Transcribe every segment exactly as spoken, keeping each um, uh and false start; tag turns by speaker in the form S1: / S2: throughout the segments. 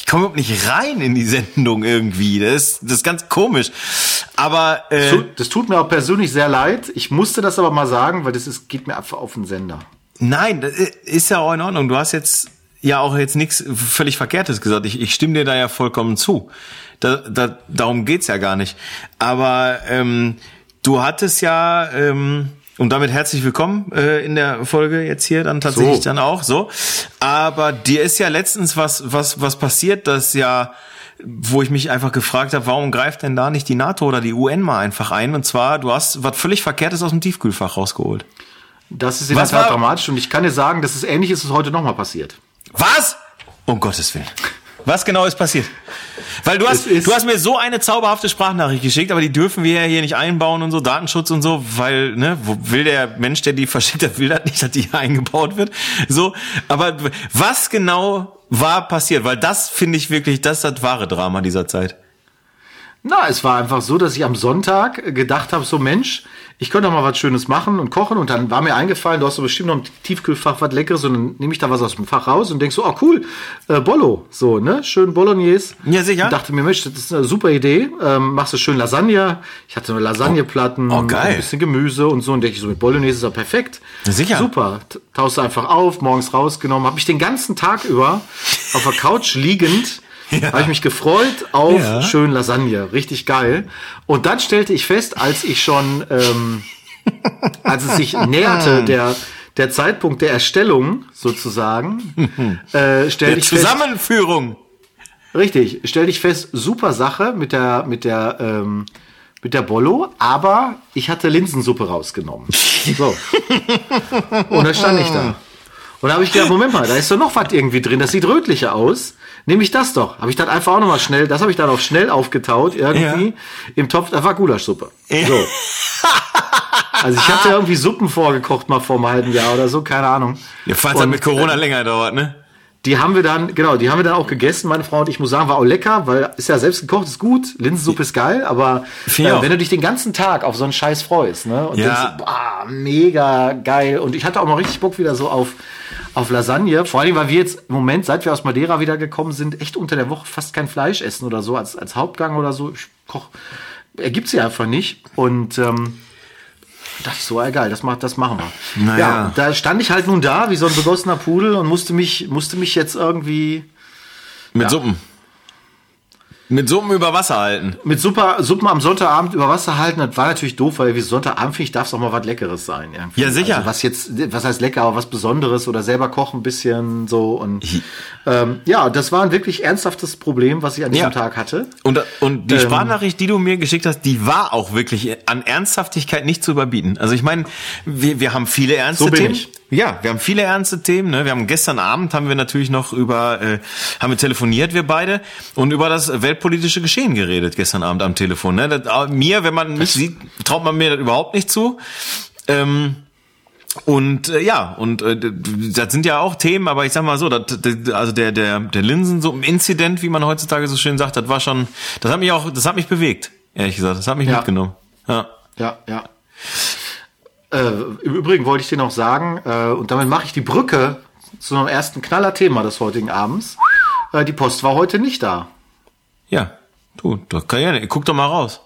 S1: komme überhaupt nicht rein in die Sendung irgendwie. Das ist, das ist ganz komisch. Aber äh,
S2: das, tut, das tut mir auch persönlich sehr leid. Ich musste das aber mal sagen, weil das ist, geht mir einfach auf den Sender.
S1: Nein, das ist ja auch in Ordnung. Du hast jetzt ja auch jetzt nichts völlig Verkehrtes gesagt. Ich, ich stimme dir da ja vollkommen zu. Da, da, darum geht's ja gar nicht. Aber ähm, du hattest ja ähm, und damit herzlich willkommen äh, in der Folge jetzt hier dann tatsächlich so. Dann auch so. Aber dir ist ja letztens was was was passiert, das ja, wo ich mich einfach gefragt habe, warum greift denn da nicht die NATO oder die U N mal einfach ein? Und zwar, du hast was völlig Verkehrtes aus dem Tiefkühlfach rausgeholt.
S2: Das ist in der Tat dramatisch und ich kann dir sagen, dass es ähnlich ist, ist heute nochmal passiert.
S1: Was? Um Gottes Willen. Was genau ist passiert? Weil du hast, du hast mir so eine zauberhafte Sprachnachricht geschickt, aber die dürfen wir ja hier nicht einbauen und so, Datenschutz und so, weil, ne, wo will der Mensch, der die verschickt hat, will das nicht, dass die hier eingebaut wird. So, aber was genau war passiert? Weil das finde ich wirklich, das ist das wahre Drama dieser Zeit.
S2: Na, es war einfach so, dass ich am Sonntag gedacht habe, so Mensch, ich könnte doch mal was Schönes machen und kochen. Und dann war mir eingefallen, du hast doch bestimmt noch im Tiefkühlfach was Leckeres. Und dann nehme ich da was aus dem Fach raus und denk so, oh cool, äh, Bollo, so, ne, schön Bolognese.
S1: Ja, sicher.
S2: Und dachte mir, Mensch, das ist eine super Idee. Ähm, machst du schön Lasagne. Ich hatte eine Lasagneplatten,
S1: oh, oh, geil.
S2: ein bisschen Gemüse und so. Und denke ich so, mit Bolognese ist ja perfekt.
S1: Ja, sicher.
S2: Super. Taust du einfach auf, morgens rausgenommen. Habe mich den ganzen Tag über auf der Couch liegend Ja. habe ich mich gefreut auf ja. schön Lasagne, richtig geil. Und dann stellte ich fest, als ich schon, ähm, als es sich näherte, der der Zeitpunkt der Erstellung sozusagen, äh, stellte ich fest,
S1: Zusammenführung.
S2: Richtig, stellte ich fest, super Sache mit der mit der ähm, mit der Bollo, aber ich hatte Linsensuppe rausgenommen. So. Und dann stand ich da. Und da habe ich gedacht, Moment mal, da ist doch noch was irgendwie drin, das sieht rötlicher aus. Nehme ich das doch. Habe ich dann einfach auch nochmal schnell, das habe ich dann auch schnell aufgetaut, irgendwie, ja. im Topf, da war Gulaschsuppe. Ja. So. Also ich hatte irgendwie Suppen vorgekocht mal vor einem halben Jahr oder so, keine Ahnung.
S1: Ja, falls das mit Corona äh, länger dauert, ne?
S2: Die haben wir dann, genau, die haben wir dann auch gegessen, meine Frau und ich, muss sagen, war auch lecker, weil ist ja selbst gekocht, ist gut, Linsensuppe ist geil, aber äh, wenn du dich den ganzen Tag auf so einen Scheiß freust, ne, und
S1: ja.
S2: denkst, boah, mega geil, und ich hatte auch mal richtig Bock wieder so auf auf Lasagne, vor allem, weil wir jetzt im Moment, seit wir aus Madeira wieder gekommen sind, echt unter der Woche fast kein Fleisch essen oder so, als als Hauptgang oder so, ich koch, ergibt sie einfach nicht, und ähm, dachte ich so, egal, das macht, das machen wir.
S1: Naja.
S2: Ja, da stand ich halt nun da wie so ein begossener Pudel und musste mich, musste mich jetzt irgendwie
S1: mit
S2: ja,
S1: Suppen. Mit Suppen über Wasser halten.
S2: Mit Super, Suppen am Sonntagabend über Wasser halten, das war natürlich doof, weil wie Sonntagabend, finde ich, darf es auch mal was Leckeres sein. Irgendwie.
S1: Ja, sicher.
S2: Also was jetzt, was heißt lecker, aber was Besonderes oder selber kochen ein bisschen so. Und ähm, ja, das war ein wirklich ernsthaftes Problem, was ich an diesem ja. Tag hatte.
S1: Und, und die
S2: ähm,
S1: Sprachnachricht, die du mir geschickt hast, die war auch wirklich an Ernsthaftigkeit nicht zu überbieten. Also ich meine, wir, wir haben viele ernste
S2: so bin
S1: Themen.
S2: Ich.
S1: Ja, wir haben viele ernste Themen. Ne? Wir haben gestern Abend haben wir natürlich noch über, äh, haben wir telefoniert, wir beide, und über das weltpolitische Geschehen geredet gestern Abend am Telefon. Ne? Das, mir, wenn man mich sieht, traut man mir das überhaupt nicht zu. Ähm, und äh, ja, und äh, das sind ja auch Themen, aber ich sag mal so, das, das, also der der der Linsensuppen-Inzident, wie man heutzutage so schön sagt, das war schon, das hat mich auch, das hat mich bewegt, ehrlich gesagt, das hat mich
S2: ja.
S1: mitgenommen. Ja,
S2: ja, ja. Äh, Im Übrigen wollte ich dir noch sagen, äh, und damit mache ich die Brücke zu einem ersten Knaller-Thema des heutigen Abends. Äh, die Post war heute nicht da.
S1: Ja, du, das kann ja nicht. Guck doch mal raus.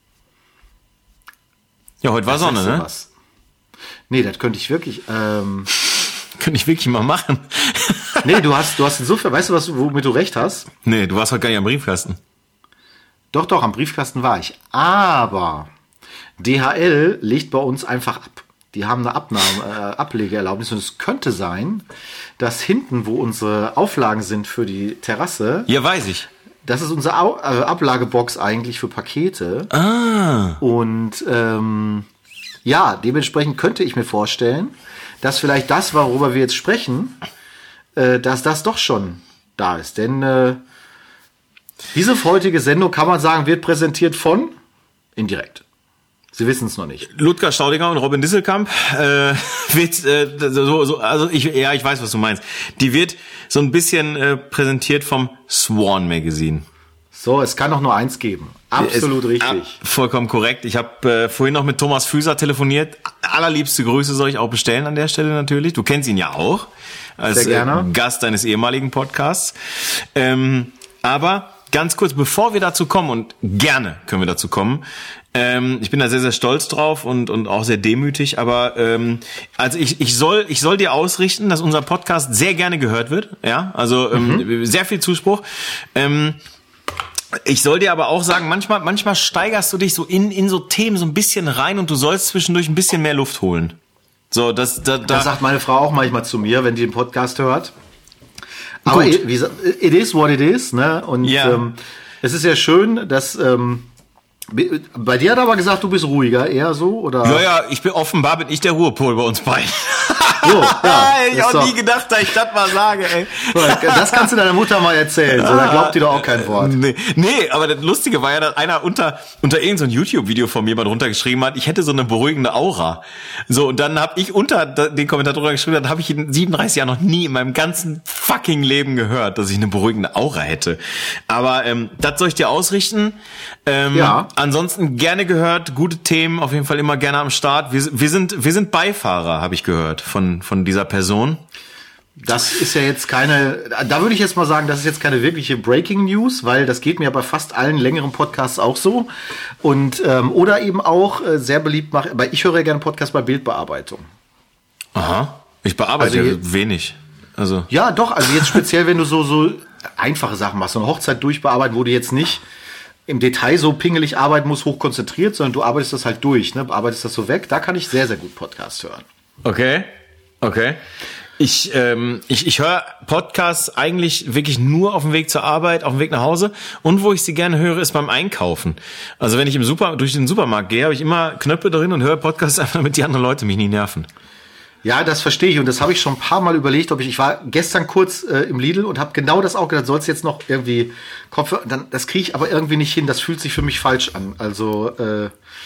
S1: Ja, heute war
S2: das
S1: Sonne, ne?
S2: Was. Nee, das könnte ich wirklich. Ähm,
S1: könnte ich wirklich mal machen.
S2: nee, du hast, du hast insofern, weißt du, was, womit du recht hast?
S1: Nee, du warst heute gar nicht am Briefkasten.
S2: Doch, doch, am Briefkasten war ich. Aber D H L legt bei uns einfach ab. Die haben eine Abnahme, äh, Ablegeerlaubnis, und es könnte sein, dass hinten, wo unsere Auflagen sind für die Terrasse,
S1: ja, weiß ich,
S2: das ist unsere Au- äh, Ablagebox eigentlich für Pakete.
S1: Ah.
S2: Und ähm, ja, dementsprechend könnte ich mir vorstellen, dass vielleicht das, worüber wir jetzt sprechen, äh, dass das doch schon da ist. Denn äh, diese heutige Sendung, kann man sagen, wird präsentiert von indirekt. Sie wissen es noch nicht.
S1: Ludger Staudinger und Robin Disselkamp äh, wird äh, so, so, also ich ja ich weiß, was du meinst. Die wird so ein bisschen äh, präsentiert vom Swan Magazine.
S2: So, es kann doch nur eins geben. Absolut
S1: es,
S2: richtig.
S1: Ab, vollkommen korrekt. Ich habe äh, vorhin noch mit Thomas Füßer telefoniert. Allerliebste Grüße soll ich auch bestellen an der Stelle natürlich. Du kennst ihn ja auch als
S2: Sehr gerne.
S1: Äh, Gast deines ehemaligen Podcasts. Ähm, Aber ganz kurz, bevor wir dazu kommen, und gerne können wir dazu kommen, ähm, ich bin da sehr, sehr stolz drauf und und auch sehr demütig, aber ähm, also ich ich soll ich soll dir ausrichten, dass unser Podcast sehr gerne gehört wird, ja, also ähm, mhm. sehr viel Zuspruch. Ähm, ich soll dir aber auch sagen, manchmal manchmal steigerst du dich so in in so Themen so ein bisschen rein und du sollst zwischendurch ein bisschen mehr Luft holen. So, das da, da
S2: das sagt meine Frau auch manchmal zu mir, wenn die den Podcast hört. Aber it, wie, it is what it is, ne? Und ja. ähm, es ist ja schön, dass ähm, bei dir hat er aber gesagt, du bist ruhiger, eher so, oder?
S1: Ja, ja, ich bin offenbar bin ich der Ruhepol bei uns beiden.
S2: So, ja,
S1: ich hab auch nie gedacht, dass ich das mal sage, ey.
S2: Das kannst du deiner Mutter mal erzählen, so, da glaubt die doch auch kein Wort.
S1: Nee, nee, aber das Lustige war ja, dass einer unter unter irgendein so YouTube-Video von mir mal drunter geschrieben hat, ich hätte so eine beruhigende Aura. So, und dann habe ich unter den Kommentar drunter geschrieben, das habe ich in siebenunddreißig Jahren noch nie in meinem ganzen fucking Leben gehört, dass ich eine beruhigende Aura hätte. Aber ähm, das soll ich dir ausrichten. Ähm, ja. Ansonsten gerne gehört, gute Themen, auf jeden Fall immer gerne am Start. Wir, wir sind wir sind Beifahrer, habe ich gehört, von von dieser Person.
S2: Das ist ja jetzt keine, da würde ich jetzt mal sagen, das ist jetzt keine wirkliche Breaking News, weil das geht mir bei fast allen längeren Podcasts auch so. Und ähm, oder eben auch äh, sehr beliebt mache, aber ich höre ja gerne Podcasts bei Bildbearbeitung.
S1: Aha, ich bearbeite also, ja wenig. Also
S2: ja, doch, also jetzt speziell, wenn du so so einfache Sachen machst, so eine Hochzeit durchbearbeiten, wo du jetzt nicht im Detail so pingelig arbeiten musst, hochkonzentriert, sondern du arbeitest das halt durch, ne? Bearbeitest das so weg, da kann ich sehr, sehr gut Podcasts hören.
S1: Okay, okay. Ich, ähm, ich, ich höre Podcasts eigentlich wirklich nur auf dem Weg zur Arbeit, auf dem Weg nach Hause. Und wo ich sie gerne höre, ist beim Einkaufen. Also wenn ich im Super, durch den Supermarkt gehe, habe ich immer Knöpfe drin und höre Podcasts einfach, damit die anderen Leute mich nicht nerven.
S2: Ja, das verstehe ich und das habe ich schon ein paar Mal überlegt, ob ich, ich war gestern kurz äh, im Lidl und habe genau das auch gedacht, sollst jetzt noch irgendwie Kopfhörer, dann das kriege ich aber irgendwie nicht hin, das fühlt sich für mich falsch an. Also äh,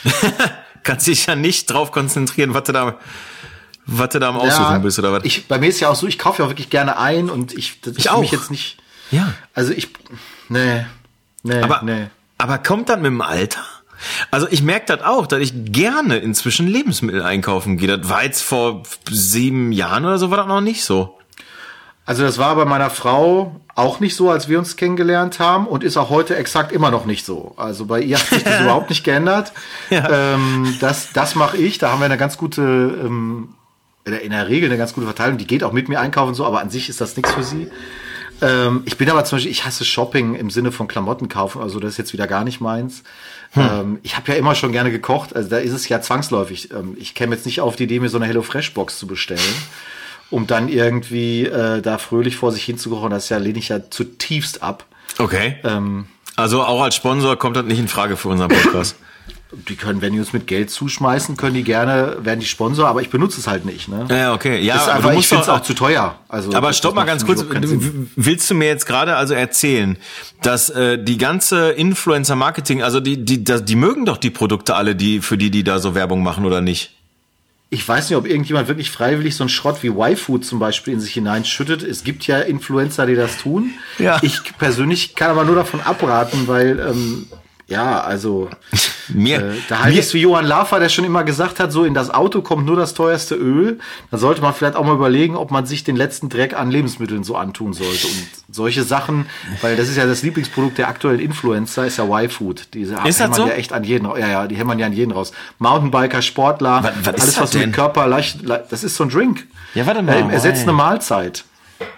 S1: kannst dich ja nicht drauf konzentrieren, was du da was du da am Aussuchen ja, bist oder was?
S2: Ich, bei mir ist ja auch so, ich kaufe ja auch wirklich gerne ein und ich das
S1: ich
S2: ist
S1: auch.
S2: Für mich jetzt nicht.
S1: Ja.
S2: Also ich nee, nee,
S1: aber,
S2: nee.
S1: Aber kommt dann mit dem Alter? Also ich merke das auch, dass ich gerne inzwischen Lebensmittel einkaufen gehe. Das war jetzt vor sieben Jahren oder so, war das noch nicht so.
S2: Also das war bei meiner Frau auch nicht so, als wir uns kennengelernt haben und ist auch heute exakt immer noch nicht so. Also bei ihr hat sich das überhaupt nicht geändert. Ja. Ähm, das das mache ich, da haben wir eine ganz gute, ähm, in der Regel eine ganz gute Verteilung. Die geht auch mit mir einkaufen und so, aber an sich ist das nichts für sie. Ähm, ich bin aber zum Beispiel, ich hasse Shopping im Sinne von Klamotten kaufen, also das ist jetzt wieder gar nicht meins. Hm. Ähm, ich habe ja immer schon gerne gekocht, also da ist es ja zwangsläufig. Ähm, ich käme jetzt nicht auf die Idee, mir so eine HelloFresh-Box zu bestellen, um dann irgendwie äh, da fröhlich vor sich hinzukochen. Das ja, lehne ich ja zutiefst ab.
S1: Okay. Ähm, also auch als Sponsor kommt das nicht in Frage für unseren Podcast.
S2: Die können, wenn die uns mit Geld zuschmeißen, können die gerne, werden die Sponsor, aber ich benutze es halt nicht, ne?
S1: Ja, okay. Ja,
S2: das ist einfach, ich finde es auch zu teuer. Also,
S1: aber stopp mal ganz kurz. Willst du mir jetzt gerade also erzählen, dass äh, die ganze Influencer-Marketing, also die, die, die, die mögen doch die Produkte alle, die, für die, die da so Werbung machen, oder nicht?
S2: Ich weiß nicht, ob irgendjemand wirklich freiwillig so einen Schrott wie Y-Food zum Beispiel in sich hineinschüttet. Es gibt ja Influencer, die das tun. Ja. Ich persönlich kann aber nur davon abraten, weil, ähm, ja, also
S1: mir,
S2: äh, da halt ist wie Johann Lafer, der schon immer gesagt hat, so in das Auto kommt nur das teuerste Öl. Da sollte man vielleicht auch mal überlegen, ob man sich den letzten Dreck an Lebensmitteln so antun sollte. Und solche Sachen, weil das ist ja das Lieblingsprodukt der aktuellen Influencer, ist ja Y-Food. Die
S1: ist das so?
S2: Ja echt an jeden, ja, ja, die hämmern ja an jeden raus. Mountainbiker, Sportler,
S1: was, was
S2: alles, was mit Körper leicht, das ist so ein Drink.
S1: Ja, warte mal.
S2: Er ersetzt eine Mahlzeit.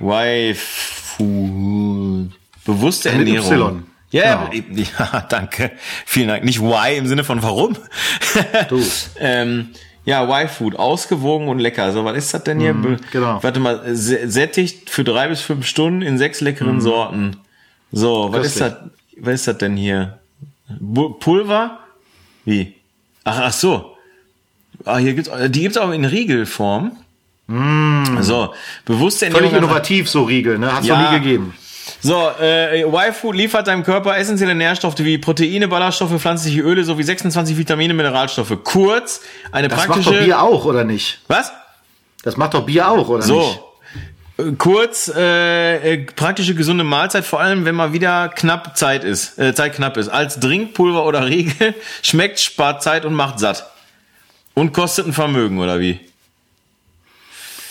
S1: Y-Food. Bewusste Ernährung.
S2: Y.
S1: Ja, ja, ja, danke. Vielen Dank. Nicht why im Sinne von warum.
S2: Du.
S1: ähm, ja, Y-Food. Ausgewogen und lecker. So, was ist das denn hier?
S2: Mm, genau.
S1: Warte mal. Sättigt für drei bis fünf Stunden in sechs leckeren mm. Sorten. So, was ist das? Was ist das denn hier? Pulver? Wie? Ach, ach so. Ah, hier gibt's, die gibt's auch in Riegelform.
S2: Mm.
S1: So, bewusste Ernährung.
S2: Völlig innovativ, so Riegel, ne? Hat's
S1: ja.
S2: noch nie gegeben.
S1: So, äh, Y-Food liefert deinem Körper essentielle Nährstoffe wie Proteine, Ballaststoffe, pflanzliche Öle sowie sechsundzwanzig Vitamine, Mineralstoffe. Kurz, eine
S2: das
S1: praktische...
S2: Das macht doch Bier auch, oder nicht?
S1: Was?
S2: Das macht doch Bier auch, oder
S1: so.
S2: nicht?
S1: So, kurz, äh, äh, praktische, gesunde Mahlzeit, vor allem, wenn mal wieder knapp Zeit ist, äh, Zeit knapp ist. Als Trinkpulver oder Riegel, schmeckt, spart Zeit und macht satt. Und kostet ein Vermögen, oder wie?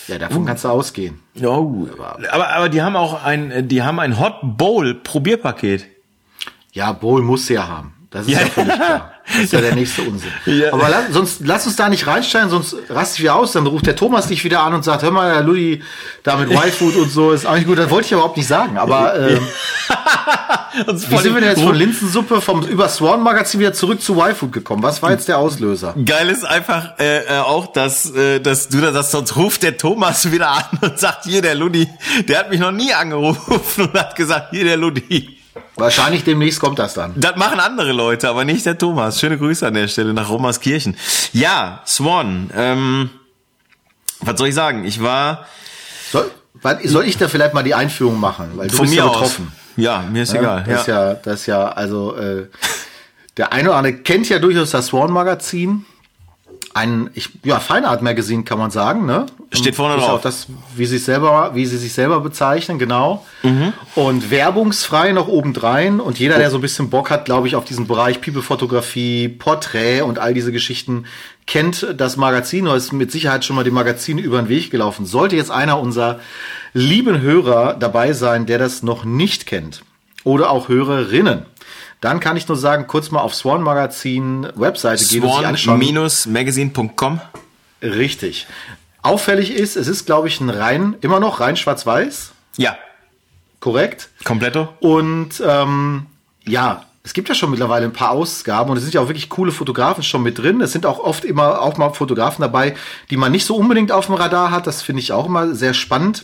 S2: Ja, davon uh. kannst du ausgehen.
S1: Oh. Aber, aber die haben auch ein, die haben ein Hot Bowl Probierpaket.
S2: Ja, Bowl musst du ja haben. Das ist ja, ja völlig klar. Das ist ja der nächste Unsinn. Ja. Aber lass, sonst lass uns da nicht reinsteigen, sonst rast ich wieder aus. Dann ruft der Thomas dich wieder an und sagt, hör mal, Herr Ludi, da mit Y-Food und so ist auch nicht gut. Das wollte ich überhaupt nicht sagen. Aber ähm, wie sind wir denn jetzt von Linsensuppe vom über Swan-Magazin wieder zurück zu Y-Food gekommen? Was war jetzt der Auslöser?
S1: Geil ist einfach äh, auch, dass, äh, dass du da sagst, sonst ruft der Thomas wieder an und sagt, hier der Ludi, der hat mich noch nie angerufen und hat gesagt, hier der Ludi.
S2: Wahrscheinlich demnächst kommt das dann.
S1: Das machen andere Leute, aber nicht der Thomas. Schöne Grüße an der Stelle nach Romerskirchen. Ja, Swan. Ähm, was soll ich sagen? Ich war...
S2: Soll, soll ich da vielleicht mal die Einführung machen? Weil du
S1: von
S2: bist
S1: mir
S2: ja
S1: aus.
S2: betroffen.
S1: Ja, mir ist
S2: ja,
S1: egal.
S2: Das ja. ist ja, das ist ja, also äh, der eine oder andere kennt ja durchaus das Swan-Magazin. Ein ich, ja, Feinart-Magazin kann man sagen, ne?
S1: Steht vorne
S2: ist
S1: drauf.
S2: Auch das, wie sie selber, wie sie sich selber bezeichnen, genau. Mhm. Und werbungsfrei noch obendrein. Und jeder, der so ein bisschen Bock hat, glaube ich, auf diesen Bereich People-Fotografie, Porträt und all diese Geschichten, kennt das Magazin oder ist mit Sicherheit schon mal dem Magazin über den Weg gelaufen. Sollte jetzt einer unserer lieben Hörer dabei sein, der das noch nicht kennt, oder auch Hörerinnen, dann kann ich nur sagen, kurz mal auf Swan Magazin Webseite gehen und sich anschauen.
S1: Swan Magazine Punkt com.
S2: Richtig. Auffällig ist, es ist, glaube ich, ein rein, immer noch rein schwarz-weiß.
S1: Ja.
S2: Korrekt.
S1: Kompletto.
S2: Und ähm, ja, es gibt ja schon mittlerweile ein paar Ausgaben und es sind ja auch wirklich coole Fotografen schon mit drin. Es sind auch oft immer auch mal Fotografen dabei, die man nicht so unbedingt auf dem Radar hat. Das finde ich auch immer sehr spannend.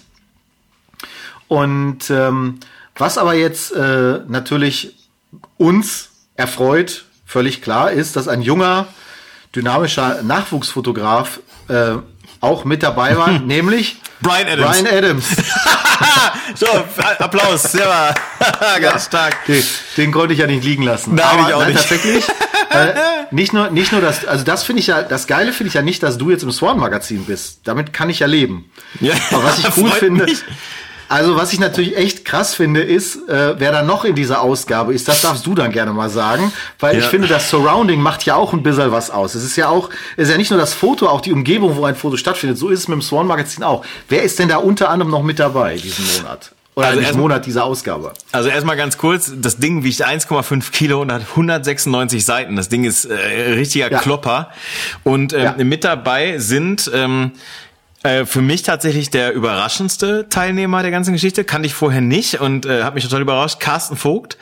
S2: Und ähm, was aber jetzt äh, natürlich uns erfreut, völlig klar ist, dass ein junger, dynamischer Nachwuchsfotograf äh, auch mit dabei war, nämlich
S1: Bryan Adams.
S2: Bryan Adams.
S1: So, Applaus, sehr ganz ja, stark.
S2: Den, den konnte ich ja nicht liegen lassen.
S1: Nein,
S2: aber
S1: ich auch
S2: nein,
S1: nicht.
S2: Tatsächlich, äh, nicht nur, nicht nur das, also das finde ich ja, das Geile finde ich ja nicht, dass du jetzt im Swan-Magazin bist. Damit kann ich ja leben.
S1: Ja,
S2: aber was ich cool finde,
S1: mich.
S2: Also was ich natürlich echt krass finde, ist, äh, wer da noch in dieser Ausgabe ist, das darfst du dann gerne mal sagen, weil ja. ich finde, das Surrounding macht ja auch ein bisschen was aus. Es ist ja auch, es ist ja nicht nur das Foto, auch die Umgebung, wo ein Foto stattfindet. So ist es mit dem Swan-Magazin auch. Wer ist denn da unter anderem noch mit dabei diesen Monat? Oder also nicht Monat dieser Ausgabe?
S1: Also erstmal ganz kurz, das Ding wiegt eins Komma fünf Kilo und hat hundertsechsundneunzig Seiten. Das Ding ist äh, richtiger ja. Klopper. Und ähm, ja. mit dabei sind... Ähm, für mich tatsächlich der überraschendste Teilnehmer der ganzen Geschichte, kannte ich vorher nicht und äh, hat mich total überrascht, Carsten Vogt.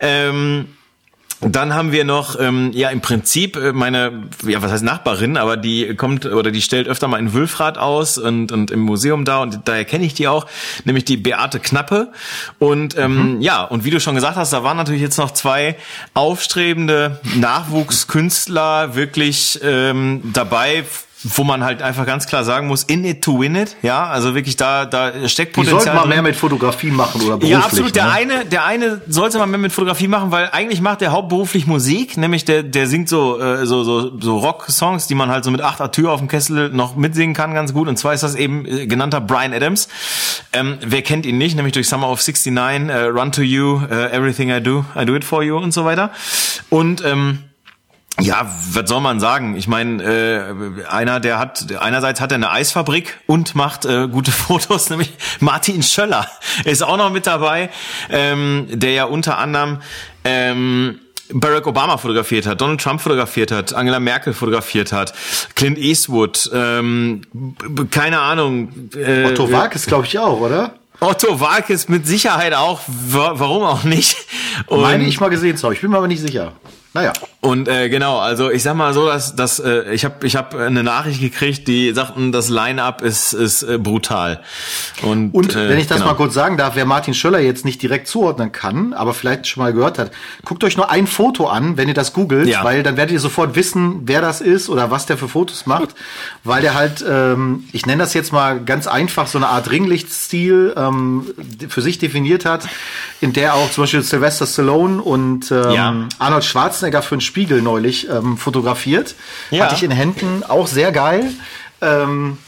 S1: Ähm, dann haben wir noch, ähm, ja im Prinzip meine, ja was heißt Nachbarin, aber die kommt oder die stellt öfter mal in Wülfrath aus und und im Museum da und daher kenne ich die auch, nämlich die Beate Knappe. Und ähm, mhm. ja, und wie du schon gesagt hast, da waren natürlich jetzt noch zwei aufstrebende Nachwuchskünstler wirklich ähm, dabei, wo man halt einfach ganz klar sagen muss, in it to win it, ja, also wirklich da da steckt Potenzial.
S2: Die sollten mal
S1: drin.
S2: mehr mit Fotografie machen oder beruflich.
S1: Ja, absolut. Der
S2: ne?
S1: eine, der eine sollte mal mehr mit Fotografie machen, weil eigentlich macht der hauptberuflich Musik, nämlich der der singt so äh, so so so Rock-Songs, die man halt so mit acht Atür auf dem Kessel noch mitsingen kann, ganz gut. Und zwar ist das eben äh, genannter Bryan Adams. Ähm, wer kennt ihn nicht? Nämlich durch Summer of sixty-nine, äh, Run to You, äh, Everything I Do, I Do It for You und so weiter. Und ähm, ja, was soll man sagen? Ich meine, äh, einer, der hat, einerseits hat er eine Eisfabrik und macht äh, gute Fotos, nämlich Martin Schöller ist auch noch mit dabei, ähm, der ja unter anderem ähm, Barack Obama fotografiert hat, Donald Trump fotografiert hat, Angela Merkel fotografiert hat, Clint Eastwood, ähm, keine Ahnung.
S2: Äh, Otto Walkes, glaube ich, auch, oder?
S1: Otto Walkes mit Sicherheit auch, warum auch nicht?
S2: Und meine ich mal gesehen zu haben, ich bin mir aber nicht sicher. Naja.
S1: Und äh, genau, also ich sag mal so, dass, dass äh, ich habe ich hab eine Nachricht gekriegt, die sagten, das Line-Up ist ist äh, brutal. Und,
S2: und
S1: äh,
S2: wenn ich das
S1: genau.
S2: mal kurz sagen darf, wer Martin Schöller jetzt nicht direkt zuordnen kann, aber vielleicht schon mal gehört hat, guckt euch nur ein Foto an, wenn ihr das googelt, ja. weil dann werdet ihr sofort wissen, wer das ist oder was der für Fotos macht, weil der halt, ähm, ich nenne das jetzt mal ganz einfach, so eine Art Ringlicht-Stil ähm, für sich definiert hat, in der auch zum Beispiel Sylvester Stallone und ähm, ja. Arnold Schwarzenegger für einen Spiegel neulich ähm, fotografiert. Ja. Hatte ich in Händen, auch sehr geil. Ähm,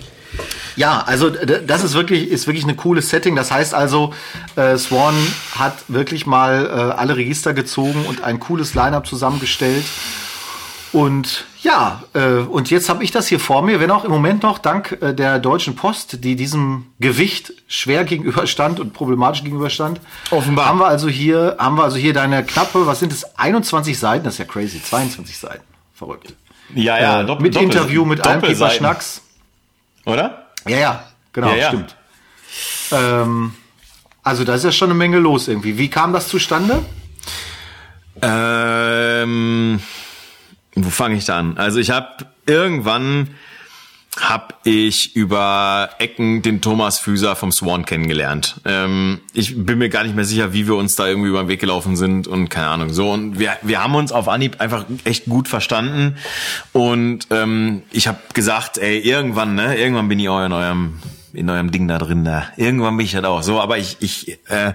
S2: ja, also d- das ist wirklich ist wirklich ein cooles Setting. Das heißt also, äh, Swan hat wirklich mal äh, alle Register gezogen und ein cooles Line-Up zusammengestellt. Und ja, äh, und jetzt habe ich das hier vor mir, wenn auch im Moment noch dank äh, der Deutschen Post, die diesem Gewicht schwer gegenüberstand und problematisch gegenüberstand.
S1: Offenbar.
S2: Haben wir also hier, haben wir also hier deine knappe, was sind es, einundzwanzig Seiten, das ist ja crazy, zweiundzwanzig Seiten. Verrückt.
S1: Ja, ja,
S2: äh,
S1: doppel,
S2: mit
S1: doppel,
S2: Interview, mit allem Pieper Schnacks.
S1: Oder?
S2: Ja, ja, genau,
S1: ja, ja.
S2: stimmt. Ähm, also da ist ja schon eine Menge los irgendwie. Wie kam das zustande?
S1: Ähm, wo fange ich da an? Also ich habe irgendwann habe ich über Ecken den Thomas Füser vom Swan kennengelernt. Ähm, ich bin mir gar nicht mehr sicher, wie wir uns da irgendwie über den Weg gelaufen sind und keine Ahnung. So, und wir wir haben uns auf Anhieb einfach echt gut verstanden. Und ähm, ich habe gesagt, ey, irgendwann, ne, irgendwann bin ich auch in eurem in eurem Ding da drin, da. Irgendwann bin ich halt auch so. Aber ich ich äh,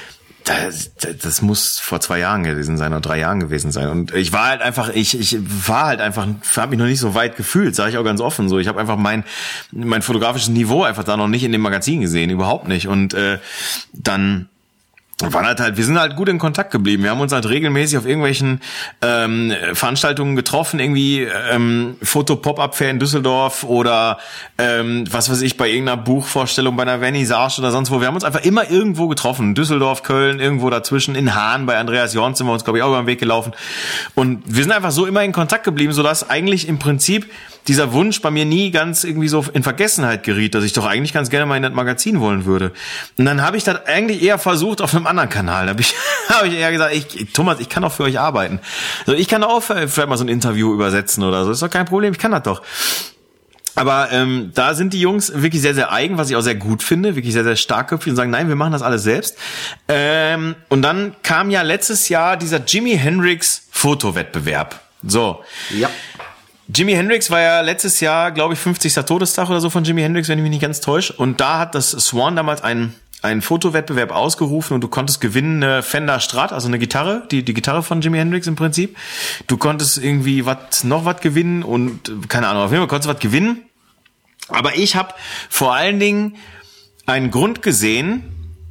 S1: Das, das muss vor zwei Jahren gewesen sein oder drei Jahren gewesen sein. Und ich war halt einfach, ich ich war halt einfach, habe mich noch nicht so weit gefühlt, sage ich auch ganz offen so. Ich habe einfach mein mein fotografisches Niveau einfach da noch nicht in dem Magazin gesehen, überhaupt nicht. Und äh, dann waren halt halt, wir sind halt gut in Kontakt geblieben. Wir haben uns halt regelmäßig auf irgendwelchen ähm, Veranstaltungen getroffen, irgendwie ähm, Foto-Pop-Up-Fair in Düsseldorf oder ähm, was weiß ich, bei irgendeiner Buchvorstellung, bei einer Vernissage oder sonst wo. Wir haben uns einfach immer irgendwo getroffen. Düsseldorf, Köln, irgendwo dazwischen, in Hahn, bei Andreas Jorns sind wir uns, glaube ich, auch über den Weg gelaufen. Und wir sind einfach so immer in Kontakt geblieben, sodass eigentlich im Prinzip dieser Wunsch bei mir nie ganz irgendwie so in Vergessenheit geriet, dass ich doch eigentlich ganz gerne mal in das Magazin wollen würde. Und dann habe ich das eigentlich eher versucht auf einem anderen Kanal. Da habe ich, hab ich eher gesagt, ich, Thomas, ich kann auch für euch arbeiten. Also ich kann auch vielleicht mal so ein Interview übersetzen oder so. Ist doch kein Problem, ich kann das doch. Aber ähm, da sind die Jungs wirklich sehr, sehr eigen, was ich auch sehr gut finde, wirklich sehr, sehr starkköpfig und sagen, nein, wir machen das alles selbst. Ähm, und dann kam ja letztes Jahr dieser Jimi Hendrix Fotowettbewerb. So.
S2: Ja.
S1: Jimi Hendrix war ja letztes Jahr, glaube ich, fünfzigster Todestag oder so von Jimi Hendrix, wenn ich mich nicht ganz täusche. Und da hat das Swan damals einen, einen Fotowettbewerb ausgerufen und du konntest gewinnen eine Fender Strat, also eine Gitarre, die, die Gitarre von Jimi Hendrix im Prinzip. Du konntest irgendwie was, noch was gewinnen und keine Ahnung, auf jeden Fall konntest du was gewinnen. Aber ich habe vor allen Dingen einen Grund gesehen,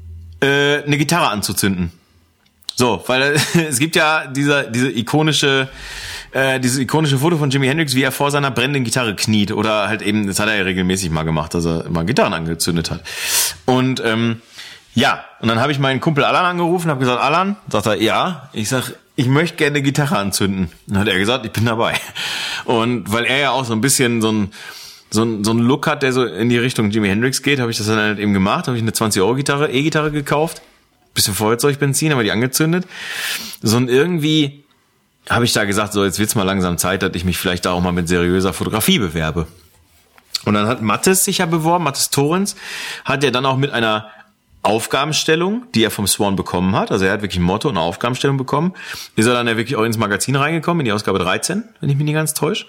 S1: äh, eine Gitarre anzuzünden. So, weil es gibt ja diese, diese ikonische, äh, dieses ikonische Foto von Jimi Hendrix, wie er vor seiner brennenden Gitarre kniet oder halt eben, das hat er ja regelmäßig mal gemacht, dass er immer Gitarren angezündet hat. Und ähm, ja, und dann habe ich meinen Kumpel Alan angerufen, habe gesagt, Alan, sagt er, ja, ich sag, ich möchte gerne eine Gitarre anzünden. Dann hat er gesagt, ich bin dabei. Und weil er ja auch so ein bisschen so ein so ein, so ein Look hat, der so in die Richtung Jimi Hendrix geht, habe ich das dann halt eben gemacht, habe ich eine zwanzig Euro Gitarre, E-Gitarre gekauft, bisschen Feuerzeugbenzin, haben wir die angezündet. So und irgendwie habe ich da gesagt, so jetzt wird's mal langsam Zeit, dass ich mich vielleicht da auch mal mit seriöser Fotografie bewerbe. Und dann hat Mathis sich ja beworben, Mathis Torrens, hat ja dann auch mit einer Aufgabenstellung, die er vom Swan bekommen hat, also er hat wirklich ein Motto und eine Aufgabenstellung bekommen, ist er dann ja wirklich auch ins Magazin reingekommen, in die Ausgabe dreizehn, wenn ich mich nicht ganz täusche.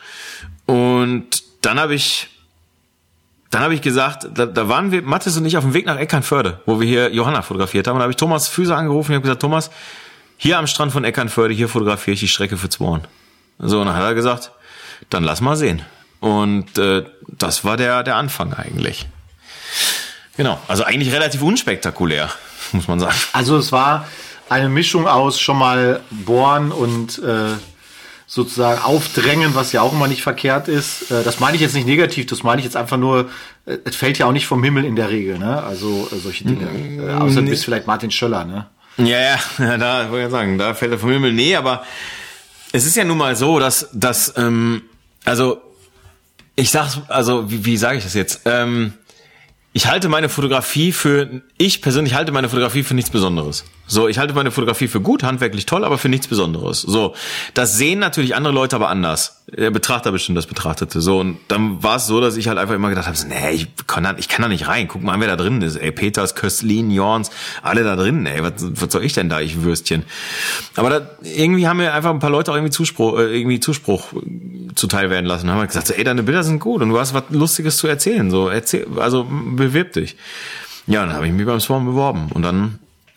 S1: Und dann habe ich Dann habe ich gesagt, da, da waren wir, Mathis und ich, auf dem Weg nach Eckernförde, wo wir hier Johanna fotografiert haben. Und da habe ich Thomas Füser angerufen und habe gesagt, Thomas, hier am Strand von Eckernförde, hier fotografiere ich die Strecke für Zwan. So, und dann hat er gesagt, dann lass mal sehen. Und äh, das war der der Anfang eigentlich. Genau, also eigentlich relativ unspektakulär, muss man sagen.
S2: Also es war eine Mischung aus schon mal bohren und äh, sozusagen aufdrängen, was ja auch immer nicht verkehrt ist. Das meine ich jetzt nicht negativ, das meine ich jetzt einfach nur, es fällt ja auch nicht vom Himmel in der Regel, ne? Also solche Dinge. Mm, Außer du bist vielleicht Martin Schöller, ne?
S1: Ja, ja, da wollte ich sagen, da fällt er vom Himmel. Nee, aber es ist ja nun mal so, dass, dass ähm, also ich sag's, also wie, wie sage ich das jetzt? Ähm, ich halte meine Fotografie für, ich persönlich halte meine Fotografie für nichts Besonderes. So, ich halte meine Fotografie für gut, handwerklich toll, aber für nichts Besonderes. So, das sehen natürlich andere Leute aber anders. Der Betrachter bestimmt das betrachtete. So, und dann war es so, dass ich halt einfach immer gedacht habe, so, nee, ich kann da, ich kann da nicht rein. Guck mal an, wer da drin ist. Ey, Peters, Köstlin, Jorns, alle da drin. Ey, was, was soll ich denn da, ich Würstchen? Aber da, irgendwie haben mir einfach ein paar Leute auch irgendwie Zuspruch, äh, irgendwie Zuspruch zuteil werden lassen. Und haben halt gesagt, so, ey, deine Bilder sind gut und du hast was Lustiges zu erzählen. So, erzähl, also bewirb dich. Ja, dann habe ich mich beim Swan beworben und dann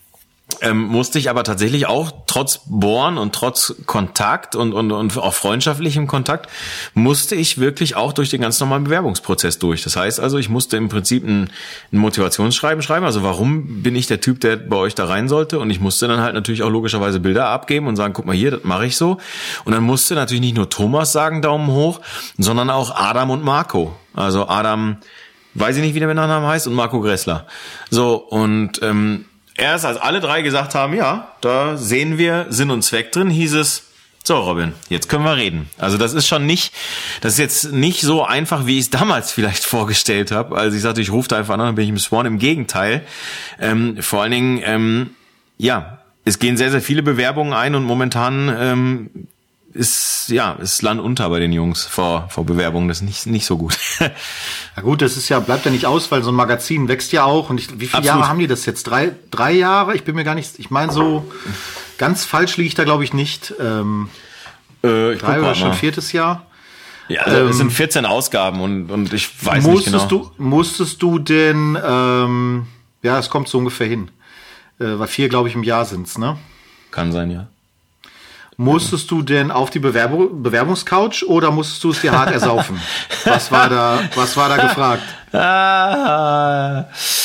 S1: Ähm, musste ich aber tatsächlich auch trotz Bohren und trotz Kontakt und, und, und auch freundschaftlichem Kontakt, musste ich wirklich auch durch den ganz normalen Bewerbungsprozess durch. Das heißt also, ich musste im Prinzip ein, ein Motivationsschreiben schreiben, also warum bin ich der Typ, der bei euch da rein sollte, und ich musste dann halt natürlich auch logischerweise Bilder abgeben und sagen, guck mal hier, das mache ich so. Und dann musste natürlich nicht nur Thomas sagen, Daumen hoch, sondern auch Adam und Marco. Also Adam, weiß ich nicht, wie der Nachname heißt, und Marco Gressler. So, und ähm, erst als alle drei gesagt haben, ja, da sehen wir Sinn und Zweck drin, hieß es, so Robin, jetzt können wir reden. Also das ist schon nicht, das ist jetzt nicht so einfach, wie ich es damals vielleicht vorgestellt habe. Also ich sagte, ich rufe da einfach an, dann bin ich im Swan. Im Gegenteil. Ähm, vor allen Dingen, ähm, ja, es gehen sehr, sehr viele Bewerbungen ein und momentan ähm, ist ja ist Land unter bei den Jungs vor vor Bewerbungen. Das ist nicht nicht so gut.
S2: Ja gut, das ist ja bleibt ja nicht aus, weil so ein Magazin wächst ja auch. Und ich, wie viele
S1: Absolut.
S2: Jahre haben die das jetzt? Drei drei Jahre? Ich bin mir gar nicht. Ich meine so ganz falsch liege ich da glaube ich nicht. Ähm,
S1: äh, ich
S2: drei
S1: guck
S2: oder
S1: mal.
S2: schon viertes Jahr.
S1: Ja, also
S2: Ähm,
S1: es sind vierzehn Ausgaben und und ich weiß nicht
S2: musstest
S1: genau.
S2: du musstest du denn? Ähm, ja, es kommt so ungefähr hin, äh, weil vier glaube ich im Jahr sind's, ne?
S1: Kann sein, ja.
S2: Musstest du denn auf die Bewerbung, Bewerbungscouch oder musstest du es dir hart ersaufen? Was war da, was war da gefragt?
S1: Ah,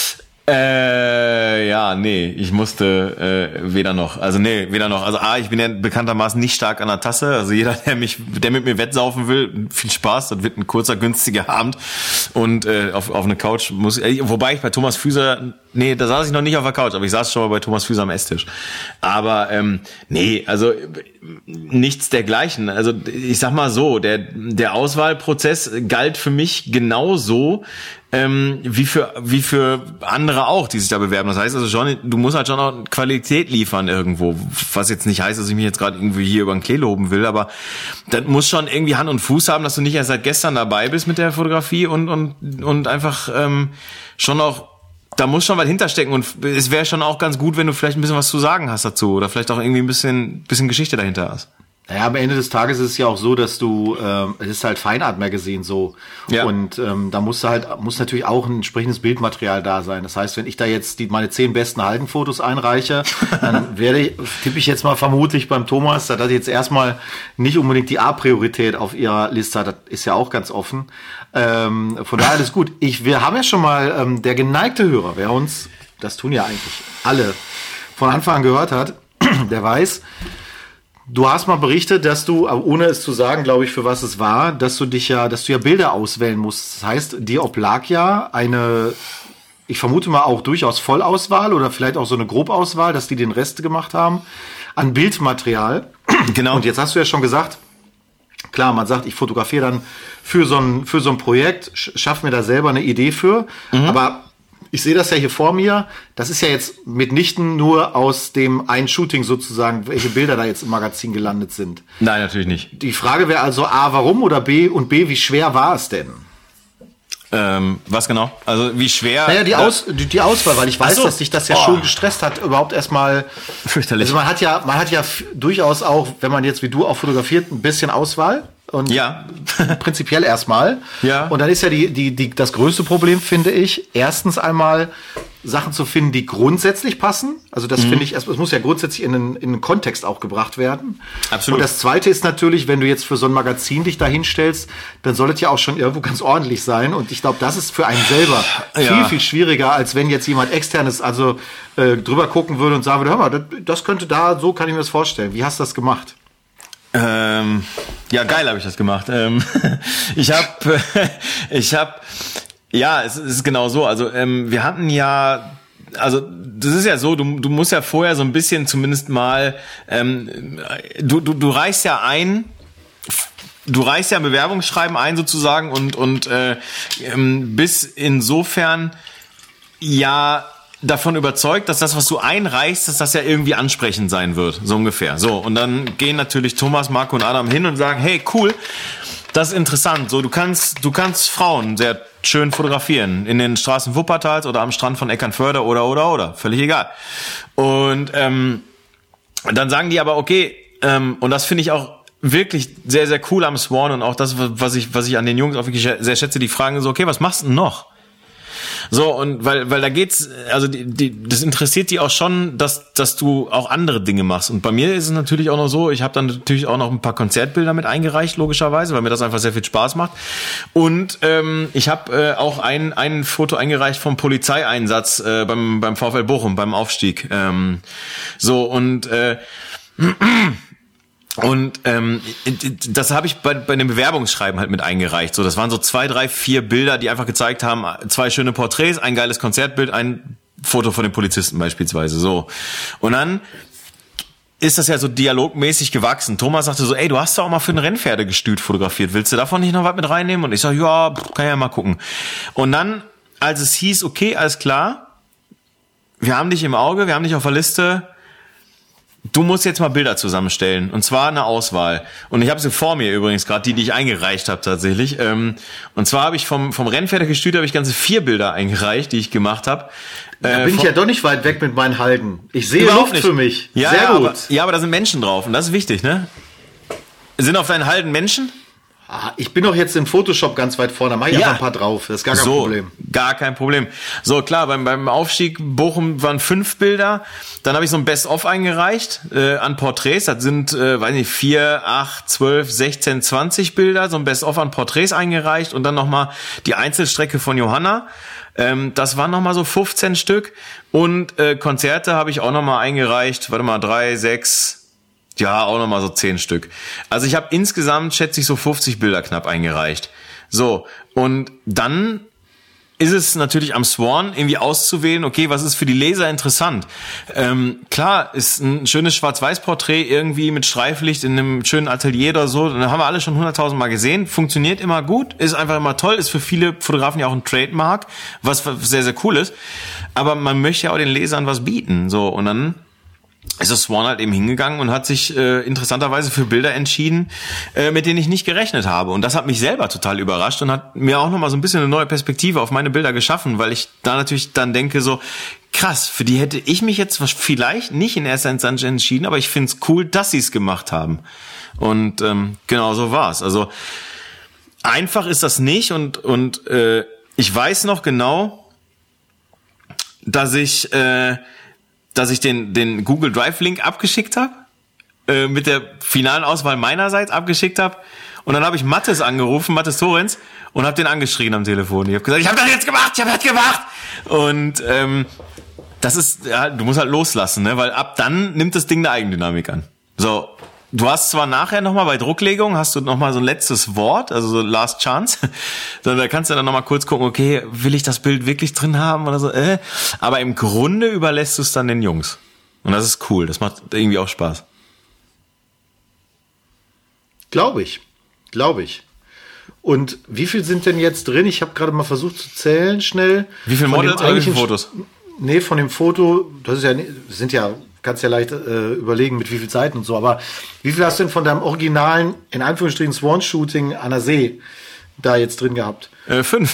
S1: äh, ja, nee, ich musste äh, weder noch. Also nee, weder noch. Also A, ich bin ja bekanntermaßen nicht stark an der Tasse. Also jeder, der mich, der mit mir wettsaufen will, viel Spaß. Das wird ein kurzer, günstiger Abend. Und äh, auf, auf eine Couch muss. Äh, wobei ich bei Thomas Füser, nee, da saß ich noch nicht auf der Couch, aber ich saß schon mal bei Thomas Füser am Esstisch. Aber ähm, nee, also nichts dergleichen. Also ich sag mal so, der der Auswahlprozess galt für mich genauso ähm, wie für wie für andere auch, die sich da bewerben. Das heißt also schon, du musst halt schon auch Qualität liefern irgendwo. Was jetzt nicht heißt, dass ich mich jetzt gerade irgendwie hier über den Klee loben will, aber das muss schon irgendwie Hand und Fuß haben, dass du nicht erst seit gestern dabei bist mit der Fotografie und und und einfach ähm, schon auch, da muss schon was hinterstecken, und es wäre schon auch ganz gut, wenn du vielleicht ein bisschen was zu sagen hast dazu oder vielleicht auch irgendwie ein bisschen bisschen Geschichte dahinter hast.
S2: Naja, am Ende des Tages ist es ja auch so, dass du, ähm, es ist halt Feinart Magazine so.
S1: Ja.
S2: Und ähm, da muss halt, muss natürlich auch ein entsprechendes Bildmaterial da sein. Das heißt, wenn ich da jetzt die, meine zehn besten Haldenfotos einreiche, dann werde ich, tippe ich jetzt mal vermutlich beim Thomas, dass das jetzt erstmal nicht unbedingt die A-Priorität auf ihrer Liste hat. Das ist ja auch ganz offen. Ähm, von daher alles gut. Ich, wir haben ja schon mal, ähm, der geneigte Hörer, wer uns, das tun ja eigentlich alle, von Anfang an gehört hat, der weiß, du hast mal berichtet, dass du, ohne es zu sagen, glaube ich, für was es war, dass du dich ja, dass du ja Bilder auswählen musst. Das heißt, dir oblag ja eine, ich vermute mal auch durchaus Vollauswahl oder vielleicht auch so eine Grobauswahl, dass die den Rest gemacht haben, an Bildmaterial.
S1: Genau.
S2: Und jetzt hast du ja schon gesagt, klar, man sagt, ich fotografiere dann für so ein, für so ein Projekt, schaff mir da selber eine Idee für, mhm. aber ich sehe das ja hier vor mir. Das ist ja jetzt mitnichten nur aus dem einen Shooting sozusagen, welche Bilder da jetzt im Magazin gelandet sind.
S1: Nein, natürlich nicht.
S2: Die Frage wäre also A, warum, oder B, und B, wie schwer war es denn?
S1: Ähm, was genau? Also wie schwer?
S2: Naja, die, Aus, die, die Auswahl, weil ich weiß,
S1: Ach so.
S2: dass dich das ja
S1: Oh.
S2: schon gestresst hat, überhaupt erstmal.
S1: Fürchterlich.
S2: Also man hat ja, man hat ja f- durchaus auch, wenn man jetzt wie du auch fotografiert, ein bisschen Auswahl. Und
S1: Ja.
S2: prinzipiell erstmal.
S1: Ja.
S2: Und dann ist ja die, die, die, das größte Problem, finde ich, erstens einmal Sachen zu finden, die grundsätzlich passen. Also das mhm. finde ich, es muss ja grundsätzlich in einen, in einen Kontext auch gebracht werden.
S1: Absolut.
S2: Und das Zweite ist natürlich, wenn du jetzt für so ein Magazin dich da hinstellst, dann soll es ja auch schon irgendwo ganz ordentlich sein. Und ich glaube, das ist für einen selber
S1: Ja.
S2: viel, viel schwieriger, als wenn jetzt jemand Externes also äh, drüber gucken würde und sagen würde, hör mal, das, das könnte da, so kann ich mir das vorstellen. Wie hast du das gemacht?
S1: Ähm, ja, geil habe ich das gemacht. Ähm, ich habe, ich habe, ja, es ist genau so. Also ähm, wir hatten ja, also das ist ja so, du, du musst ja vorher so ein bisschen zumindest mal, ähm, du, du, du reichst ja ein, du reichst ja ein Bewerbungsschreiben ein sozusagen und und äh, ähm, bis insofern ja davon überzeugt, dass das, was du einreichst, dass das ja irgendwie ansprechend sein wird, so ungefähr. So, und dann gehen natürlich Thomas, Marco und Adam hin und sagen, hey, cool, das ist interessant. So, du kannst, du kannst Frauen sehr schön fotografieren in den Straßen Wuppertals oder am Strand von Eckernförde oder oder oder, völlig egal. Und ähm, dann sagen die aber, okay, ähm, und das finde ich auch wirklich sehr, sehr cool am Swan und auch das, was ich, was ich an den Jungs auch wirklich sehr schätze, die fragen so, okay, was machst du denn noch? So, und weil, weil da geht's, also die, die, das interessiert die auch schon, dass, dass du auch andere Dinge machst. Und bei mir ist es natürlich auch noch so, ich habe dann natürlich auch noch ein paar Konzertbilder mit eingereicht, logischerweise, weil mir das einfach sehr viel Spaß macht. Und ähm, ich habe äh, auch ein, ein Foto eingereicht vom Polizeieinsatz äh, beim, beim VfL Bochum, beim Aufstieg. Ähm, so, und äh, Und ähm, das habe ich bei, bei einem Bewerbungsschreiben halt mit eingereicht. So, das waren so zwei, drei, vier Bilder, die einfach gezeigt haben, zwei schöne Porträts, ein geiles Konzertbild, ein Foto von den Polizisten beispielsweise. So. Und dann ist das ja so dialogmäßig gewachsen. Thomas sagte so, ey, du hast ja auch mal für ein Rennpferdegestüt fotografiert. Willst du davon nicht noch was mit reinnehmen? Und ich sag, ja, kann ja mal gucken. Und dann, als es hieß, okay, alles klar, wir haben dich im Auge, wir haben dich auf der Liste, du musst jetzt mal Bilder zusammenstellen, und zwar eine Auswahl. Und ich habe sie vor mir übrigens gerade, die, die ich eingereicht habe tatsächlich. Und zwar habe ich vom vom Rennpferdegestüt habe ich ganze vier Bilder eingereicht, die ich gemacht habe.
S2: Da bin
S1: äh,
S2: ich ja doch nicht weit weg mit meinen Halden. Ich sehe
S1: Überhaupt
S2: Luft
S1: nicht.
S2: für mich.
S1: Ja,
S2: Sehr
S1: ja,
S2: gut.
S1: Aber, ja, aber da sind Menschen drauf und das ist wichtig, ne? Sind auf deinen Halden Menschen?
S2: Ah, ich bin doch jetzt im Photoshop ganz weit vorne, da mach ich
S1: Ja.
S2: einfach ein paar drauf. Das ist gar kein
S1: so,
S2: Problem.
S1: Gar kein Problem. So, klar, beim, beim Aufstieg Bochum waren fünf Bilder. Dann habe ich so ein Best-of eingereicht äh, an Porträts. Das sind, äh, weiß nicht, vier, acht, zwölf, sechzehn, zwanzig Bilder. So ein Best-of an Porträts eingereicht. Und dann nochmal die Einzelstrecke von Johanna. Ähm, das waren nochmal so fünfzehn Stück. Und äh, Konzerte habe ich auch nochmal eingereicht. Warte mal, drei, sechs... Ja, auch nochmal so zehn Stück. Also ich habe insgesamt, schätze ich, so fünfzig Bilder knapp eingereicht. So, und dann ist es natürlich am Swan irgendwie auszuwählen, okay, was ist für die Leser interessant? Ähm, klar, ist ein schönes Schwarz-Weiß-Porträt irgendwie mit Streiflicht in einem schönen Atelier oder so, da haben wir alle schon hunderttausend Mal gesehen, funktioniert immer gut, ist einfach immer toll, ist für viele Fotografen ja auch ein Trademark, was sehr, sehr cool ist. Aber man möchte ja auch den Lesern was bieten, so, und dann ist das Swan halt eben hingegangen und hat sich äh, interessanterweise für Bilder entschieden, äh, mit denen ich nicht gerechnet habe. Und das hat mich selber total überrascht und hat mir auch nochmal so ein bisschen eine neue Perspektive auf meine Bilder geschaffen, weil ich da natürlich dann denke so, krass, für die hätte ich mich jetzt vielleicht nicht in erster Instanz entschieden, aber ich finde es cool, dass sie es gemacht haben. Und ähm, genau so war's. Also einfach ist das nicht und, und äh, ich weiß noch genau, dass ich... Äh, dass ich den den Google Drive Link abgeschickt habe, äh, mit der finalen Auswahl meinerseits abgeschickt habe, und dann habe ich Mattes angerufen, Mattes Torrens, und habe den angeschrien am Telefon. Ich habe gesagt, ich habe das jetzt gemacht, ich habe das gemacht. Und ähm, das ist, ja, du musst halt loslassen, ne, weil ab dann nimmt das Ding eine Eigendynamik an. So, du hast zwar nachher nochmal bei Drucklegung, hast du nochmal so ein letztes Wort, also so Last Chance. Da kannst du dann nochmal kurz gucken, okay, will ich das Bild wirklich drin haben oder so. Äh. Aber im Grunde überlässt du es dann den Jungs. Und das ist cool, das macht irgendwie auch Spaß.
S2: Glaube ich, glaube ich. Und wie viel sind denn jetzt drin? Ich habe gerade mal versucht zu zählen, schnell.
S1: Wie viele Models oder wie viele Fotos?
S2: Nee, von dem Foto, das ist ja, sind ja, kannst ja leicht äh, überlegen, mit wie viel Seiten und so, aber wie viel hast du denn von deinem originalen, in Anführungsstrichen, Swan-Shooting an der See da jetzt drin gehabt?
S1: Äh, fünf.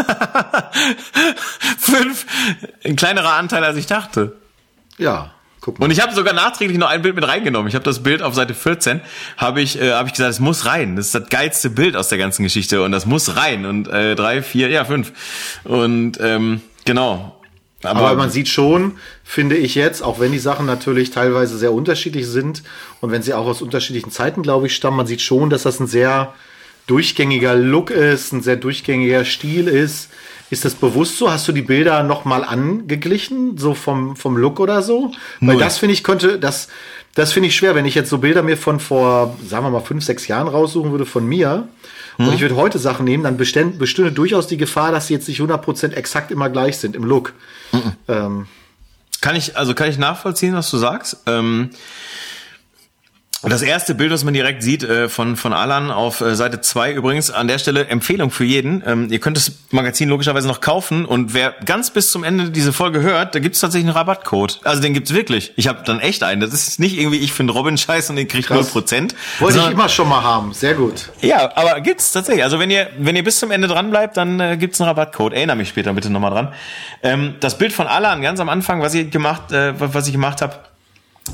S1: fünf. Ein kleinerer Anteil, als ich dachte.
S2: Ja, guck mal.
S1: Und ich habe sogar nachträglich noch ein Bild mit reingenommen. Ich habe das Bild auf Seite vierzehn, habe ich, äh, hab ich gesagt, es muss rein. Das ist das geilste Bild aus der ganzen Geschichte und das muss rein. Und äh, drei, vier, ja, fünf. Und ähm, genau.
S2: Aber, Aber man sieht schon, finde ich jetzt, auch wenn die Sachen natürlich teilweise sehr unterschiedlich sind und wenn sie auch aus unterschiedlichen Zeiten, glaube ich, stammen, man sieht schon, dass das ein sehr durchgängiger Look ist, ein sehr durchgängiger Stil ist. Ist das bewusst so? Hast du die Bilder nochmal angeglichen, so vom, vom Look oder so? Weil
S1: Null.
S2: das finde ich könnte, das, das finde ich schwer, wenn ich jetzt so Bilder mir von vor, sagen wir mal, fünf, sechs Jahren raussuchen würde von mir, und ich würde heute Sachen nehmen, dann beständ, bestünde durchaus die Gefahr, dass sie jetzt nicht hundert Prozent exakt immer gleich sind im Look. Mhm. Ähm.
S1: Kann ich, also kann ich nachvollziehen, was du sagst. Ähm, das erste Bild, was man direkt sieht, äh, von von Alan auf äh, Seite zwei, übrigens an der Stelle Empfehlung für jeden. Ähm, ihr könnt das Magazin logischerweise noch kaufen und wer ganz bis zum Ende diese Folge hört, da gibt's tatsächlich einen Rabattcode. Also den gibt's wirklich. Ich habe dann echt einen. Das ist nicht irgendwie, ich finde Robin scheiß und den kriegt null Prozent.
S2: Wollte ich immer schon mal haben. Sehr gut.
S1: Ja, aber gibt's tatsächlich. Also wenn ihr wenn ihr bis zum Ende dran bleibt, dann äh, gibt's einen Rabattcode. Erinnere mich später bitte nochmal dran. Ähm, das Bild von Alan ganz am Anfang, was ich gemacht, äh, was ich gemacht habe,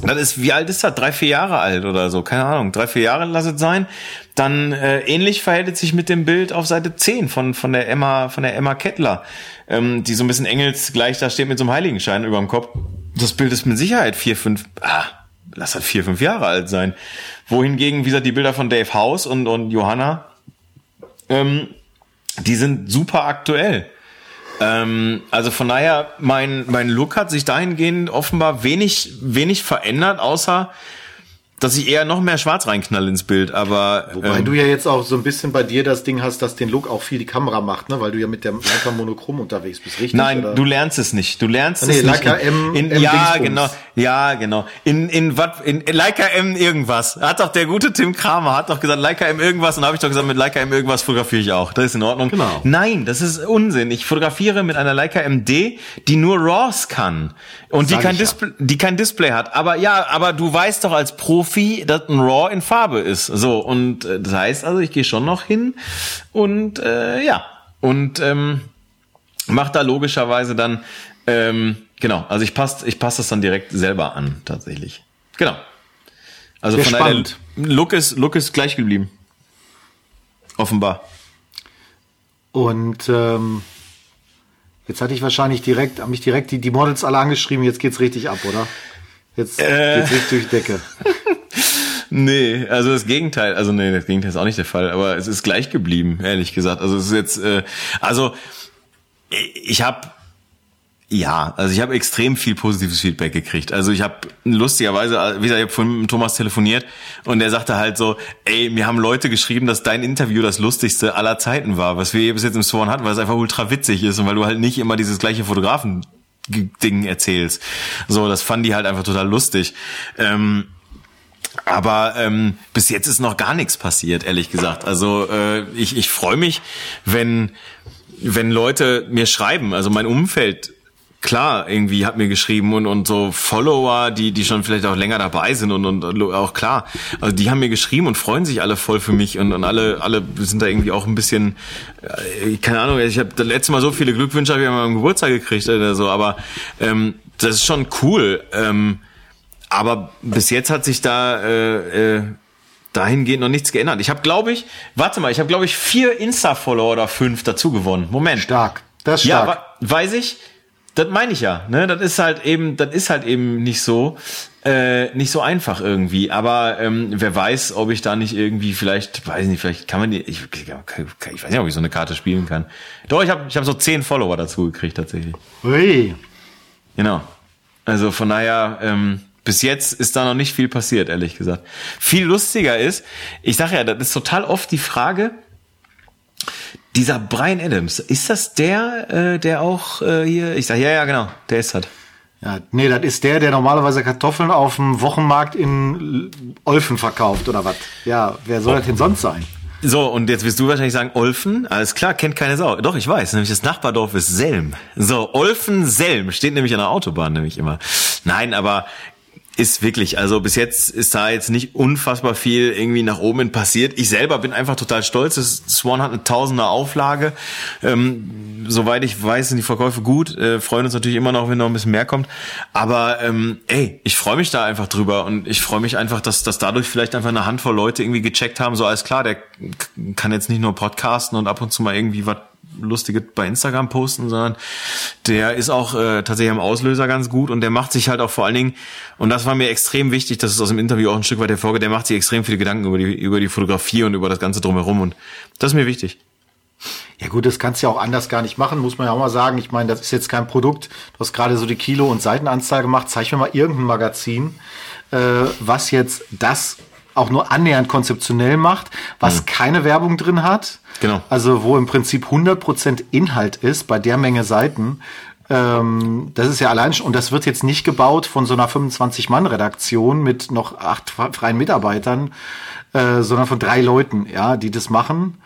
S1: Das ist, wie alt ist das? Drei, vier Jahre alt oder so, keine Ahnung. Drei, vier Jahre lass es sein. Dann äh, ähnlich verhält es sich mit dem Bild auf Seite zehn von von der Emma von der Emma Kettler, ähm, die so ein bisschen engelsgleich da steht mit so einem Heiligenschein über dem Kopf. Das Bild ist mit Sicherheit vier, fünf, ah, lass das vier, fünf Jahre alt sein. Wohingegen, wie gesagt, die Bilder von Dave House und und Johanna, ähm, die sind super aktuell. Ähm, also von daher, mein mein Look hat sich dahingehend offenbar wenig wenig verändert, außer dass ich eher noch mehr Schwarz reinknall ins Bild, aber
S2: wobei ähm, du ja jetzt auch so ein bisschen bei dir das Ding hast, dass den Look auch viel die Kamera macht, ne, weil du ja mit der Leica Monochrom unterwegs bist, richtig?
S1: Nein,
S2: oder?
S1: Du lernst es nicht. Du lernst
S2: nee,
S1: es
S2: Leica
S1: nicht.
S2: M,
S1: in, in,
S2: M
S1: ja,
S2: Dingsbums.
S1: genau. Ja, genau. In in was in, in Leica M irgendwas. Hat doch der gute Tim Kramer hat doch gesagt Leica M irgendwas und da habe ich doch gesagt, mit Leica M irgendwas fotografiere ich auch. Das ist in Ordnung.
S2: Genau.
S1: Nein, das ist Unsinn. Ich fotografiere mit einer Leica M D, die nur RAWs kann und die
S2: Sag
S1: kein
S2: ich ja.
S1: Display, die kein Display hat. Aber ja, aber du weißt doch als Profi, dass ein RAW in Farbe ist. So, und äh, das heißt also, ich gehe schon noch hin und äh, ja, und ähm, mach da logischerweise dann ähm, genau, also ich passe ich passe das dann direkt selber an, tatsächlich. Genau. Also
S2: Sehr
S1: von
S2: spannend.
S1: daher, Look ist, Look ist gleich geblieben. Offenbar.
S2: Und ähm, jetzt hatte ich wahrscheinlich direkt, habe mich direkt die, die Models alle angeschrieben, jetzt geht's richtig ab, oder? Jetzt
S1: Äh.
S2: geht's richtig durch die Decke.
S1: Nee, also das Gegenteil, also nee, das Gegenteil ist auch nicht der Fall, aber es ist gleich geblieben, ehrlich gesagt. Also es ist jetzt, äh, also ich habe, ja, also ich habe extrem viel positives Feedback gekriegt. Also ich habe lustigerweise, wie gesagt, ich habe vorhin mit Thomas telefoniert und der sagte halt so, ey, mir haben Leute geschrieben, dass dein Interview das lustigste aller Zeiten war, was wir bis jetzt im Swan hatten, weil es einfach ultra witzig ist und weil du halt nicht immer dieses gleiche Fotografen-Ding erzählst. So, das fanden die halt einfach total lustig. Ähm, Aber ähm, bis jetzt ist noch gar nichts passiert, ehrlich gesagt. Also äh, ich, ich freue mich, wenn wenn Leute mir schreiben. Also mein Umfeld, klar, irgendwie hat mir geschrieben und und so Follower, die die schon vielleicht auch länger dabei sind und und auch klar. Also die haben mir geschrieben und freuen sich alle voll für mich und und alle alle sind da irgendwie auch ein bisschen, äh, keine Ahnung. Ich habe das letzte Mal so viele Glückwünsche habe ich an meinem Geburtstag gekriegt oder so. Aber ähm, das ist schon cool. Ähm, Aber bis jetzt hat sich da äh, äh, dahingehend noch nichts geändert. Ich habe, glaube ich, warte mal, ich habe, glaube ich, vier Insta-Follower oder fünf dazu gewonnen. Moment.
S2: Stark. Das ist stark.
S1: Ja, weiß ich. Das meine ich ja. Ne, das ist halt eben, das ist halt eben nicht so, äh, nicht so einfach irgendwie. Aber ähm, wer weiß, ob ich da nicht irgendwie vielleicht, weiß nicht, vielleicht kann man die. Ich, ich weiß nicht, ob ich so eine Karte spielen kann. Doch, ich habe, ich habe so zehn Follower dazu gekriegt tatsächlich.
S2: Ui.
S1: Genau. Also von daher. Ähm, Bis jetzt ist da noch nicht viel passiert, ehrlich gesagt. Viel lustiger ist, ich sage ja, das ist total oft die Frage, dieser Bryan Adams, ist das der, äh, der auch äh, hier, ich sage, ja, ja, genau, der ist das.
S2: Ja, nee, das ist der, der normalerweise Kartoffeln auf dem Wochenmarkt in Olfen verkauft, oder was? Ja, wer soll oh. das denn sonst sein?
S1: So, und jetzt wirst du wahrscheinlich sagen, Olfen, alles klar, kennt keine Sau. Doch, ich weiß, nämlich das Nachbardorf ist Selm. So, Olfen-Selm steht nämlich an der Autobahn nämlich immer. Nein, aber ist wirklich, also bis jetzt ist da jetzt nicht unfassbar viel irgendwie nach oben passiert. Ich selber bin einfach total stolz. Das Swan hat eine tausender Auflage. Ähm, soweit ich weiß, sind die Verkäufe gut. Äh, freuen uns natürlich immer noch, wenn noch ein bisschen mehr kommt. Aber ähm, ey, ich freue mich da einfach drüber und ich freue mich einfach, dass, dass dadurch vielleicht einfach eine Handvoll Leute irgendwie gecheckt haben, so alles klar, der kann jetzt nicht nur podcasten und ab und zu mal irgendwie was Lustige bei Instagram posten, sondern der ist auch äh, tatsächlich am Auslöser ganz gut und der macht sich halt auch vor allen Dingen, und das war mir extrem wichtig, das ist aus dem Interview auch ein Stück weit hervorgeht, der macht sich extrem viele Gedanken über die über die Fotografie und über das Ganze drumherum und das ist mir wichtig.
S2: Ja gut, das kannst du ja auch anders gar nicht machen, muss man ja auch mal sagen. Ich meine, das ist jetzt kein Produkt. Du hast gerade so die Kilo- und Seitenanzahl gemacht. Zeig mir mal irgendein Magazin, äh, was jetzt das auch nur annähernd konzeptionell macht, was mhm. keine Werbung drin hat.
S1: Genau.
S2: Also wo im Prinzip hundert Prozent Inhalt ist bei der Menge Seiten. Ähm, das ist ja allein schon, und das wird jetzt nicht gebaut von so einer fünfundzwanzig-Mann-Redaktion mit noch acht freien Mitarbeitern, äh, sondern von drei Leuten, ja, die das machen.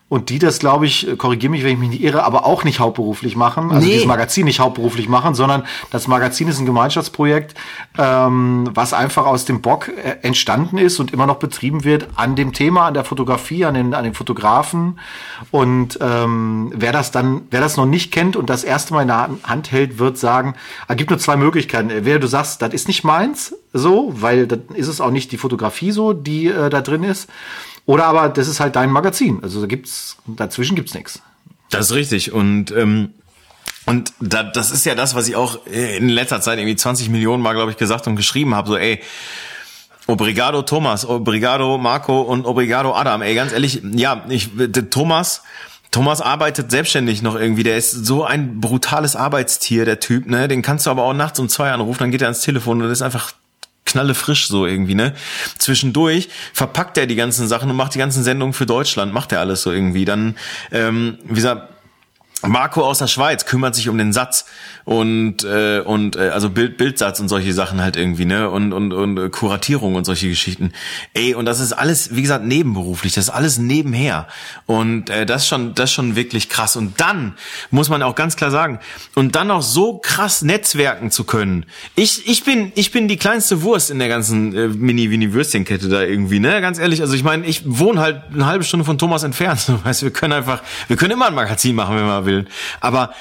S2: Und die das, glaube ich, korrigiere mich, wenn ich mich nicht irre, aber auch nicht hauptberuflich machen. Also
S1: Nee.
S2: dieses Magazin nicht hauptberuflich machen, sondern das Magazin ist ein Gemeinschaftsprojekt, ähm, was einfach aus dem Bock äh, entstanden ist und immer noch betrieben wird an dem Thema, an der Fotografie, an den, an den Fotografen. Und ähm, wer das dann, wer das noch nicht kennt und das erste Mal in der Hand hält, wird sagen, es gibt nur zwei Möglichkeiten. Entweder du sagst, das ist nicht meins, so, weil dann ist es auch nicht die Fotografie so, die äh, da drin ist. Oder aber das ist halt dein Magazin. Also da gibt's, dazwischen gibt's nichts.
S1: Das ist richtig. Und ähm, und da, das ist ja das, was ich auch in letzter Zeit irgendwie zwanzig Millionen Mal, glaube ich, gesagt und geschrieben habe. So, ey, Obrigado Thomas, Obrigado Marco und Obrigado Adam. Ey, ganz ehrlich, ja, ich der Thomas... Thomas arbeitet selbstständig noch irgendwie. Der ist so ein brutales Arbeitstier, der Typ, ne? Den kannst du aber auch nachts um zwei anrufen, dann geht er ans Telefon und das ist einfach knallefrisch so irgendwie, ne? Zwischendurch verpackt er die ganzen Sachen und macht die ganzen Sendungen für Deutschland, macht er alles so irgendwie. Dann, ähm, wie gesagt, Marco aus der Schweiz kümmert sich um den Satz und äh, und äh, also Bild Bildsatz und solche Sachen halt irgendwie, ne, und und und äh, Kuratierung und solche Geschichten. Ey, und das ist alles, wie gesagt, nebenberuflich, das ist alles nebenher. Und äh, das ist schon das ist schon wirklich krass. Und dann muss man auch ganz klar sagen, und dann auch so krass netzwerken zu können. Ich ich bin ich bin die kleinste Wurst in der ganzen äh, Mini-Wini-Würstchenkette da irgendwie, ne, ganz ehrlich. Also ich meine, ich wohne halt eine halbe Stunde von Thomas entfernt. So, weißt, wir können einfach, wir können immer ein Magazin machen, wenn wir will. Aber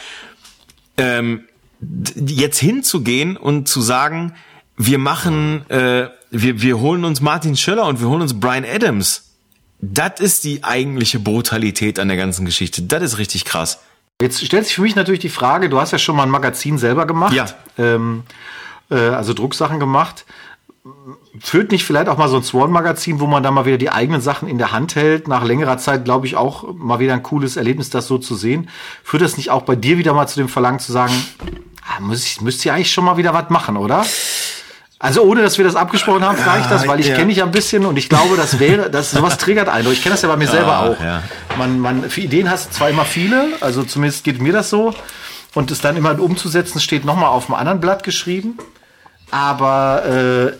S1: ähm, jetzt hinzugehen und zu sagen, wir machen, äh, wir wir holen uns Martin Schöller und wir holen uns Bryan Adams, das ist die eigentliche Brutalität an der ganzen Geschichte. Das ist richtig krass.
S2: Jetzt stellt sich für mich natürlich die Frage, du hast ja schon mal ein Magazin selber gemacht,
S1: Ja.
S2: ähm, äh, also Drucksachen gemacht. Führt nicht vielleicht auch mal so ein Swan-Magazin, wo man dann mal wieder die eigenen Sachen in der Hand hält? Nach längerer Zeit, glaube ich, auch mal wieder ein cooles Erlebnis, das so zu sehen. Führt das nicht auch bei dir wieder mal zu dem Verlangen zu sagen, ah, muss ich, müsst ihr eigentlich schon mal wieder was machen, oder? Also ohne, dass wir das abgesprochen haben, frage ich das, weil ich
S1: ja.
S2: kenne dich ja ein bisschen und ich glaube, das wäre, das sowas triggert einen. Ich kenne das ja bei mir selber
S1: Ah,
S2: auch.
S1: ja.
S2: Man, man, für Ideen hast du zwar immer viele, also zumindest geht mir das so. Und es dann immer umzusetzen, steht nochmal auf einem anderen Blatt geschrieben. Aber äh,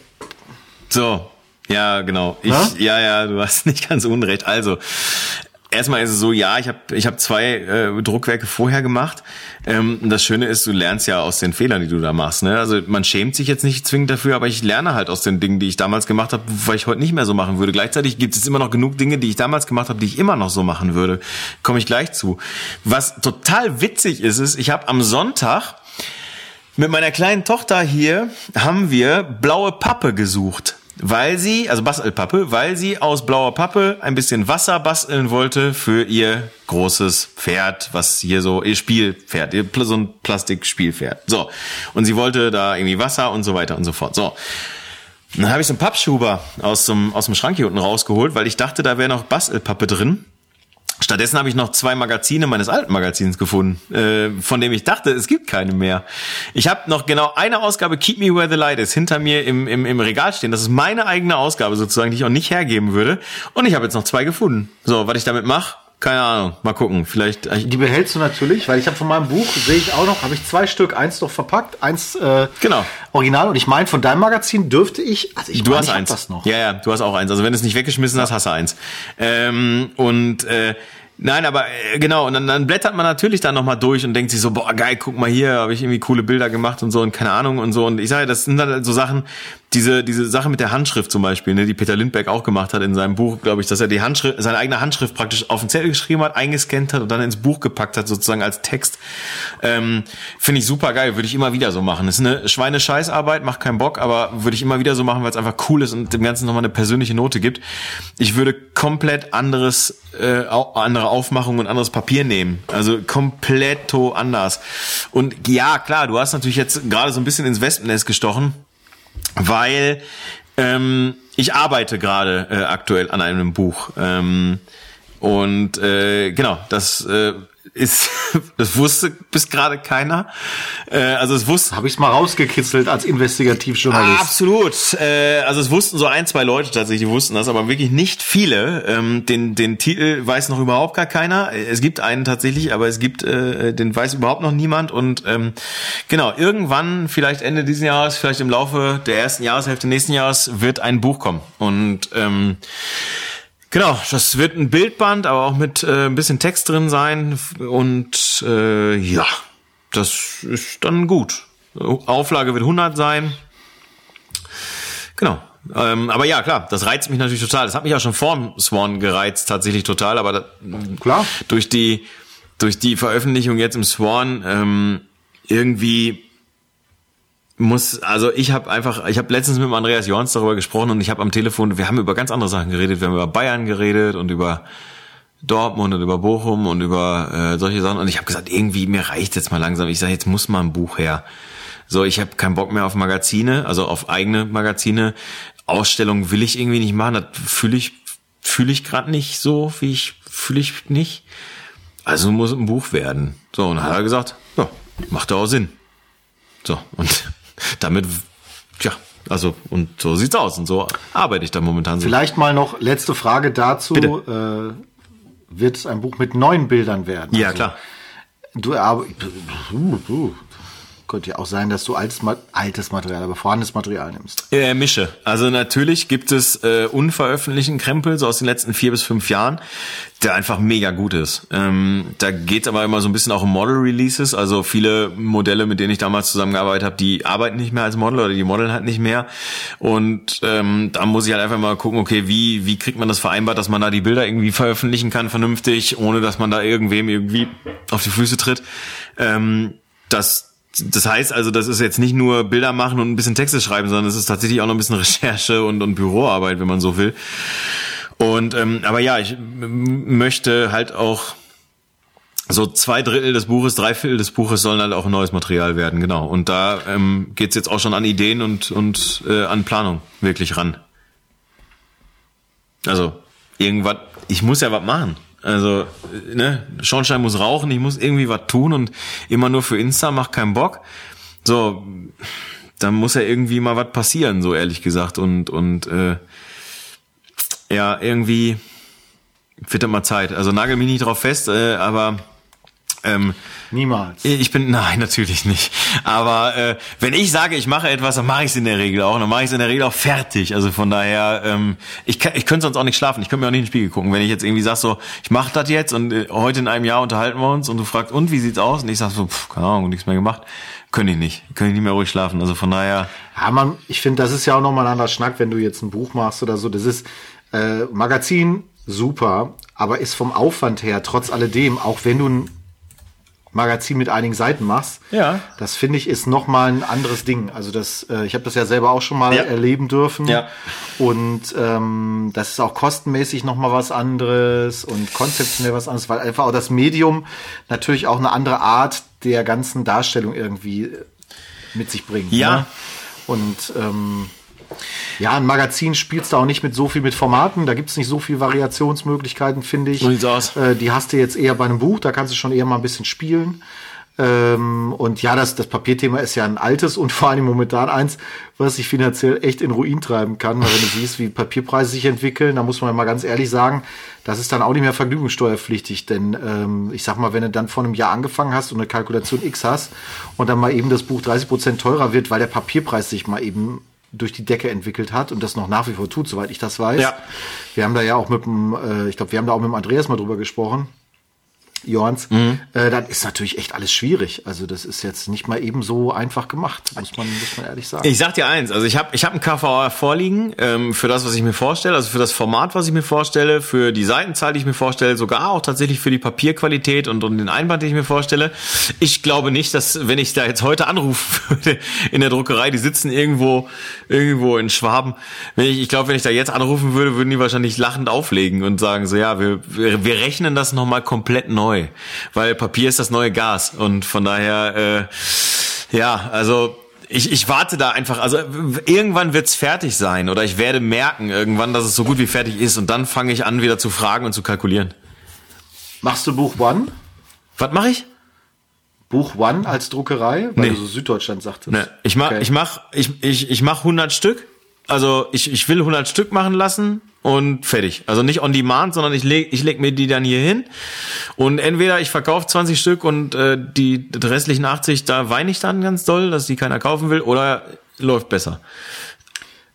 S1: So, ja, genau. Ich,
S2: Na?
S1: ja, ja, du hast nicht ganz unrecht. Also, erstmal ist es so, ja, ich habe ich hab zwei äh, Druckwerke vorher gemacht. Ähm, das Schöne ist, du lernst ja aus den Fehlern, die du da machst. Ne? Also man schämt sich jetzt nicht zwingend dafür, aber ich lerne halt aus den Dingen, die ich damals gemacht habe, weil ich heute nicht mehr so machen würde. Gleichzeitig gibt es immer noch genug Dinge, die ich damals gemacht habe, die ich immer noch so machen würde. Komme ich gleich zu. Was total witzig ist, ist, ich habe am Sonntag mit meiner kleinen Tochter hier haben wir blaue Pappe gesucht. Weil sie, also Bastelpappe, weil sie aus blauer Pappe ein bisschen Wasser basteln wollte für ihr großes Pferd, was hier so, ihr Spielpferd, ihr, so ein Plastikspielpferd. So. Und sie wollte da irgendwie Wasser und so weiter und so fort. So. Und dann habe ich so einen Pappschuber aus dem, aus dem Schrank hier unten rausgeholt, weil ich dachte, da wäre noch Bastelpappe drin. Stattdessen habe ich noch zwei Magazine meines alten Magazins gefunden, äh, von dem ich dachte, es gibt keine mehr. Ich habe noch genau eine Ausgabe Keep Me Where the Light Is hinter mir im, im, im Regal stehen. Das ist meine eigene Ausgabe sozusagen, die ich auch nicht hergeben würde. Und ich habe jetzt noch zwei gefunden. So, was ich damit mache, keine Ahnung. Mal gucken. Vielleicht.
S2: die behältst du natürlich, weil ich habe von meinem Buch, sehe ich auch noch, habe ich zwei Stück, eins noch verpackt, eins äh,
S1: Genau.
S2: original. Und ich meine, von deinem Magazin dürfte ich, also ich
S1: Du
S2: meine,
S1: hast
S2: ich hab
S1: eins.
S2: das noch.
S1: Ja, ja, du hast auch eins. Also wenn du es nicht weggeschmissen hast, hast du eins. Ähm, und äh, nein, aber äh, genau, und dann, dann blättert man natürlich dann nochmal durch und denkt sich so, boah, geil, guck mal hier, habe ich irgendwie coole Bilder gemacht und so und keine Ahnung und so. Und ich sage, das sind dann so Sachen, diese diese Sache mit der Handschrift zum Beispiel, ne, die Peter Lindbergh auch gemacht hat in seinem Buch, glaube ich, dass er die Handschrift, seine eigene Handschrift praktisch auf den Zettel geschrieben hat, eingescannt hat und dann ins Buch gepackt hat, sozusagen als Text. Ähm, Finde ich super geil, würde ich immer wieder so machen. Das ist eine Schweine-Scheißarbeit, macht keinen Bock, aber würde ich immer wieder so machen, weil es einfach cool ist und dem Ganzen nochmal eine persönliche Note gibt. Ich würde komplett anderes, äh, andere Aufmachung und anderes Papier nehmen. Also kompletto anders. Und ja, klar, du hast natürlich jetzt gerade so ein bisschen ins Wespennest gestochen, weil ähm, ich arbeite gerade äh, aktuell an einem Buch. Ähm, und äh, genau, das äh, ist, das wusste bis gerade keiner. Äh, also es wusste.
S2: Habe ich es mal rausgekitzelt als Investigativjournalist.
S1: Absolut. Äh, also es wussten so ein, zwei Leute tatsächlich, die wussten das, aber wirklich nicht viele. Ähm, den, den Titel weiß noch überhaupt gar keiner. Es gibt einen tatsächlich, aber es gibt, äh, den weiß überhaupt noch niemand. Und ähm, genau, irgendwann, vielleicht Ende dieses Jahres, vielleicht im Laufe der ersten Jahreshälfte nächsten Jahres, wird ein Buch kommen. Und ähm, Genau, das wird ein Bildband, aber auch mit äh, ein bisschen Text drin sein und äh, ja, das ist dann gut. Auflage wird hundert sein. Genau. Ähm, aber ja, klar, das reizt mich natürlich total. Das hat mich auch schon vor dem Swan gereizt, tatsächlich total. Aber das,
S2: klar,
S1: durch die durch die Veröffentlichung jetzt im Swan ähm, irgendwie muss, also ich habe einfach, ich habe letztens mit dem Andreas Jorns darüber gesprochen und ich habe am Telefon, wir haben über ganz andere Sachen geredet, wir haben über Bayern geredet und über Dortmund und über Bochum und über äh, solche Sachen und ich habe gesagt, irgendwie mir reicht jetzt mal langsam. Ich sage, jetzt muss mal ein Buch her. So, ich habe keinen Bock mehr auf Magazine, also auf eigene Magazine. Ausstellungen will ich irgendwie nicht machen, das fühle ich fühle ich gerade nicht so, wie ich fühle ich nicht. Also muss ein Buch werden. So, und dann hat er gesagt, ja, macht doch auch Sinn. So, und damit, ja, also, und so sieht's aus und so arbeite ich da momentan so.
S2: Vielleicht mal noch letzte Frage dazu. Äh, wird es ein Buch mit neuen Bildern werden?
S1: Ja,
S2: also,
S1: klar.
S2: Du, aber, uh, uh, könnte ja auch sein, dass du altes, altes Material, aber vorhandenes Material nimmst.
S1: Äh, mische. Also natürlich gibt es äh, unveröffentlichten Krempel, so aus den letzten vier bis fünf Jahren, der einfach mega gut ist. Ähm, da geht's aber immer so ein bisschen auch um Model-Releases. Also viele Modelle, mit denen ich damals zusammengearbeitet habe, die arbeiten nicht mehr als Model oder die modeln halt nicht mehr. Und ähm, da muss ich halt einfach mal gucken, okay, wie wie kriegt man das vereinbart, dass man da die Bilder irgendwie veröffentlichen kann, vernünftig, ohne dass man da irgendwem irgendwie auf die Füße tritt. Ähm, das Das heißt also, das ist jetzt nicht nur Bilder machen und ein bisschen Texte schreiben, sondern es ist tatsächlich auch noch ein bisschen Recherche und, und Büroarbeit, wenn man so will. Und ähm, aber ja, ich m- möchte halt auch so zwei Drittel des Buches, drei Viertel des Buches sollen halt auch neues Material werden, genau. Und da ähm, geht's jetzt auch schon an Ideen und und äh, an Planung wirklich ran. Also irgendwas, ich muss ja was machen. Also, ne, Schornstein muss rauchen, ich muss irgendwie was tun und immer nur für Insta macht keinen Bock. So, dann muss ja irgendwie mal was passieren, so ehrlich gesagt. Und und äh, ja, irgendwie wird das mal Zeit. Also nagel mich nicht drauf fest, äh, aber ähm,
S2: niemals.
S1: Ich bin, nein, natürlich nicht. Aber äh, wenn ich sage, ich mache etwas, dann mache ich es in der Regel auch. Dann mache ich es in der Regel auch fertig. Also von daher, ähm, ich kann, ich könnte sonst auch nicht schlafen. Ich könnte mir auch nicht in den Spiegel gucken. Wenn ich jetzt irgendwie sage so, ich mache das jetzt und äh, heute in einem Jahr unterhalten wir uns und du fragst, und wie sieht's aus? Und ich sage so, pff, keine Ahnung, nichts mehr gemacht. Könnte ich nicht. Könnte ich nicht mehr ruhig schlafen. Also von daher.
S2: Ja, man, ich finde, das ist ja auch nochmal ein anderer Schnack, wenn du jetzt ein Buch machst oder so. Das ist äh, Magazin, super, aber ist vom Aufwand her, trotz alledem, auch wenn du ein Magazin mit einigen Seiten machst,
S1: ja,
S2: das finde ich ist noch mal ein anderes Ding. Also das, äh, ich habe das ja selber auch schon mal ja. erleben dürfen.
S1: Ja.
S2: Und ähm, das ist auch kostenmäßig noch mal was anderes und konzeptionell was anderes, weil einfach auch das Medium natürlich auch eine andere Art der ganzen Darstellung irgendwie mit sich bringt.
S1: Ja.
S2: Ne? Und ähm, ja, ein Magazin spielst du auch nicht mit so viel mit Formaten. Da gibt's nicht so viel Variationsmöglichkeiten, finde ich.
S1: So sieht's aus.
S2: Äh, die hast du jetzt eher bei einem Buch. Da kannst du schon eher mal ein bisschen spielen. Ähm, und ja, das, das Papierthema ist ja ein altes und vor allem momentan eins, was sich finanziell echt in Ruin treiben kann. Weil wenn du siehst, wie Papierpreise sich entwickeln, da muss man mal ganz ehrlich sagen, das ist dann auch nicht mehr vergnügungssteuerpflichtig. Denn ähm, ich sag mal, wenn du dann vor einem Jahr angefangen hast und eine Kalkulation X hast und dann mal eben das Buch dreißig Prozent teurer wird, weil der Papierpreis sich mal eben durch die Decke entwickelt hat und das noch nach wie vor tut, soweit ich das weiß.
S1: Ja.
S2: Wir haben da ja auch mit dem, äh, ich glaube, wir haben da auch mit dem Andreas mal drüber gesprochen. Jorns, mhm. äh, dann ist natürlich echt alles schwierig. Also das ist jetzt nicht mal eben so einfach gemacht, muss man, muss man ehrlich sagen.
S1: Ich sag dir eins, also ich habe ich hab ein K V R vorliegen ähm, für das, was ich mir vorstelle, also für das Format, was ich mir vorstelle, für die Seitenzahl, die ich mir vorstelle, sogar auch tatsächlich für die Papierqualität und, und den Einband, den ich mir vorstelle. Ich glaube nicht, dass, wenn ich da jetzt heute anrufen würde in der Druckerei, die sitzen irgendwo irgendwo in Schwaben, wenn ich, ich glaube, wenn ich da jetzt anrufen würde, würden die wahrscheinlich lachend auflegen und sagen so, ja, wir, wir, wir rechnen das nochmal komplett neu. Weil Papier ist das neue Gas und von daher, äh, ja, also ich, ich warte da einfach, also irgendwann wird's fertig sein oder ich werde merken irgendwann, dass es so gut wie fertig ist und dann fange ich an, wieder zu fragen und zu kalkulieren.
S2: Machst du Buch One?
S1: Was mache ich?
S2: Buch One als Druckerei? Weil
S1: nee.
S2: du so Süddeutschland sagtest.
S1: Nee. Ich mach,
S2: okay.
S1: ich mach, ich, ich, ich mach hundert Stück. Also ich, ich will hundert Stück machen lassen und fertig. Also nicht on demand, sondern ich leg, ich leg mir die dann hier hin und entweder ich verkaufe zwanzig Stück und äh, die, die restlichen achtzig, da weine ich dann ganz doll, dass die keiner kaufen will, oder läuft besser.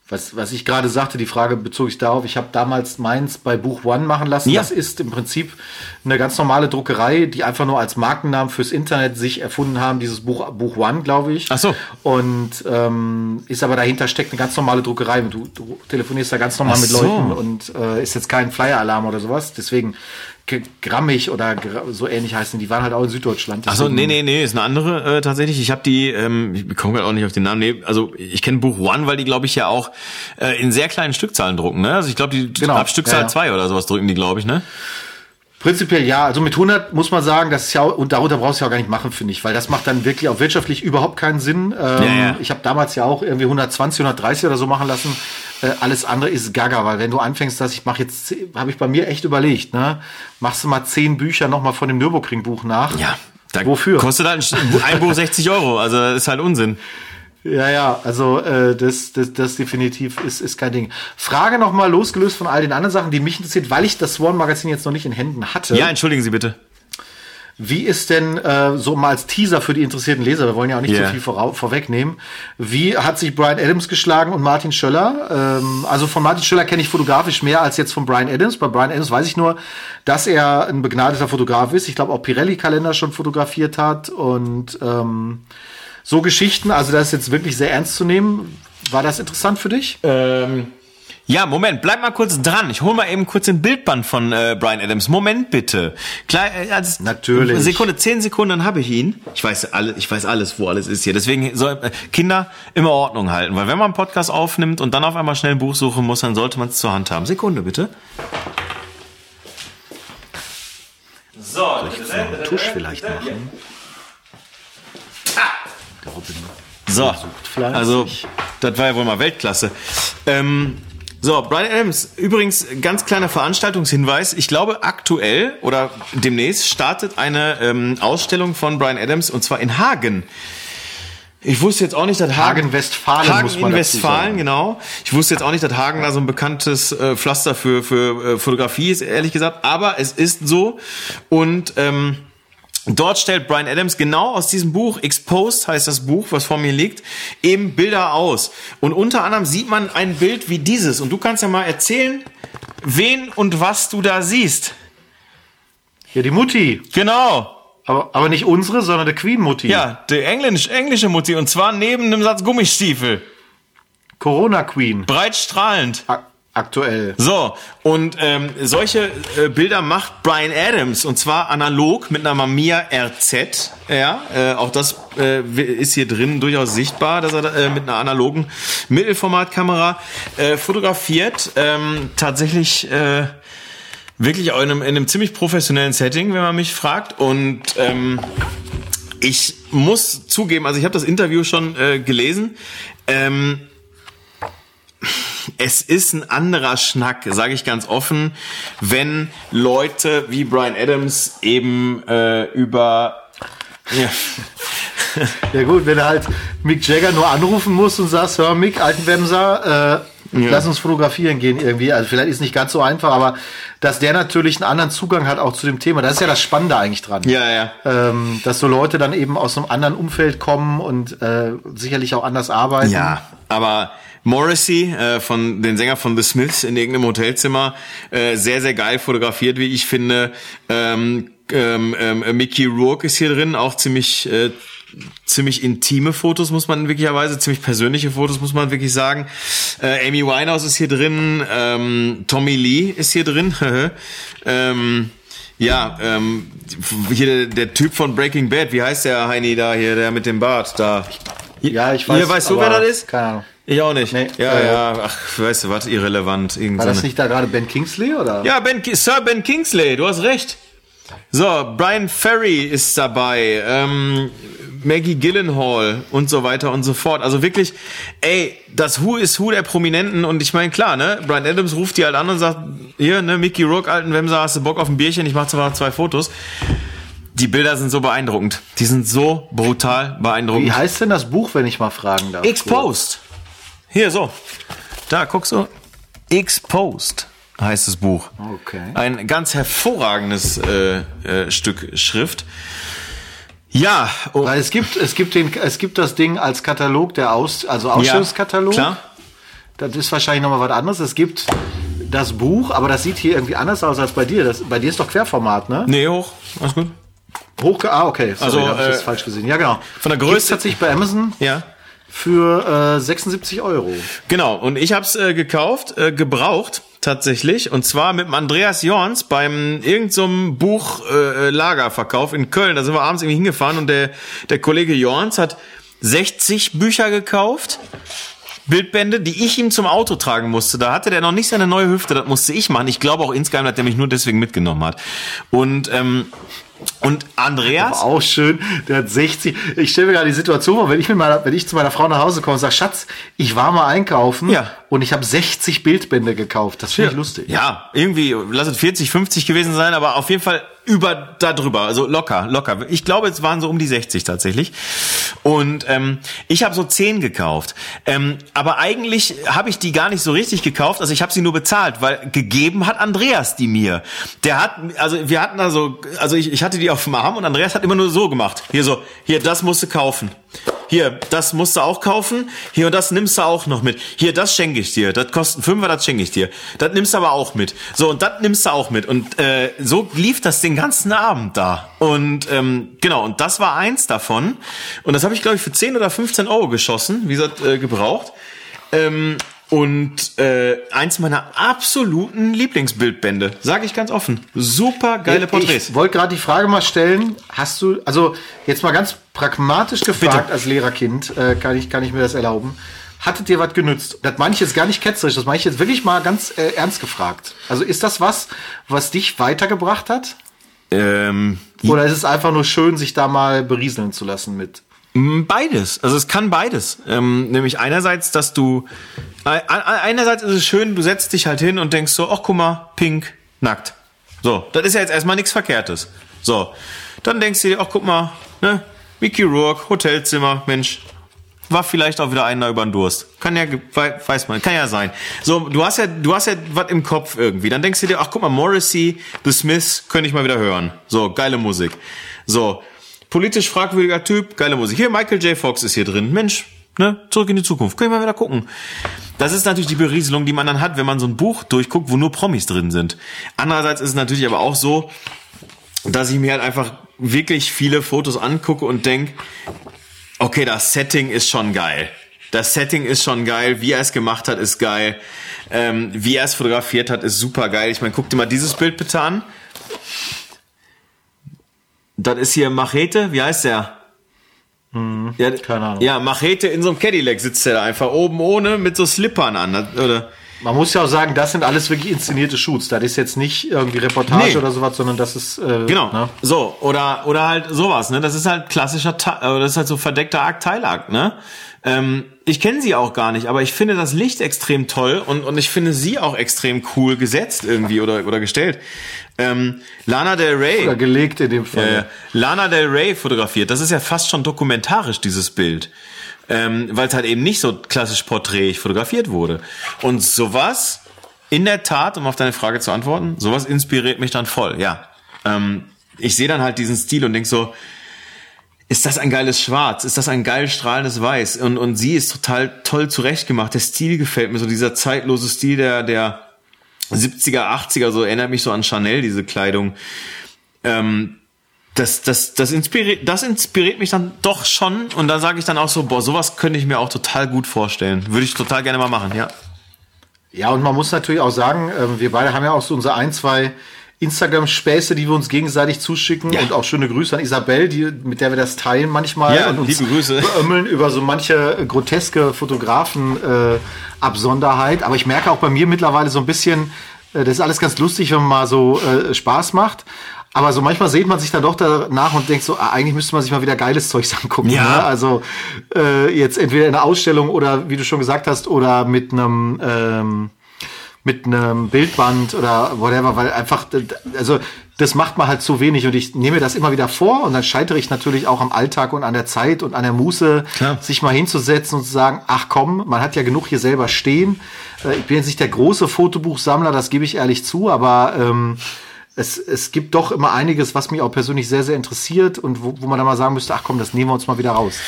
S2: Was, was ich gerade sagte, die Frage bezog sich darauf, ich habe damals meins bei Buch One machen lassen.
S1: Ja.
S2: Das ist im Prinzip eine ganz normale Druckerei, die einfach nur als Markennamen fürs Internet sich erfunden haben, dieses Buch Buch One, glaube ich.
S1: Ach so.
S2: Und ähm, ist aber dahinter steckt eine ganz normale Druckerei. Du, du telefonierst da ganz normal
S1: Ach
S2: mit
S1: so.
S2: Leuten und äh, ist jetzt kein Flyer-Alarm oder sowas. Deswegen G- Grammig oder gra- so ähnlich heißen, die waren halt auch in Süddeutschland.
S1: Ach so,
S2: Deswegen-
S1: nee, nee, nee, ist eine andere äh, tatsächlich. Ich habe die, ähm, ich komme gerade auch nicht auf den Namen. Nee, also ich kenne Buch One, weil die, glaube ich, ja auch äh, in sehr kleinen Stückzahlen drucken. Ne? Also ich glaube, die
S2: Genau.
S1: ab Stückzahl
S2: Ja, ja.
S1: zwei oder sowas drücken die, glaube ich, ne?
S2: Prinzipiell ja, also mit hundert muss man sagen, das ist ja auch, und darunter brauchst du ja auch gar nicht machen, finde ich, weil das macht dann wirklich auch wirtschaftlich überhaupt keinen Sinn. Ähm,
S1: Ja, ja.
S2: Ich habe damals ja auch irgendwie hundertzwanzig, hundertdreißig oder so machen lassen. Äh, alles andere ist Gaga, weil wenn du anfängst, dass ich mache jetzt, habe ich bei mir echt überlegt, ne, machst du mal zehn Bücher nochmal von dem Nürburgring-Buch nach.
S1: Ja. Da
S2: Wofür?
S1: Kostet halt ein, ein Buch sechzig Euro, also das ist halt Unsinn.
S2: Ja, ja, also äh, das, das, das definitiv ist, ist kein Ding. Frage nochmal losgelöst von all den anderen Sachen, die mich interessiert, weil ich das Swan-Magazin jetzt noch nicht in Händen hatte.
S1: Ja, entschuldigen Sie bitte.
S2: Wie ist denn äh, so mal als Teaser für die interessierten Leser, wir wollen ja auch nicht
S1: Yeah.
S2: so viel vorau- vorwegnehmen, wie hat sich Bryan Adams geschlagen und Martin Schöller? Ähm, also von Martin Schöller kenne ich fotografisch mehr als jetzt von Bryan Adams. Bei Bryan Adams weiß ich nur, dass er ein begnadeter Fotograf ist. Ich glaube auch Pirelli-Kalender schon fotografiert hat und ähm, so Geschichten. Also das ist jetzt wirklich sehr ernst zu nehmen. War das interessant für dich?
S1: Ähm, ja, Moment, bleib mal kurz dran. Ich hole mal eben kurz den Bildband von äh, Bryan Adams. Moment bitte. Klar, äh, als
S2: Natürlich.
S1: Sekunde, zehn Sekunden, dann habe ich ihn. Ich weiß alle, ich weiß alles, wo alles ist hier. Deswegen soll äh, Kinder immer Ordnung halten, weil wenn man einen Podcast aufnimmt und dann auf einmal schnell ein Buch suchen muss, dann sollte man es zur Hand haben. Sekunde bitte. So,
S2: Tusch vielleicht machen. Der Robin.
S1: So,
S2: fleißig.
S1: also das war ja wohl mal Weltklasse. Ähm, so, Bryan Adams, übrigens ganz kleiner Veranstaltungshinweis. Ich glaube aktuell oder demnächst startet eine ähm, Ausstellung von Bryan Adams und zwar in Hagen. Ich wusste jetzt auch nicht, dass Hagen,
S2: Hagen, Westfalen,
S1: Hagen
S2: muss man
S1: in
S2: dazu
S1: Westfalen,
S2: sagen.
S1: genau. Ich wusste jetzt auch nicht, dass Hagen da so ein bekanntes äh, Pflaster für für äh, Fotografie ist, ehrlich gesagt. Aber es ist so und ähm, dort stellt Bryan Adams genau aus diesem Buch, Exposed heißt das Buch, was vor mir liegt, eben Bilder aus. Und unter anderem sieht man ein Bild wie dieses. Und du kannst ja mal erzählen, wen und was du da siehst.
S2: Ja, die Mutti.
S1: Genau.
S2: Aber, aber nicht unsere, sondern der Queen-Mutti.
S1: Ja, die englisch, englische Mutti. Und zwar neben einem Satz Gummistiefel.
S2: Corona-Queen.
S1: Breit strahlend.
S2: A- aktuell.
S1: So, und ähm, solche äh, Bilder macht Bryan Adams und zwar analog mit einer Mamiya R Z. Ja, äh, auch das äh, ist hier drin durchaus sichtbar, dass er äh, mit einer analogen Mittelformatkamera äh, fotografiert. Ähm, tatsächlich äh, wirklich auch in einem, in einem ziemlich professionellen Setting, wenn man mich fragt. Und ähm, ich muss zugeben, also ich habe das Interview schon äh, gelesen. Ähm, Es ist ein anderer Schnack, sage ich ganz offen, wenn Leute wie Bryan Adams eben äh, über... Ja.
S2: Ja gut, wenn du halt Mick Jagger nur anrufen musst und sagst, hör Mick, Altenwemser, äh,
S1: Ja.
S2: lass uns fotografieren gehen irgendwie. Also vielleicht ist nicht ganz so einfach, aber dass der natürlich einen anderen Zugang hat auch zu dem Thema, das ist ja das Spannende eigentlich dran.
S1: Ja, ja.
S2: Ähm, dass so Leute dann eben aus einem anderen Umfeld kommen und äh, sicherlich auch anders arbeiten.
S1: Ja, aber Morrissey, äh, von den Sänger von The Smiths in irgendeinem Hotelzimmer, äh, sehr, sehr geil fotografiert, wie ich finde. Ähm, ähm, ähm, Mickey Rourke ist hier drin, auch ziemlich... Äh, ziemlich intime Fotos, muss man wirklicherweise, ziemlich persönliche Fotos, muss man wirklich sagen. Äh, Amy Winehouse ist hier drin, ähm, Tommy Lee ist hier drin. ähm, ja, ähm, hier der, der Typ von Breaking Bad, wie heißt der Heini da hier, der mit dem Bart da?
S2: Ja, ich weiß.
S1: Hier, weißt du,
S2: aber
S1: wer das ist?
S2: Keine Ahnung.
S1: Ich auch nicht.
S2: Nee,
S1: ja,
S2: äh,
S1: ja, ach, weißt du was, irrelevant. Irgend
S2: War
S1: so
S2: das
S1: eine-
S2: nicht da gerade Ben Kingsley, oder?
S1: Ja, Ben, Ki- Sir Ben Kingsley, du hast recht. So, Brian Ferry ist dabei, ähm, Maggie Gyllenhaal und so weiter und so fort. Also wirklich, ey, das Who is Who der Prominenten. Und ich meine, klar, ne, Bryan Adams ruft die halt an und sagt, hier, ne, Mickey Rourke, Altenwemser, hast du Bock auf ein Bierchen? Ich mach zwar noch zwei Fotos. Die Bilder sind so beeindruckend. Die sind so brutal beeindruckend.
S2: Wie heißt denn das Buch, wenn ich mal fragen darf?
S1: Exposed. Hier, so. Da, guckst du. Exposed heißt das Buch.
S2: Okay.
S1: Ein ganz hervorragendes äh, äh, Stück Schrift. Ja, oh,
S2: Weil es gibt, es gibt den, es gibt das Ding als Katalog der Aus, also Ausstellungskatalog.
S1: klar.
S2: Das ist wahrscheinlich nochmal was anderes. Es gibt das Buch, aber das sieht hier irgendwie anders aus als bei dir. Das, bei dir ist doch Querformat, ne?
S1: Nee, hoch. Alles gut.
S2: Hoch, ah, okay. Sorry,
S1: Also,
S2: hab ich das
S1: äh,
S2: falsch gesehen. Ja, genau.
S1: Von der
S2: Gibt's
S1: Größe.
S2: tatsächlich bei Amazon
S1: Ja.
S2: für äh, sechsundsiebzig Euro.
S1: Genau, und ich habe es äh, gekauft, äh, gebraucht tatsächlich, und zwar mit dem Andreas Jorns beim irgendeinem so Buchlagerverkauf äh, Lagerverkauf in Köln. Da sind wir abends irgendwie hingefahren und der, der Kollege Jorns hat sechzig Bücher gekauft, Bildbände, die ich ihm zum Auto tragen musste. Da hatte der noch nicht seine neue Hüfte, das musste ich machen. Ich glaube auch insgeheim, dass der mich nur deswegen mitgenommen hat. Und ähm, Und Andreas?
S2: Aber auch schön, der hat sechzig. Ich stelle mir gerade die Situation vor, wenn ich mit meiner, wenn ich zu meiner Frau nach Hause komme und sage, Schatz, ich war mal einkaufen
S1: Ja.
S2: und ich habe sechzig Bildbände gekauft. Das finde ich
S1: Ja.
S2: lustig.
S1: Ja, irgendwie, lass es vierzig, fünfzig gewesen sein, aber auf jeden Fall über da drüber, also locker, locker. Ich glaube, es waren so um die sechzig tatsächlich. Und ähm, ich habe so zehn gekauft. Ähm, aber eigentlich habe ich die gar nicht so richtig gekauft, also ich habe sie nur bezahlt, weil gegeben hat Andreas die mir. Der hat, also wir hatten da so, also ich, ich hatte die auf dem Arm und Andreas hat immer nur so gemacht. Hier so, hier, das musst du kaufen. Hier, das musst du auch kaufen. Hier, und das nimmst du auch noch mit. Hier, das schenke ich dir. Das kostet einen Fünfer, das schenke ich dir. Das nimmst du aber auch mit. So, und das nimmst du auch mit. Und äh, so lief das den ganzen Abend da. Und ähm, genau, und das war eins davon. Und das habe ich, glaube ich, für zehn oder fünfzehn Euro geschossen. Wie gesagt, äh, gebraucht. Ähm, und äh, eins meiner absoluten Lieblingsbildbände. Sage ich ganz offen. Super geile Porträts.
S2: Ich wollte gerade die Frage mal stellen, hast du, also jetzt mal ganz pragmatisch gefragt,
S1: Bitte.
S2: als Lehrerkind, äh, kann ich, kann ich mir das erlauben. Hattet ihr was genützt? Das meine ich jetzt gar nicht ketzerisch, das meine ich jetzt wirklich mal ganz äh, ernst gefragt. Also ist das was, was dich weitergebracht hat?
S1: Ähm,
S2: Oder ist es einfach nur schön, sich da mal berieseln zu lassen mit?
S1: Beides. Also es kann beides. Ähm, nämlich einerseits, dass du äh, einerseits ist es schön, du setzt dich halt hin und denkst so, ach guck mal, pink, nackt. So, das ist ja jetzt erstmal nichts Verkehrtes. So, dann denkst du dir, ach guck mal, ne, Mickey Rourke, Hotelzimmer, Mensch, war vielleicht auch wieder einer über den Durst. Kann ja, weiß man, kann ja sein. So, du hast ja, du hast ja was im Kopf irgendwie. Dann denkst du dir, ach guck mal, Morrissey, The Smiths, könnte ich mal wieder hören. So, geile Musik. So, politisch fragwürdiger Typ, geile Musik. Hier, Michael J. Fox ist hier drin. Mensch, ne, zurück in die Zukunft. Können wir mal wieder gucken. Das ist natürlich die Berieselung, die man dann hat, wenn man so ein Buch durchguckt, wo nur Promis drin sind. Andererseits ist es natürlich aber auch so, dass ich mir halt einfach wirklich viele Fotos angucke und denke, okay, das Setting ist schon geil. Das Setting ist schon geil. Wie er es gemacht hat, ist geil. Ähm, wie er es fotografiert hat, ist super geil. Ich meine, guck dir mal dieses Bild bitte an. Das ist hier Machete. Wie heißt der?
S2: Hm,
S1: ja,
S2: keine Ahnung.
S1: Ja, Machete in so einem Cadillac sitzt der da einfach oben ohne mit so Slippern an. Oder?
S2: Man muss ja auch sagen, das sind alles wirklich inszenierte Shoots. Das ist jetzt nicht irgendwie Reportage
S1: Nee.
S2: oder sowas, sondern das ist äh,
S1: Genau.
S2: Ne?
S1: So, oder oder halt sowas, ne? Das ist halt klassischer Ta- äh, das ist halt so verdeckter Akt, Teilakt, ne? Ähm, ich kenne sie auch gar nicht, aber ich finde das Licht extrem toll und und ich finde sie auch extrem cool gesetzt irgendwie oder oder gestellt. Ähm, Lana Del Rey
S2: Oder gelegt in dem Fall.
S1: äh, Lana Del Rey fotografiert. Das ist ja fast schon dokumentarisch, dieses Bild. Ähm, weil es halt eben nicht so klassisch porträtig fotografiert wurde. Und sowas, in der Tat, um auf deine Frage zu antworten, sowas inspiriert mich dann voll, ja. Ähm, ich sehe dann halt diesen Stil und denk so, ist das ein geiles Schwarz? Ist das ein geil strahlendes Weiß? Und, und sie ist total toll zurechtgemacht. Der Stil gefällt mir so, dieser zeitlose Stil der, der siebziger, achtziger, so erinnert mich so an Chanel, diese Kleidung. Ähm, Das, das, das inspiriert, das inspiriert mich dann doch schon. Und da sage ich dann auch so, boah, sowas könnte ich mir auch total gut vorstellen. Würde ich total gerne mal machen, ja.
S2: Ja, und man muss natürlich auch sagen, ähm, wir beide haben ja auch so unsere ein, zwei Instagram-Späße, die wir uns gegenseitig zuschicken.
S1: Ja.
S2: Und auch schöne Grüße an Isabel, die, mit der wir das teilen manchmal.
S1: Ja,
S2: und uns
S1: liebe Grüße.
S2: beömmeln über so manche groteske Fotografen-Absonderheit. Aber ich merke auch bei mir mittlerweile so ein bisschen, äh, das ist alles ganz lustig, wenn man mal so äh, Spaß macht. Aber so manchmal sehnt man sich dann doch danach und denkt so, ah, eigentlich müsste man sich mal wieder geiles Zeugs angucken.
S1: Ja.
S2: Ne? Also äh, jetzt entweder in einer Ausstellung oder, wie du schon gesagt hast, oder mit einem ähm, mit einem Bildband oder whatever, weil einfach, also das macht man halt zu wenig und ich nehme das immer wieder vor und dann scheitere ich natürlich auch am Alltag und an der Zeit und an der Muße,
S1: Klar.
S2: sich mal hinzusetzen und zu sagen, ach komm, man hat ja genug hier selber stehen. Äh, ich bin jetzt nicht der große Fotobuchsammler, das gebe ich ehrlich zu, aber ähm, Es, es gibt doch immer einiges, was mich auch persönlich sehr, sehr interessiert und wo, wo man dann mal sagen müsste, ach komm, das nehmen wir uns mal wieder raus.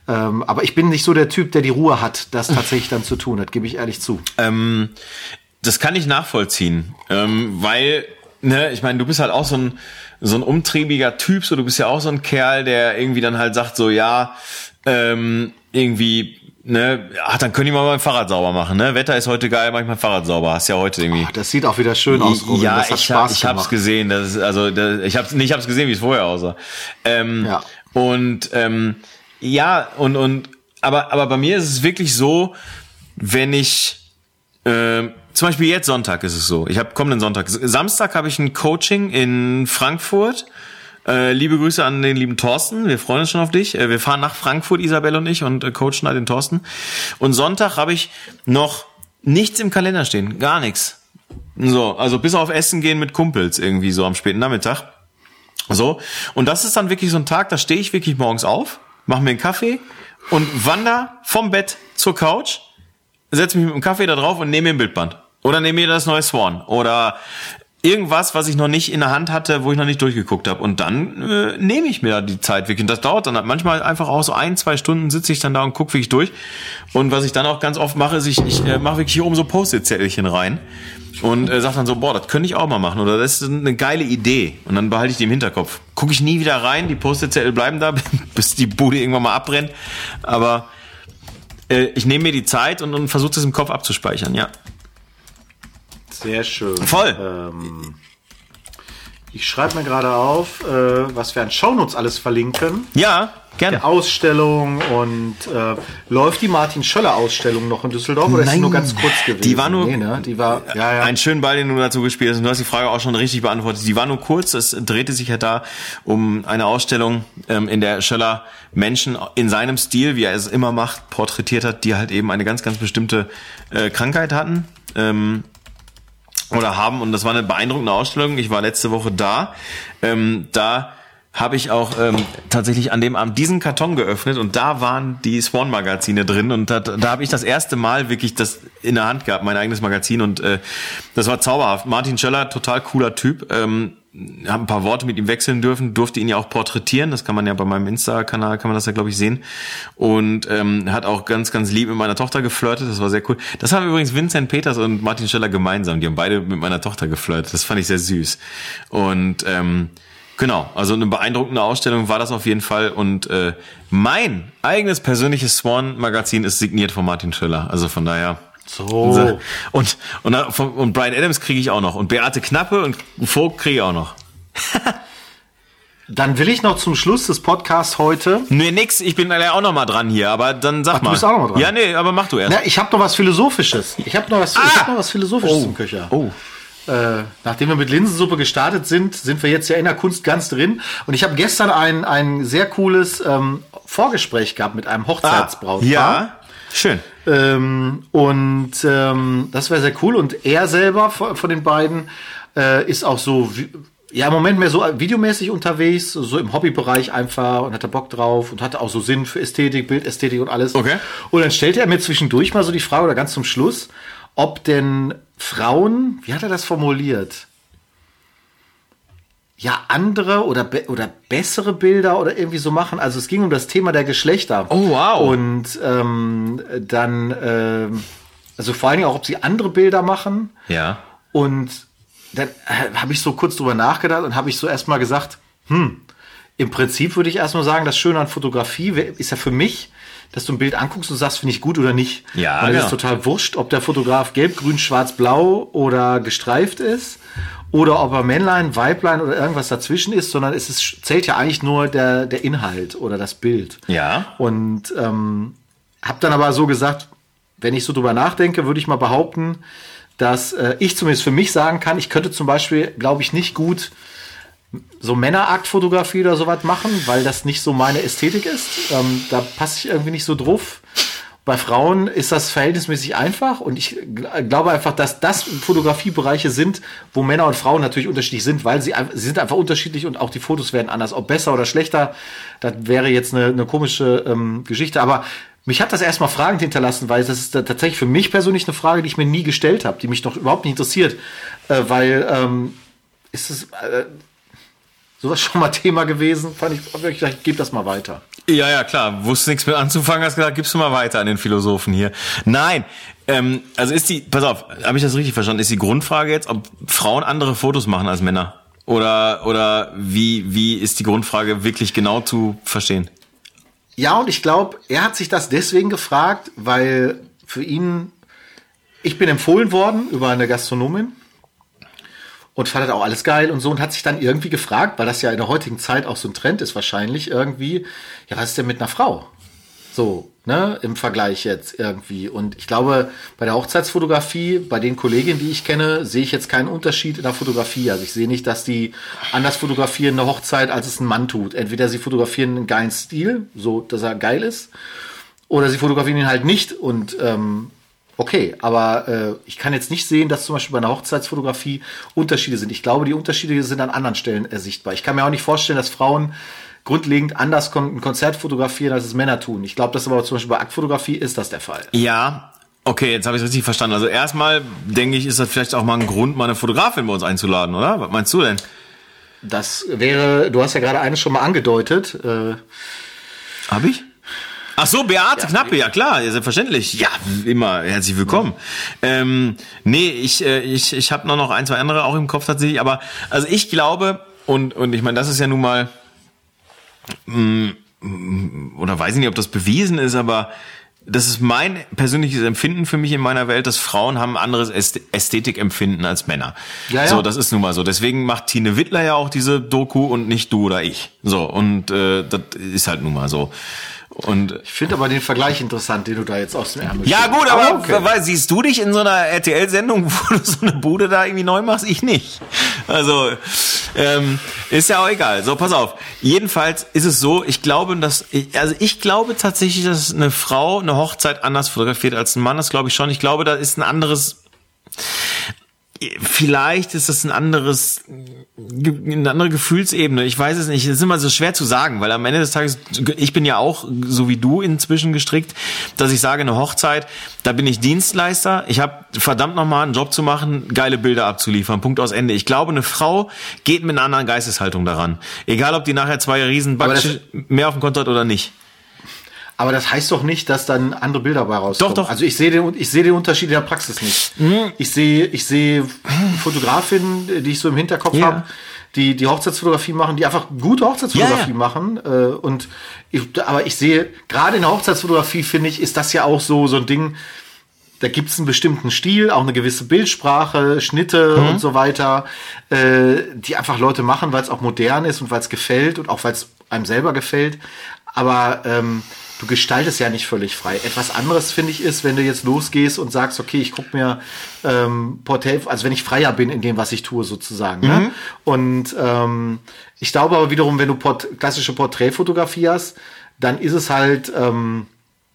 S2: Ähm, aber ich bin nicht so der Typ, der die Ruhe hat, das tatsächlich dann zu tun. Das gebe ich ehrlich zu.
S1: Ähm, das kann ich nachvollziehen, ähm, weil, ne, ich meine, du bist halt auch so ein so ein umtriebiger Typ, so du bist ja auch so ein Kerl, der irgendwie dann halt sagt so, ja, ähm, irgendwie, ne, ach, dann können die mal mein Fahrrad sauber machen, ne? Wetter ist heute geil, mach ich mein Fahrrad sauber. Hast ja heute irgendwie.
S2: Oh, das sieht auch wieder schön aus, Robin.
S1: Ja,
S2: das hat
S1: ich,
S2: Spaß
S1: hab, ich
S2: gemacht.
S1: hab's gesehen, das ist, also das, ich hab's nicht, ich hab's gesehen, wie es vorher aussah. Ähm,
S2: ja.
S1: Und ähm, ja, und und aber aber bei mir ist es wirklich so, wenn ich äh, zum Beispiel jetzt Sonntag ist es so. Ich habe kommenden Sonntag. Samstag habe ich ein Coaching in Frankfurt. Äh, liebe Grüße an den lieben Thorsten. Wir freuen uns schon auf dich. Äh, wir fahren nach Frankfurt, Isabel und ich, und äh, coachen da den Thorsten. Und Sonntag habe ich noch nichts im Kalender stehen. Gar nichts. So, also bis auf Essen gehen mit Kumpels irgendwie so am späten Nachmittag. So. Und das ist dann wirklich so ein Tag, da stehe ich wirklich morgens auf, mache mir einen Kaffee und wander vom Bett zur Couch, setze mich mit dem Kaffee da drauf und nehme mir ein Bildband. Oder nehme mir das neue Swan. Oder irgendwas, was ich noch nicht in der Hand hatte, wo ich noch nicht durchgeguckt habe. Und dann äh, nehme ich mir da die Zeit wirklich. Und das dauert dann manchmal einfach auch so ein, zwei Stunden sitze ich dann da und gucke wirklich durch. Und was ich dann auch ganz oft mache, ist, ich, ich äh, mache wirklich hier oben so Post-it-Zettelchen rein. Und äh, sag dann so, boah, das könnte ich auch mal machen. Oder das ist eine geile Idee. Und dann behalte ich die im Hinterkopf. Gucke ich nie wieder rein, die Post-it-Zettel bleiben da, bis die Bude irgendwann mal abbrennt. Aber äh, ich nehme mir die Zeit und, und versuche das im Kopf abzuspeichern, ja.
S2: Sehr schön.
S1: Voll.
S2: Ähm, ich schreibe mir gerade auf, äh, was wir an Shownotes alles verlinken.
S1: Ja, gerne.
S2: Der Ausstellung und äh, läuft die Martin Schöller Ausstellung noch in Düsseldorf oder
S1: Nein,
S2: ist sie nur ganz kurz gewesen?
S1: Die war nur,
S2: nee, ne? die war, ja, ja.
S1: Einen schönen Ball, den du dazu gespielt hast. Und du hast die Frage auch schon richtig beantwortet. Die war nur kurz. Es drehte sich ja da um eine Ausstellung, ähm, in der Schöller Menschen in seinem Stil, wie er es immer macht, porträtiert hat, die halt eben eine ganz, ganz bestimmte äh, Krankheit hatten. Ähm, oder haben, und das war eine beeindruckende Ausstellung. Ich war letzte Woche da. Ähm, da habe ich auch ähm, tatsächlich an dem Abend diesen Karton geöffnet und da waren die Swan-Magazine drin und da, da habe ich das erste Mal wirklich das in der Hand gehabt, mein eigenes Magazin, und äh, das war zauberhaft. Martin Schöller, total cooler Typ. Ähm, habe ein paar Worte mit ihm wechseln dürfen, durfte ihn ja auch porträtieren, das kann man ja bei meinem Insta-Kanal, kann man das ja, glaube ich, sehen. Und ähm, hat auch ganz, ganz lieb mit meiner Tochter geflirtet, das war sehr cool. Das haben übrigens Vincent Peters und Martin Schöller gemeinsam, die haben beide mit meiner Tochter geflirtet, das fand ich sehr süß. Und ähm, genau, also eine beeindruckende Ausstellung war das auf jeden Fall. Und äh, mein eigenes persönliches Swan-Magazin ist signiert von Martin Schöller, also von daher...
S2: So.
S1: Und, und, und Bryan Adams kriege ich auch noch. Und Beate Knappe und Vogt kriege ich auch noch.
S2: Dann will ich noch zum Schluss des Podcasts heute...
S1: Nee, nix. Ich bin ja auch noch mal dran hier. Aber dann sag
S2: Ach,
S1: mal.
S2: du bist auch noch mal dran?
S1: Ja, nee, aber mach du erst.
S2: Na, ich habe noch was Philosophisches. Ich habe noch was,
S1: Ah!
S2: ich hab noch was Philosophisches
S1: Oh.
S2: im Köcher.
S1: Oh.
S2: Äh, nachdem wir mit Linsensuppe gestartet sind, sind wir jetzt ja in der Kunst ganz drin. Und ich habe gestern ein, ein sehr cooles ähm, Vorgespräch gehabt mit einem Hochzeitsbrautpaar.
S1: Ja, schön.
S2: Ähm, und ähm, das war sehr cool. Und er selber von, von den beiden äh, ist auch so, wie, ja, im Moment mehr so videomäßig unterwegs, so im Hobbybereich einfach, und hatte Bock drauf und hatte auch so Sinn für Ästhetik, Bildästhetik und alles.
S1: Okay.
S2: Und dann stellte er mir zwischendurch mal so die Frage, oder ganz zum Schluss, ob denn Frauen, wie hat er das formuliert? Ja, andere oder, be- oder bessere Bilder oder irgendwie so machen. Also es ging um das Thema der Geschlechter.
S1: Oh, wow.
S2: Und ähm, dann, ähm, also vor allen Dingen auch, ob sie andere Bilder machen.
S1: Ja.
S2: Und dann äh, habe ich so kurz drüber nachgedacht und habe ich so erstmal gesagt, hm, im Prinzip würde ich erstmal sagen, das Schöne an Fotografie ist ja für mich, dass du ein Bild anguckst und sagst, finde ich gut oder nicht.
S1: Ja,
S2: und es
S1: genau.
S2: ist total wurscht, ob der Fotograf gelb, grün, schwarz, blau oder gestreift ist oder ob er Männlein, Weiblein oder irgendwas dazwischen ist, sondern es ist, zählt ja eigentlich nur der, der Inhalt oder das Bild.
S1: Ja.
S2: Und ähm, habe dann aber so gesagt, wenn ich so drüber nachdenke, würde ich mal behaupten, dass äh, ich zumindest für mich sagen kann, ich könnte zum Beispiel, glaube ich, nicht gut so Männeraktfotografie oder sowas machen, weil das nicht so meine Ästhetik ist. Ähm, da passe ich irgendwie nicht so drauf. Bei Frauen ist das verhältnismäßig einfach und ich gl- glaube einfach, dass das Fotografiebereiche sind, wo Männer und Frauen natürlich unterschiedlich sind, weil sie, ein- sie sind einfach unterschiedlich und auch die Fotos werden anders. Ob besser oder schlechter, das wäre jetzt eine, eine komische ähm, Geschichte. Aber mich hat das erstmal fragend hinterlassen, weil das ist da tatsächlich für mich persönlich eine Frage, die ich mir nie gestellt habe, die mich doch überhaupt nicht interessiert. Äh, weil ähm, ist es... Äh, sowas schon mal Thema gewesen. Fand ich wirklich, ich gebe das mal weiter.
S1: Ja, ja, klar. Wusste nichts mit anzufangen, hast gesagt, gibst du mal weiter an den Philosophen hier. Nein, ähm, also ist die, pass auf, habe ich das richtig verstanden? Ist die Grundfrage jetzt, ob Frauen andere Fotos machen als Männer? Oder, oder wie, wie ist die Grundfrage wirklich genau zu verstehen?
S2: Ja, und ich glaube, er hat sich das deswegen gefragt, weil für ihn, ich bin empfohlen worden über eine Gastronomin und fand das auch alles geil und so und hat sich dann irgendwie gefragt, weil das ja in der heutigen Zeit auch so ein Trend ist wahrscheinlich irgendwie, ja, was ist denn mit einer Frau? So, ne, im Vergleich jetzt irgendwie. Und ich glaube, bei der Hochzeitsfotografie, bei den Kolleginnen, die ich kenne, sehe ich jetzt keinen Unterschied in der Fotografie. Also ich sehe nicht, dass die anders fotografieren eine Hochzeit, als es ein Mann tut. Entweder sie fotografieren einen geilen Stil, so, dass er geil ist, oder sie fotografieren ihn halt nicht und, ähm, okay, aber äh, ich kann jetzt nicht sehen, dass zum Beispiel bei einer Hochzeitsfotografie Unterschiede sind. Ich glaube, die Unterschiede sind an anderen Stellen äh, sichtbar. Ich kann mir auch nicht vorstellen, dass Frauen grundlegend anders kon- ein Konzert fotografieren, als es Männer tun. Ich glaube, das aber zum Beispiel bei Aktfotografie ist das der Fall.
S1: Ja, okay, jetzt habe ich es richtig verstanden. Also erstmal, denke ich, ist das vielleicht auch mal ein Grund, mal eine Fotografin bei uns einzuladen, oder? Was meinst du denn?
S2: Das wäre, du hast ja gerade eines schon mal angedeutet. Äh,
S1: Hab ich? Ach so, Beate ja, Knappe, ja klar, ja, selbstverständlich. Ja, immer, herzlich willkommen. Ja. Ähm, nee, ich, äh, ich, ich habe noch ein, zwei andere auch im Kopf tatsächlich, aber also ich glaube, und, und ich meine, das ist ja nun mal, mh, oder weiß ich nicht, ob das bewiesen ist, aber das ist mein persönliches Empfinden für mich in meiner Welt, dass Frauen haben ein anderes Ästhetikempfinden als Männer. Ja, ja. So, das ist nun mal so. Deswegen macht Tine Wittler ja auch diese Doku und nicht du oder ich. So, und äh, das ist halt nun mal so. Und
S2: ich finde aber den Vergleich interessant, den du da jetzt aus dem Ärmel
S1: ja gut, aber okay. weil, siehst du dich in so einer R T L-Sendung, wo du so eine Bude da irgendwie neu machst? Ich nicht. Also ähm, ist ja auch egal. So, pass auf. Jedenfalls ist es so, ich glaube, dass ich, also ich glaube tatsächlich, dass eine Frau eine Hochzeit anders fotografiert als ein Mann. Das glaube ich schon. Ich glaube, da ist ein anderes. Vielleicht ist das ein anderes, eine andere Gefühlsebene. Ich weiß es nicht. Es ist immer so schwer zu sagen, weil am Ende des Tages, ich bin ja auch, so wie du inzwischen gestrickt, dass ich sage, eine Hochzeit, da bin ich Dienstleister. Ich habe verdammt nochmal einen Job zu machen, geile Bilder abzuliefern. Punkt aus Ende. Ich glaube, eine Frau geht mit einer anderen Geisteshaltung daran. Egal, ob die nachher zwei riesen Backtische mehr auf dem Konto hat oder nicht.
S2: Aber das heißt doch nicht, dass dann andere Bilder dabei rauskommen.
S1: Doch, doch.
S2: Also ich sehe den, ich sehe den Unterschied in der Praxis nicht. Mhm. Ich sehe, ich sehe Fotografinnen, die ich so im Hinterkopf yeah. habe, die die Hochzeitsfotografie machen, die einfach gute Hochzeitsfotografie yeah. machen. Äh, und ich, aber ich sehe, gerade in der Hochzeitsfotografie, finde ich, ist das ja auch so, so ein Ding, da gibt es einen bestimmten Stil, auch eine gewisse Bildsprache, Schnitte mhm. und so weiter, äh, die einfach Leute machen, weil es auch modern ist und weil es gefällt und auch weil es einem selber gefällt. Aber ähm, du gestaltest ja nicht völlig frei. Etwas anderes, finde ich, ist, wenn du jetzt losgehst und sagst, okay, ich gucke mir ähm, Porträt, also wenn ich freier bin in dem, was ich tue, sozusagen. Mhm. Ne? Und ähm, ich glaube aber wiederum, wenn du Port- klassische Porträtfotografie hast, dann ist es halt, ähm,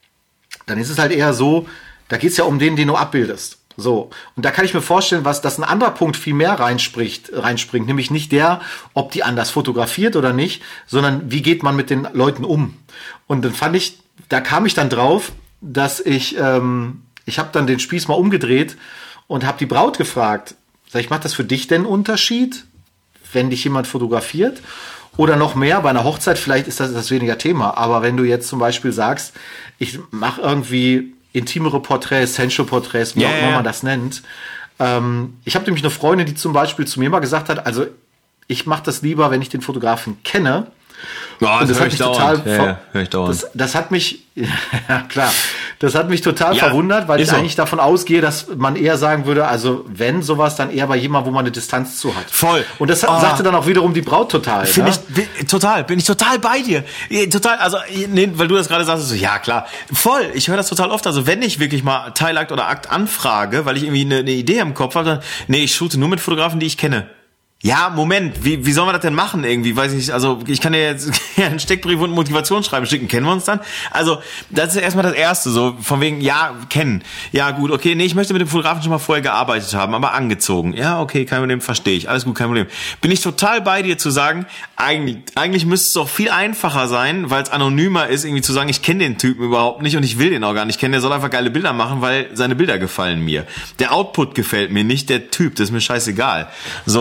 S2: dann ist es halt eher so, da geht's ja um den, den du abbildest. So, und da kann ich mir vorstellen, was, dass ein anderer Punkt viel mehr reinspricht, reinspringt, nämlich nicht der, ob die anders fotografiert oder nicht, sondern wie geht man mit den Leuten um. Und dann fand ich, da kam ich dann drauf, dass ich, ähm, ich habe dann den Spieß mal umgedreht und habe die Braut gefragt, sag ich, macht das für dich denn einen Unterschied, wenn dich jemand fotografiert? Oder noch mehr, bei einer Hochzeit, vielleicht ist das, das weniger Thema, aber wenn du jetzt zum Beispiel sagst, ich mache irgendwie intimere Porträts, Sensual-Porträts, wie yeah, auch immer man das nennt. Ähm, ich habe nämlich eine Freundin, die zum Beispiel zu mir mal gesagt hat, also ich mache das lieber, wenn ich den Fotografen kenne.
S1: Ja, das, das hat mich total
S2: ja, ja, hör ich das, das hat mich ja klar, das hat mich total ja, verwundert, weil ich so. eigentlich davon ausgehe, dass man eher sagen würde, also wenn sowas, dann eher bei jemandem, wo man eine Distanz zu hat.
S1: Voll.
S2: Und das oh. sagte dann auch wiederum die Braut total.
S1: Finde ne? ich total, bin ich total bei dir. Total, also nee, weil du das gerade sagst, so ja klar, voll. Ich höre das total oft. Also wenn ich wirklich mal Teilakt oder Akt anfrage, weil ich irgendwie eine, eine Idee im Kopf habe, dann nee, ich shoote nur mit Fotografen, die ich kenne. Ja, Moment, wie, wie sollen wir das denn machen irgendwie? Weiß ich nicht, also ich kann dir jetzt einen Steckbrief und ein Motivationsschreiben schicken, kennen wir uns dann? Also, das ist erstmal das Erste, so von wegen, ja, kennen. Ja, gut, okay, nee, ich möchte mit dem Fotografen schon mal vorher gearbeitet haben, aber angezogen. Ja, okay, kein Problem, verstehe ich, alles gut, kein Problem. Bin ich total bei dir zu sagen, eigentlich, eigentlich müsste es doch viel einfacher sein, weil es anonymer ist, irgendwie zu sagen, ich kenne den Typen überhaupt nicht und ich will den auch gar nicht kennen, der soll einfach geile Bilder machen, weil seine Bilder gefallen mir. Der Output gefällt mir nicht, der Typ, das ist mir scheißegal. So, das ist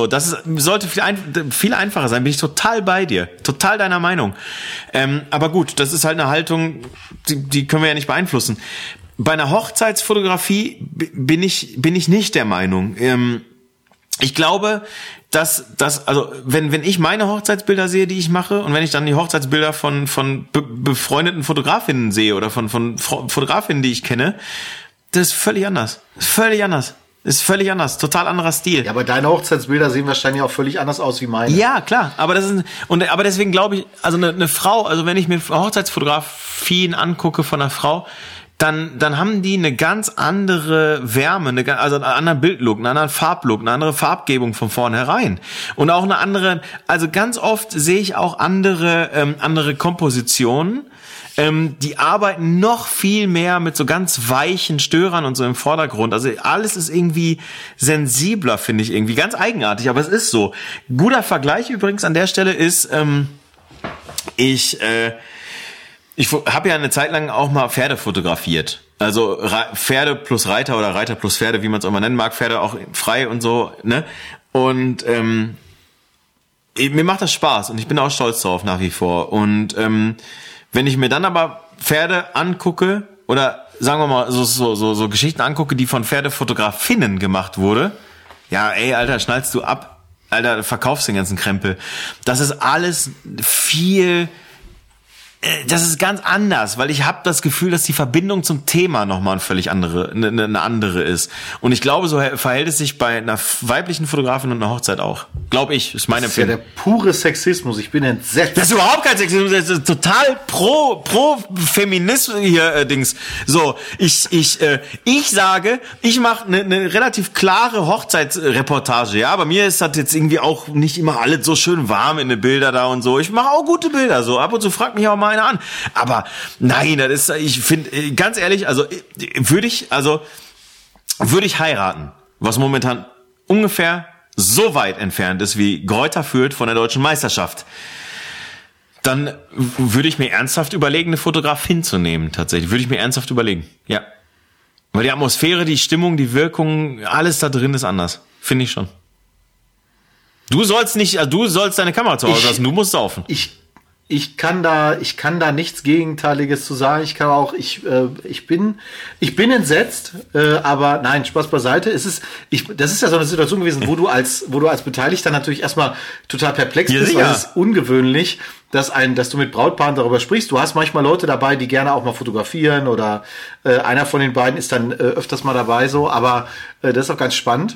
S1: sollte viel, ein, viel einfacher sein. Bin ich total bei dir. Total deiner Meinung. Ähm, aber gut, das ist halt eine Haltung, die, die können wir ja nicht beeinflussen. Bei einer Hochzeitsfotografie bin ich, bin ich nicht der Meinung. Ähm, ich glaube, dass, dass, also, wenn, wenn ich meine Hochzeitsbilder sehe, die ich mache, und wenn ich dann die Hochzeitsbilder von, von be- befreundeten Fotografinnen sehe oder von, von Fotografinnen, die ich kenne, das ist völlig anders. Völlig anders. Ist völlig anders. Total anderer Stil.
S2: Ja, aber deine Hochzeitsbilder sehen wahrscheinlich auch völlig anders aus wie meine.
S1: Ja, klar. Aber das ist, und, aber deswegen glaube ich, also eine, eine Frau, also wenn ich mir Hochzeitsfotografien angucke von einer Frau, dann, dann haben die eine ganz andere Wärme, eine, also einen anderen Bildlook, einen anderen Farblook, eine andere Farbgebung von vornherein. Und auch eine andere, also ganz oft sehe ich auch andere, ähm, andere Kompositionen, ähm, die arbeiten noch viel mehr mit so ganz weichen Störern und so im Vordergrund. Also alles ist irgendwie sensibler, finde ich irgendwie. Ganz eigenartig, aber es ist so. Guter Vergleich übrigens an der Stelle ist, ähm, ich, äh, Ich habe ja eine Zeit lang auch mal Pferde fotografiert. Also Pferde plus Reiter oder Reiter plus Pferde, wie man es auch mal nennen mag. Pferde auch frei und so, ne? Und ähm, mir macht das Spaß und ich bin auch stolz darauf nach wie vor. Und ähm, wenn ich mir dann aber Pferde angucke oder sagen wir mal so so so, so Geschichten angucke, die von Pferdefotografinnen gemacht wurde, ja, ey, Alter, schnallst du ab. Alter, verkaufst den ganzen Krempel. Das ist alles viel... Das ist ganz anders, weil ich habe das Gefühl, dass die Verbindung zum Thema nochmal eine völlig andere, eine, eine andere ist. Und ich glaube, so verhält es sich bei einer weiblichen Fotografin und einer Hochzeit auch. Glaube ich, ist meine Empfehlung.
S2: Das ist ja der pure Sexismus. Ich bin entsetzt.
S1: Das ist überhaupt kein Sexismus. Das ist total pro pro Feminismus hier äh, Dings. So, ich ich äh, ich sage, ich mache eine ne relativ klare Hochzeitsreportage. Ja, bei mir ist das jetzt irgendwie auch nicht immer alles so schön warm in den Bilder da und so. Ich mache auch gute Bilder. So ab und zu fragt mich auch mal einer an. Aber nein, das ist, ich finde, ganz ehrlich, also würde ich, also würde ich heiraten, was momentan ungefähr so weit entfernt ist wie Greuther Fürth von der deutschen Meisterschaft, dann würde ich mir ernsthaft überlegen, eine Fotografin zu nehmen, tatsächlich. Würde ich mir ernsthaft überlegen, ja. Weil die Atmosphäre, die Stimmung, die Wirkung, alles da drin ist anders. Finde ich schon. Du sollst nicht, also du sollst deine Kamera zu Hause lassen, du musst saufen.
S2: Ich Ich kann da, ich kann da nichts Gegenteiliges zu sagen. Ich kann auch, ich, äh, ich bin, ich bin entsetzt, äh, aber nein, Spaß beiseite. Es ist, ich, das ist ja so eine Situation gewesen, wo du als, wo du als Beteiligter natürlich erstmal total perplex
S1: Ja,
S2: bist,
S1: sicher.
S2: weil es ist ungewöhnlich, dass ein, dass du mit Brautpaaren darüber sprichst. Du hast manchmal Leute dabei, die gerne auch mal fotografieren oder äh, einer von den beiden ist dann äh, öfters mal dabei so, aber äh, das ist auch ganz spannend.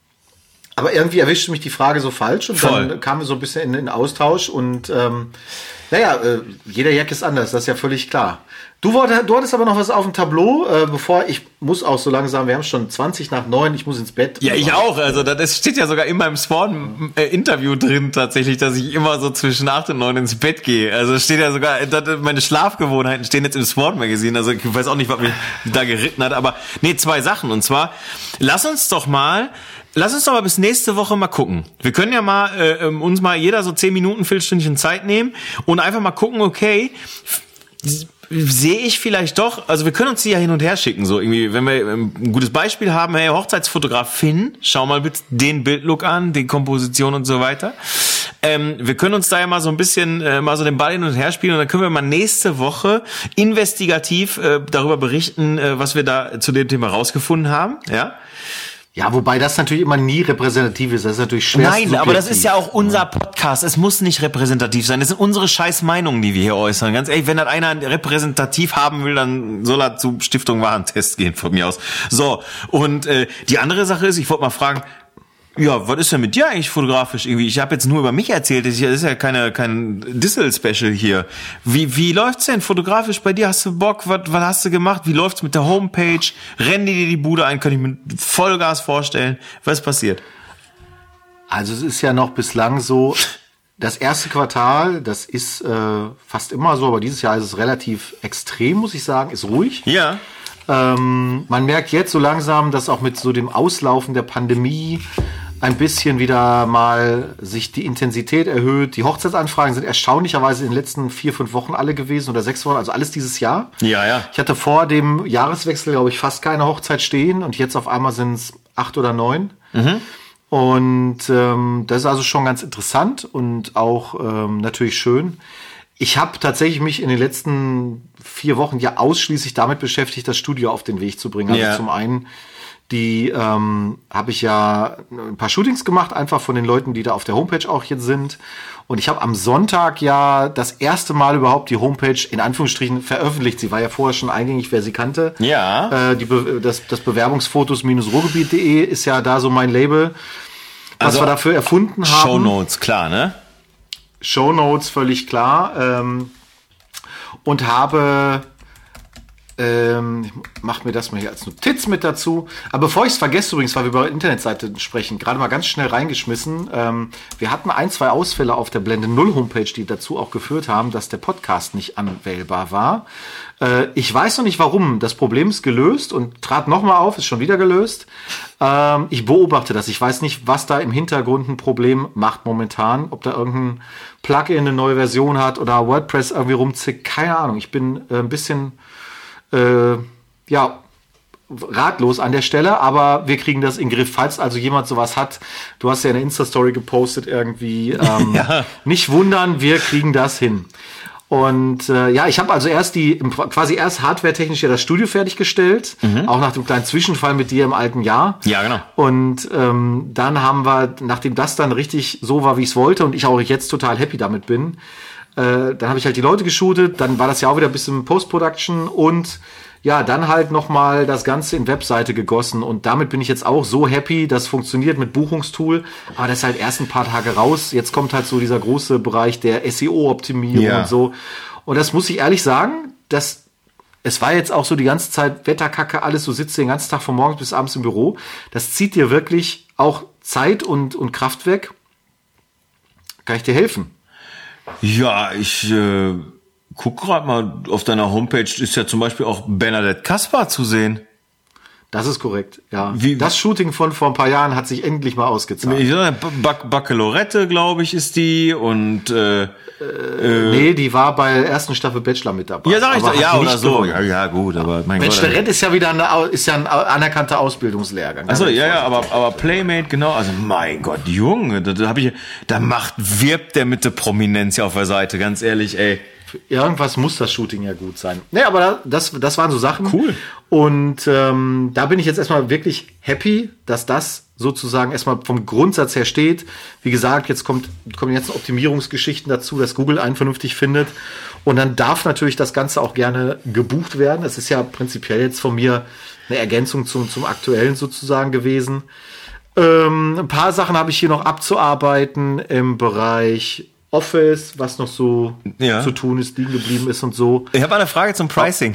S2: Aber irgendwie erwischte mich die Frage so falsch und
S1: Voll.
S2: dann kamen wir so ein bisschen in den Austausch und ähm, naja, äh, jeder Jack ist anders, das ist ja völlig klar. Du, wollt, du hattest aber noch was auf dem Tableau, äh, bevor ich muss auch so langsam, wir haben schon zwanzig nach neun, ich muss ins Bett.
S1: Ja, ich auch. Also das steht ja sogar in meinem Spawn-Interview drin tatsächlich, dass ich immer so zwischen acht und neun ins Bett gehe. Also es steht ja sogar, meine Schlafgewohnheiten stehen jetzt im Spawn-Magazin. Also ich weiß auch nicht, was mich da geritten hat. Aber nee, zwei Sachen. Und zwar, lass uns doch mal... Lass uns doch mal bis nächste Woche mal gucken. Wir können ja mal äh, uns mal jeder so zehn Minuten, Viertelstündchen Zeit nehmen und einfach mal gucken, okay, f- sehe ich vielleicht doch, also wir können uns die ja hin und her schicken, so irgendwie, wenn wir ein gutes Beispiel haben, hey, Hochzeitsfotografin, schau mal bitte den Bildlook an, die Komposition und so weiter. Ähm, wir können uns da ja mal so ein bisschen, äh, mal so den Ball hin und her spielen und dann können wir mal nächste Woche investigativ äh, darüber berichten, äh, was wir da zu dem Thema rausgefunden haben, ja.
S2: Ja, wobei das natürlich immer nie repräsentativ ist. Das ist natürlich schwer.
S1: Nein, aber das ist ja auch unser Podcast. Es muss nicht repräsentativ sein. Das sind unsere scheiß Meinungen, die wir hier äußern. Ganz ehrlich, wenn das einer repräsentativ haben will, dann soll er zu Stiftung Warentest gehen von mir aus. So, und äh, die andere Sache ist, ich wollte mal fragen, ja, was ist denn mit dir eigentlich fotografisch irgendwie? Ich habe jetzt nur über mich erzählt, das ist ja keine kein Dissel-Special hier. Wie wie läuft's denn fotografisch bei dir? Hast du Bock? Was was hast du gemacht? Wie läuft's mit der Homepage? Rennen die dir die Bude ein? Kann ich mir Vollgas vorstellen? Was ist passiert?
S2: Also es ist ja noch bislang so, das erste Quartal, das ist äh, fast immer so, aber dieses Jahr ist es relativ extrem, muss ich sagen, ist ruhig.
S1: Ja.
S2: Ähm, man merkt jetzt so langsam, dass auch mit so dem Auslaufen der Pandemie ein bisschen wieder mal sich die Intensität erhöht. Die Hochzeitsanfragen sind erstaunlicherweise in den letzten vier, fünf Wochen alle gewesen oder sechs Wochen, also alles dieses Jahr.
S1: Ja, ja.
S2: Ich hatte vor dem Jahreswechsel, glaube ich, fast keine Hochzeit stehen und jetzt auf einmal sind es acht oder neun. Mhm. Und ähm, das ist also schon ganz interessant und auch ähm, natürlich schön. Ich habe tatsächlich mich in den letzten vier Wochen ja ausschließlich damit beschäftigt, das Studio auf den Weg zu bringen. Also
S1: Ja.
S2: zum einen die ähm, habe ich ja ein paar Shootings gemacht, einfach von den Leuten, die da auf der Homepage auch jetzt sind. Und ich habe am Sonntag ja das erste Mal überhaupt die Homepage in Anführungsstrichen veröffentlicht. Sie war ja vorher schon eingängig, wer sie kannte.
S1: Ja.
S2: Äh, die Be- das, das Bewerbungsfotos-ruhrgebiet punkt de ist ja da so mein Label, was
S1: Also
S2: wir dafür erfunden haben.
S1: Shownotes, klar, ne?
S2: Shownotes, völlig klar. Ähm, und habe, ähm, ich mach mir das mal hier als Notiz mit dazu. Aber bevor ich es vergesse übrigens, weil wir über Internetseite sprechen, gerade mal ganz schnell reingeschmissen. Ähm, wir hatten ein, zwei Ausfälle auf der Blende Null Homepage, die dazu auch geführt haben, dass der Podcast nicht anwählbar war. Äh, ich weiß noch nicht warum. Das Problem ist gelöst und trat nochmal auf, ist schon wieder gelöst. Ähm, ich beobachte das. Ich weiß nicht, was da im Hintergrund ein Problem macht momentan. Ob da irgendein Plugin eine neue Version hat oder WordPress irgendwie rumzickt. Keine Ahnung. Ich bin äh, ein bisschen äh, ja, ratlos an der Stelle, aber wir kriegen das in den Griff. Falls also jemand sowas hat, du hast ja eine Insta-Story gepostet irgendwie, ähm,
S1: Ja.
S2: nicht wundern, wir kriegen das hin. Und äh, ja, ich habe also erst die, quasi erst hardwaretechnisch ja das Studio fertiggestellt, auch nach dem kleinen Zwischenfall mit dir im alten Jahr.
S1: Ja, genau.
S2: Und ähm, dann haben wir, nachdem das dann richtig so war, wie ich es wollte und ich auch jetzt total happy damit bin, äh, dann habe ich halt die Leute geshootet, dann war das ja auch wieder ein bisschen Post-Production und ja, dann halt nochmal das Ganze in Webseite gegossen und damit bin ich jetzt auch so happy, das funktioniert mit Buchungstool, aber das ist halt erst ein paar Tage raus, jetzt kommt halt so dieser große Bereich der S E O-Optimierung
S1: Ja.
S2: und so und das muss ich ehrlich sagen, das es war jetzt auch so die ganze Zeit Wetterkacke, alles, du sitzt den ganzen Tag von morgens bis abends im Büro, das zieht dir wirklich auch Zeit und, und Kraft weg. Kann ich dir helfen?
S1: Ja, ich äh, guck gerade mal, auf deiner Homepage ist ja zum Beispiel auch Bernadette Kaspar zu sehen.
S2: Das ist korrekt, ja.
S1: Wie-
S2: das Shooting von vor ein paar Jahren hat sich endlich mal ausgezahlt.
S1: Ich sag, Bac- Baccalorette, glaube ich, ist die und äh,
S2: Nee, die war bei der ersten Staffel Bachelor mit dabei.
S1: ja, sag ich
S2: aber
S1: doch, ja
S2: hat
S1: oder
S2: nicht
S1: so.
S2: gewonnen.
S1: Ja, ja, gut, aber mein Gott.
S2: Bachelorette ist ja wieder eine, Au- ist ja ein au- anerkannter Ausbildungslehrgang.
S1: Achso, ja, ja, aber, aber Playmate, genau, also mein Gott, Junge, da, da hab ich, da macht, wirbt der mit der Prominenz ja auf der Seite, ganz ehrlich, ey.
S2: Irgendwas muss das Shooting ja gut sein. Nee, aber das, das waren so Sachen.
S1: Cool.
S2: Und ähm, da bin ich jetzt erstmal wirklich happy, dass das sozusagen erstmal vom Grundsatz her steht. Wie gesagt, jetzt kommt, kommen jetzt Optimierungsgeschichten dazu, dass Google einen vernünftig findet. Und dann darf natürlich das Ganze auch gerne gebucht werden. Das ist ja prinzipiell jetzt von mir eine Ergänzung zum, zum aktuellen sozusagen gewesen. Ähm, ein paar Sachen habe ich hier noch abzuarbeiten im Bereich Office, was noch so
S1: Ja.
S2: zu tun ist, liegen geblieben ist und so.
S1: Ich habe eine Frage zum Pricing.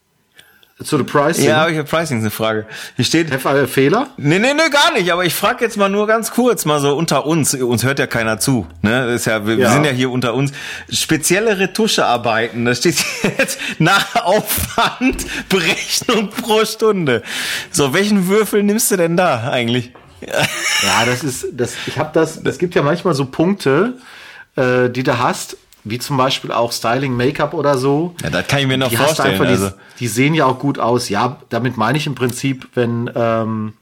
S2: Zu the Pricing.
S1: Ja, ich habe Pricing ist eine Frage. Hier steht,
S2: F- Fehler?
S1: nee, nee, nee, gar nicht, aber ich frage jetzt mal nur ganz kurz, mal so unter uns, uns hört ja keiner zu, ne? Das ist ja, wir, wir
S2: Ja.
S1: sind ja hier unter uns. Spezielle Retuschearbeiten, da steht jetzt nach Aufwand Berechnung pro Stunde. So, welchen Würfel nimmst du denn da eigentlich?
S2: Ja, das ist, das, ich habe das, es gibt ja manchmal so Punkte, äh, die du hast, wie zum Beispiel auch Styling, Make-up oder so.
S1: Ja, das kann ich mir noch
S2: Die hast du
S1: vorstellen.
S2: einfach, die,
S1: Also.
S2: die sehen ja auch gut aus. Ja, damit meine ich im Prinzip, wenn, ähm,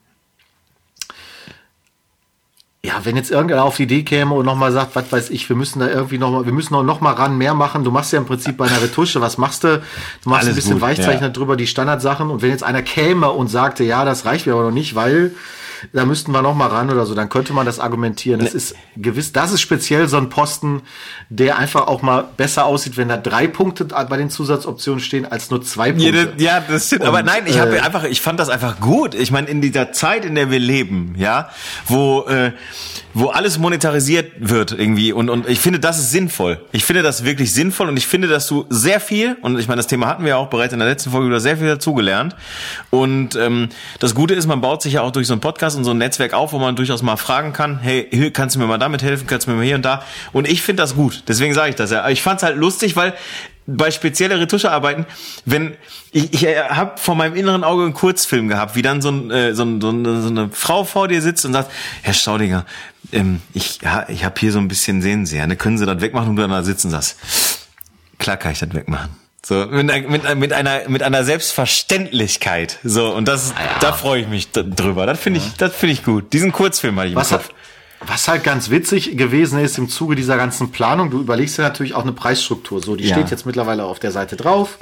S2: ja, wenn jetzt irgendeiner auf die Idee käme und nochmal sagt, was weiß ich, wir müssen da irgendwie nochmal, wir müssen noch mal ran, mehr machen. Du machst ja im Prinzip bei einer Retusche, was machst du? Du machst
S1: Alles
S2: ein bisschen
S1: gut,
S2: Weichzeichner
S1: ja.
S2: drüber, die Standardsachen. Und wenn jetzt einer käme und sagte, ja, das reicht mir aber noch nicht, weil da müssten wir noch mal ran oder so, dann könnte man das argumentieren. Das ist gewiss, das ist speziell so ein Posten, der einfach auch mal besser aussieht, wenn da drei Punkte bei den Zusatzoptionen stehen, als nur zwei Punkte.
S1: Ja, das, ja, das stimmt.
S2: Und,
S1: aber nein, ich habe
S2: äh,
S1: einfach, ich fand das einfach gut. Ich meine, in dieser Zeit, in der wir leben, ja, wo äh, wo alles monetarisiert wird irgendwie und und ich finde, das ist sinnvoll. Ich finde das wirklich sinnvoll und ich finde, dass du sehr viel und ich meine, das Thema hatten wir ja auch bereits in der letzten Folge, du hast sehr viel dazugelernt und ähm, das Gute ist, man baut sich ja auch durch so einen Podcast und so ein Netzwerk auf, wo man durchaus mal fragen kann, hey, hier, kannst du mir mal damit helfen, kannst du mir mal hier und da und ich finde das gut. Deswegen sage ich das ja. Ich fand's halt lustig, weil bei spezielle Retuschearbeiten, wenn ich, ich habe vor meinem inneren Auge einen Kurzfilm gehabt, wie dann so, ein, äh, so, ein, so, eine, so eine Frau vor dir sitzt und sagt, Herr Staudinger, ähm, ich ja, ich habe hier so ein bisschen, sehen Sie, ja, ne, können Sie das wegmachen und dann da sitzen Sie das. Klar kann ich das wegmachen. So, mit, einer- mit, mit einer, mit einer Selbstverständlichkeit. So, und das,
S2: ja.
S1: da freue ich mich d- drüber. Das finde ich, das finde ich gut. Diesen Kurzfilm hatte ich im
S2: Was,
S1: Kopf.
S2: hat, was halt ganz witzig gewesen ist im Zuge dieser ganzen Planung, du überlegst dir natürlich auch eine Preisstruktur. So, die
S1: Ja.
S2: steht jetzt mittlerweile auf der Seite drauf.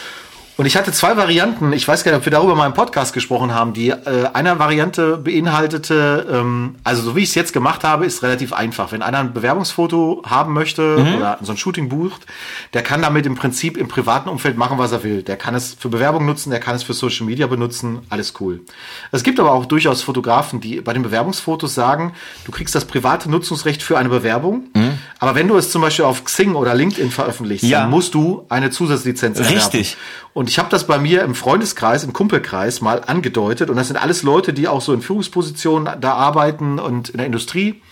S2: Und ich hatte zwei Varianten, ich weiß gar nicht, ob wir darüber mal im Podcast gesprochen haben, die äh, eine Variante beinhaltete, ähm, also so wie ich es jetzt gemacht habe, ist relativ einfach. Wenn einer ein Bewerbungsfoto haben möchte oder so ein Shooting bucht, der kann damit im Prinzip im privaten Umfeld machen, was er will. Der kann es für Bewerbung nutzen, der kann es für Social Media benutzen, alles cool. Es gibt aber auch durchaus Fotografen, die bei den Bewerbungsfotos sagen, du kriegst das private Nutzungsrecht für eine Bewerbung, aber wenn du es zum Beispiel auf Xing oder LinkedIn veröffentlichst,
S1: Ja.
S2: dann musst du eine Zusatzlizenz erwerben.
S1: Richtig.
S2: Und ich habe das bei mir im Freundeskreis, im Kumpelkreis mal angedeutet. Und das sind alles Leute, die auch so in Führungspositionen da arbeiten und in der Industrie.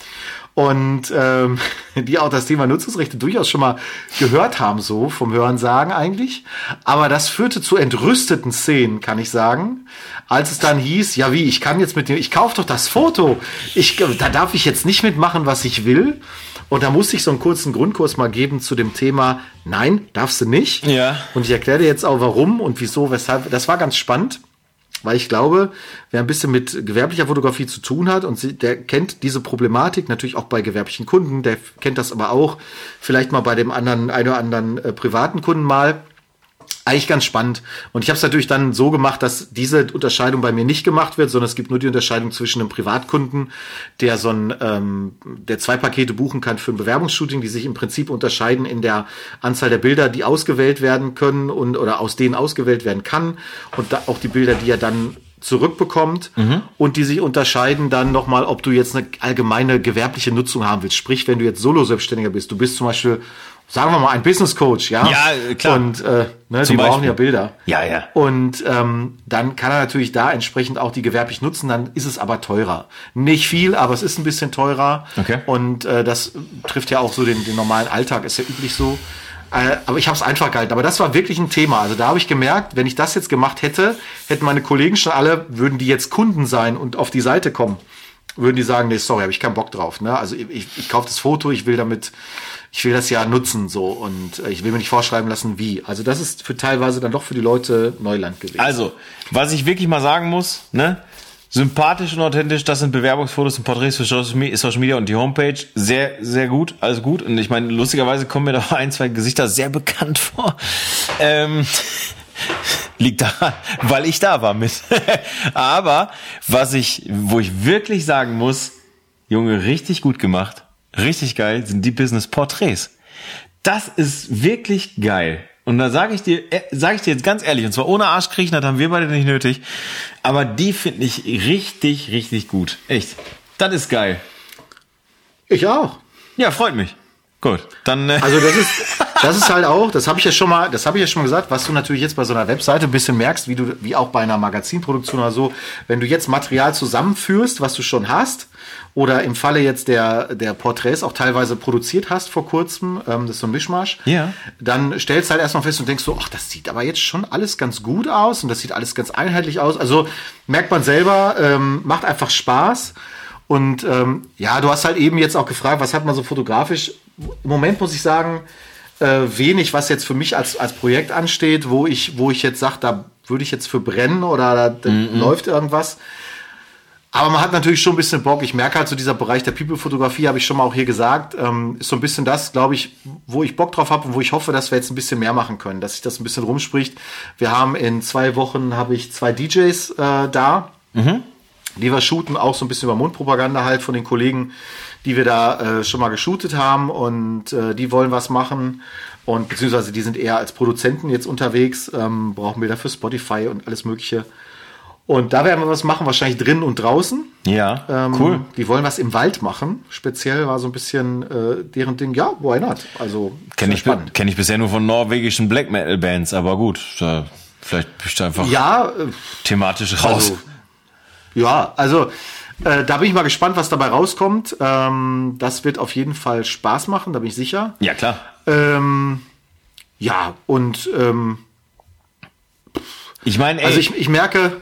S2: Und ähm, die auch das Thema Nutzungsrechte durchaus schon mal gehört haben, so vom Hörensagen eigentlich. Aber das führte zu entrüsteten Szenen, kann ich sagen, als es dann hieß, ja wie, ich kann jetzt mit dem, ich kaufe doch das Foto. Ich, da darf ich jetzt nicht mitmachen, was ich will. Und da musste ich so einen kurzen Grundkurs mal geben zu dem Thema, nein, darfst du nicht.
S1: Ja.
S2: Und ich erkläre dir jetzt auch warum und wieso, weshalb. Das war ganz spannend, weil ich glaube, wer ein bisschen mit gewerblicher Fotografie zu tun hat und sie, der kennt diese Problematik natürlich auch bei gewerblichen Kunden, der kennt das aber auch vielleicht mal bei dem anderen, ein oder anderen äh, privaten Kunden mal. Eigentlich ganz spannend. Und ich habe es natürlich dann so gemacht, dass diese Unterscheidung bei mir nicht gemacht wird, sondern es gibt nur die Unterscheidung zwischen einem Privatkunden, der so ein, ähm, der zwei Pakete buchen kann für ein Bewerbungsshooting, die sich im Prinzip unterscheiden in der Anzahl der Bilder, die ausgewählt werden können und oder aus denen ausgewählt werden kann und da auch die Bilder, die er dann zurückbekommt mhm. und die sich unterscheiden dann nochmal, ob du jetzt eine allgemeine gewerbliche Nutzung haben willst. Sprich, wenn du jetzt Solo-Selbstständiger bist, du bist zum Beispiel, sagen wir mal, ein Business Coach, ja?
S1: Ja, klar.
S2: Und äh, ne, die
S1: Beispiel.
S2: brauchen ja Bilder.
S1: Ja, ja.
S2: Und ähm, dann kann er natürlich da entsprechend auch die gewerblich nutzen, dann ist es aber teurer. Nicht viel, aber es ist ein bisschen teurer.
S1: Okay.
S2: Und äh, das trifft ja auch so den, den normalen Alltag, ist ja üblich so. Äh, aber ich habe es einfach gehalten. Aber das war wirklich ein Thema. Also da habe ich gemerkt, wenn ich das jetzt gemacht hätte, hätten meine Kollegen schon alle, würden die jetzt Kunden sein und auf die Seite kommen, würden die sagen, nee, sorry, habe ich keinen Bock drauf. Ne? Also ich, ich, ich kaufe das Foto, ich will damit, ich will das ja nutzen so und äh, ich will mir nicht vorschreiben lassen, wie. Also das ist für teilweise dann doch für die Leute Neuland gewesen.
S1: Also, was ich wirklich mal sagen muss, ne? Sympathisch und authentisch, das sind Bewerbungsfotos und Porträts für Social Media und die Homepage. Sehr, sehr gut, alles gut. Und ich meine, lustigerweise kommen mir da ein, zwei Gesichter sehr bekannt vor. Ähm, liegt daran, weil ich da war mit. Aber was ich, wo ich wirklich sagen muss, Junge, richtig gut gemacht, richtig geil, sind die Business-Porträts. Das ist wirklich geil. Und da sage ich dir, sage ich dir jetzt ganz ehrlich, und zwar ohne Arschkriechen, das haben wir beide nicht nötig, aber die finde ich richtig, richtig gut. Echt. Das ist geil.
S2: Ich auch.
S1: Ja, freut mich. Gut, dann. Äh
S2: Also das ist, das ist halt auch, das habe ich ja schon mal, das habe ich ja schon mal gesagt, was du natürlich jetzt bei so einer Webseite ein bisschen merkst, wie du, wie auch bei einer Magazinproduktion oder so, wenn du jetzt Material zusammenführst, was du schon hast, oder im Falle jetzt der, der Porträts auch teilweise produziert hast vor kurzem, ähm, das ist so ein Mischmasch,
S1: Ja.
S2: dann stellst du halt erstmal fest und denkst so, ach, das sieht aber jetzt schon alles ganz gut aus und das sieht alles ganz einheitlich aus. Also merkt man selber, ähm, macht einfach Spaß. Und ähm, ja, du hast halt eben jetzt auch gefragt, was hat man so fotografisch? Im Moment muss ich sagen, äh, wenig, was jetzt für mich als, als Projekt ansteht, wo ich, wo ich jetzt sage, da würde ich jetzt für brennen oder da, da mm-hmm. läuft irgendwas. Aber man hat natürlich schon ein bisschen Bock. Ich merke halt so, dieser Bereich der People-Fotografie, habe ich schon mal auch hier gesagt, ähm, ist so ein bisschen das, glaube ich, wo ich Bock drauf habe und wo ich hoffe, dass wir jetzt ein bisschen mehr machen können, dass sich das ein bisschen rumspricht. Wir haben in zwei Wochen, habe ich zwei D Js äh, da, mhm. die wir shooten, auch so ein bisschen über Mundpropaganda halt von den Kollegen, die wir da äh, schon mal geshootet haben und äh, die wollen was machen und beziehungsweise die sind eher als Produzenten jetzt unterwegs, ähm, brauchen Bilder für Spotify und alles mögliche. Und da werden wir was machen, wahrscheinlich drinnen und draußen.
S1: Ja,
S2: ähm,
S1: cool.
S2: Die wollen was im Wald machen. Speziell war so ein bisschen äh, deren Ding. Ja, why not? Also
S1: Kenne ich, kenn ich bisher nur von norwegischen Black Metal Bands, aber gut, da, vielleicht bist du einfach
S2: ja, äh,
S1: thematisch raus.
S2: Also, ja, also äh, da bin ich mal gespannt, was dabei rauskommt. Ähm, das wird auf jeden Fall Spaß machen, da bin ich sicher.
S1: Ja, klar.
S2: Ähm, ja, und ähm,
S1: ich meine,
S2: also ich, ich merke...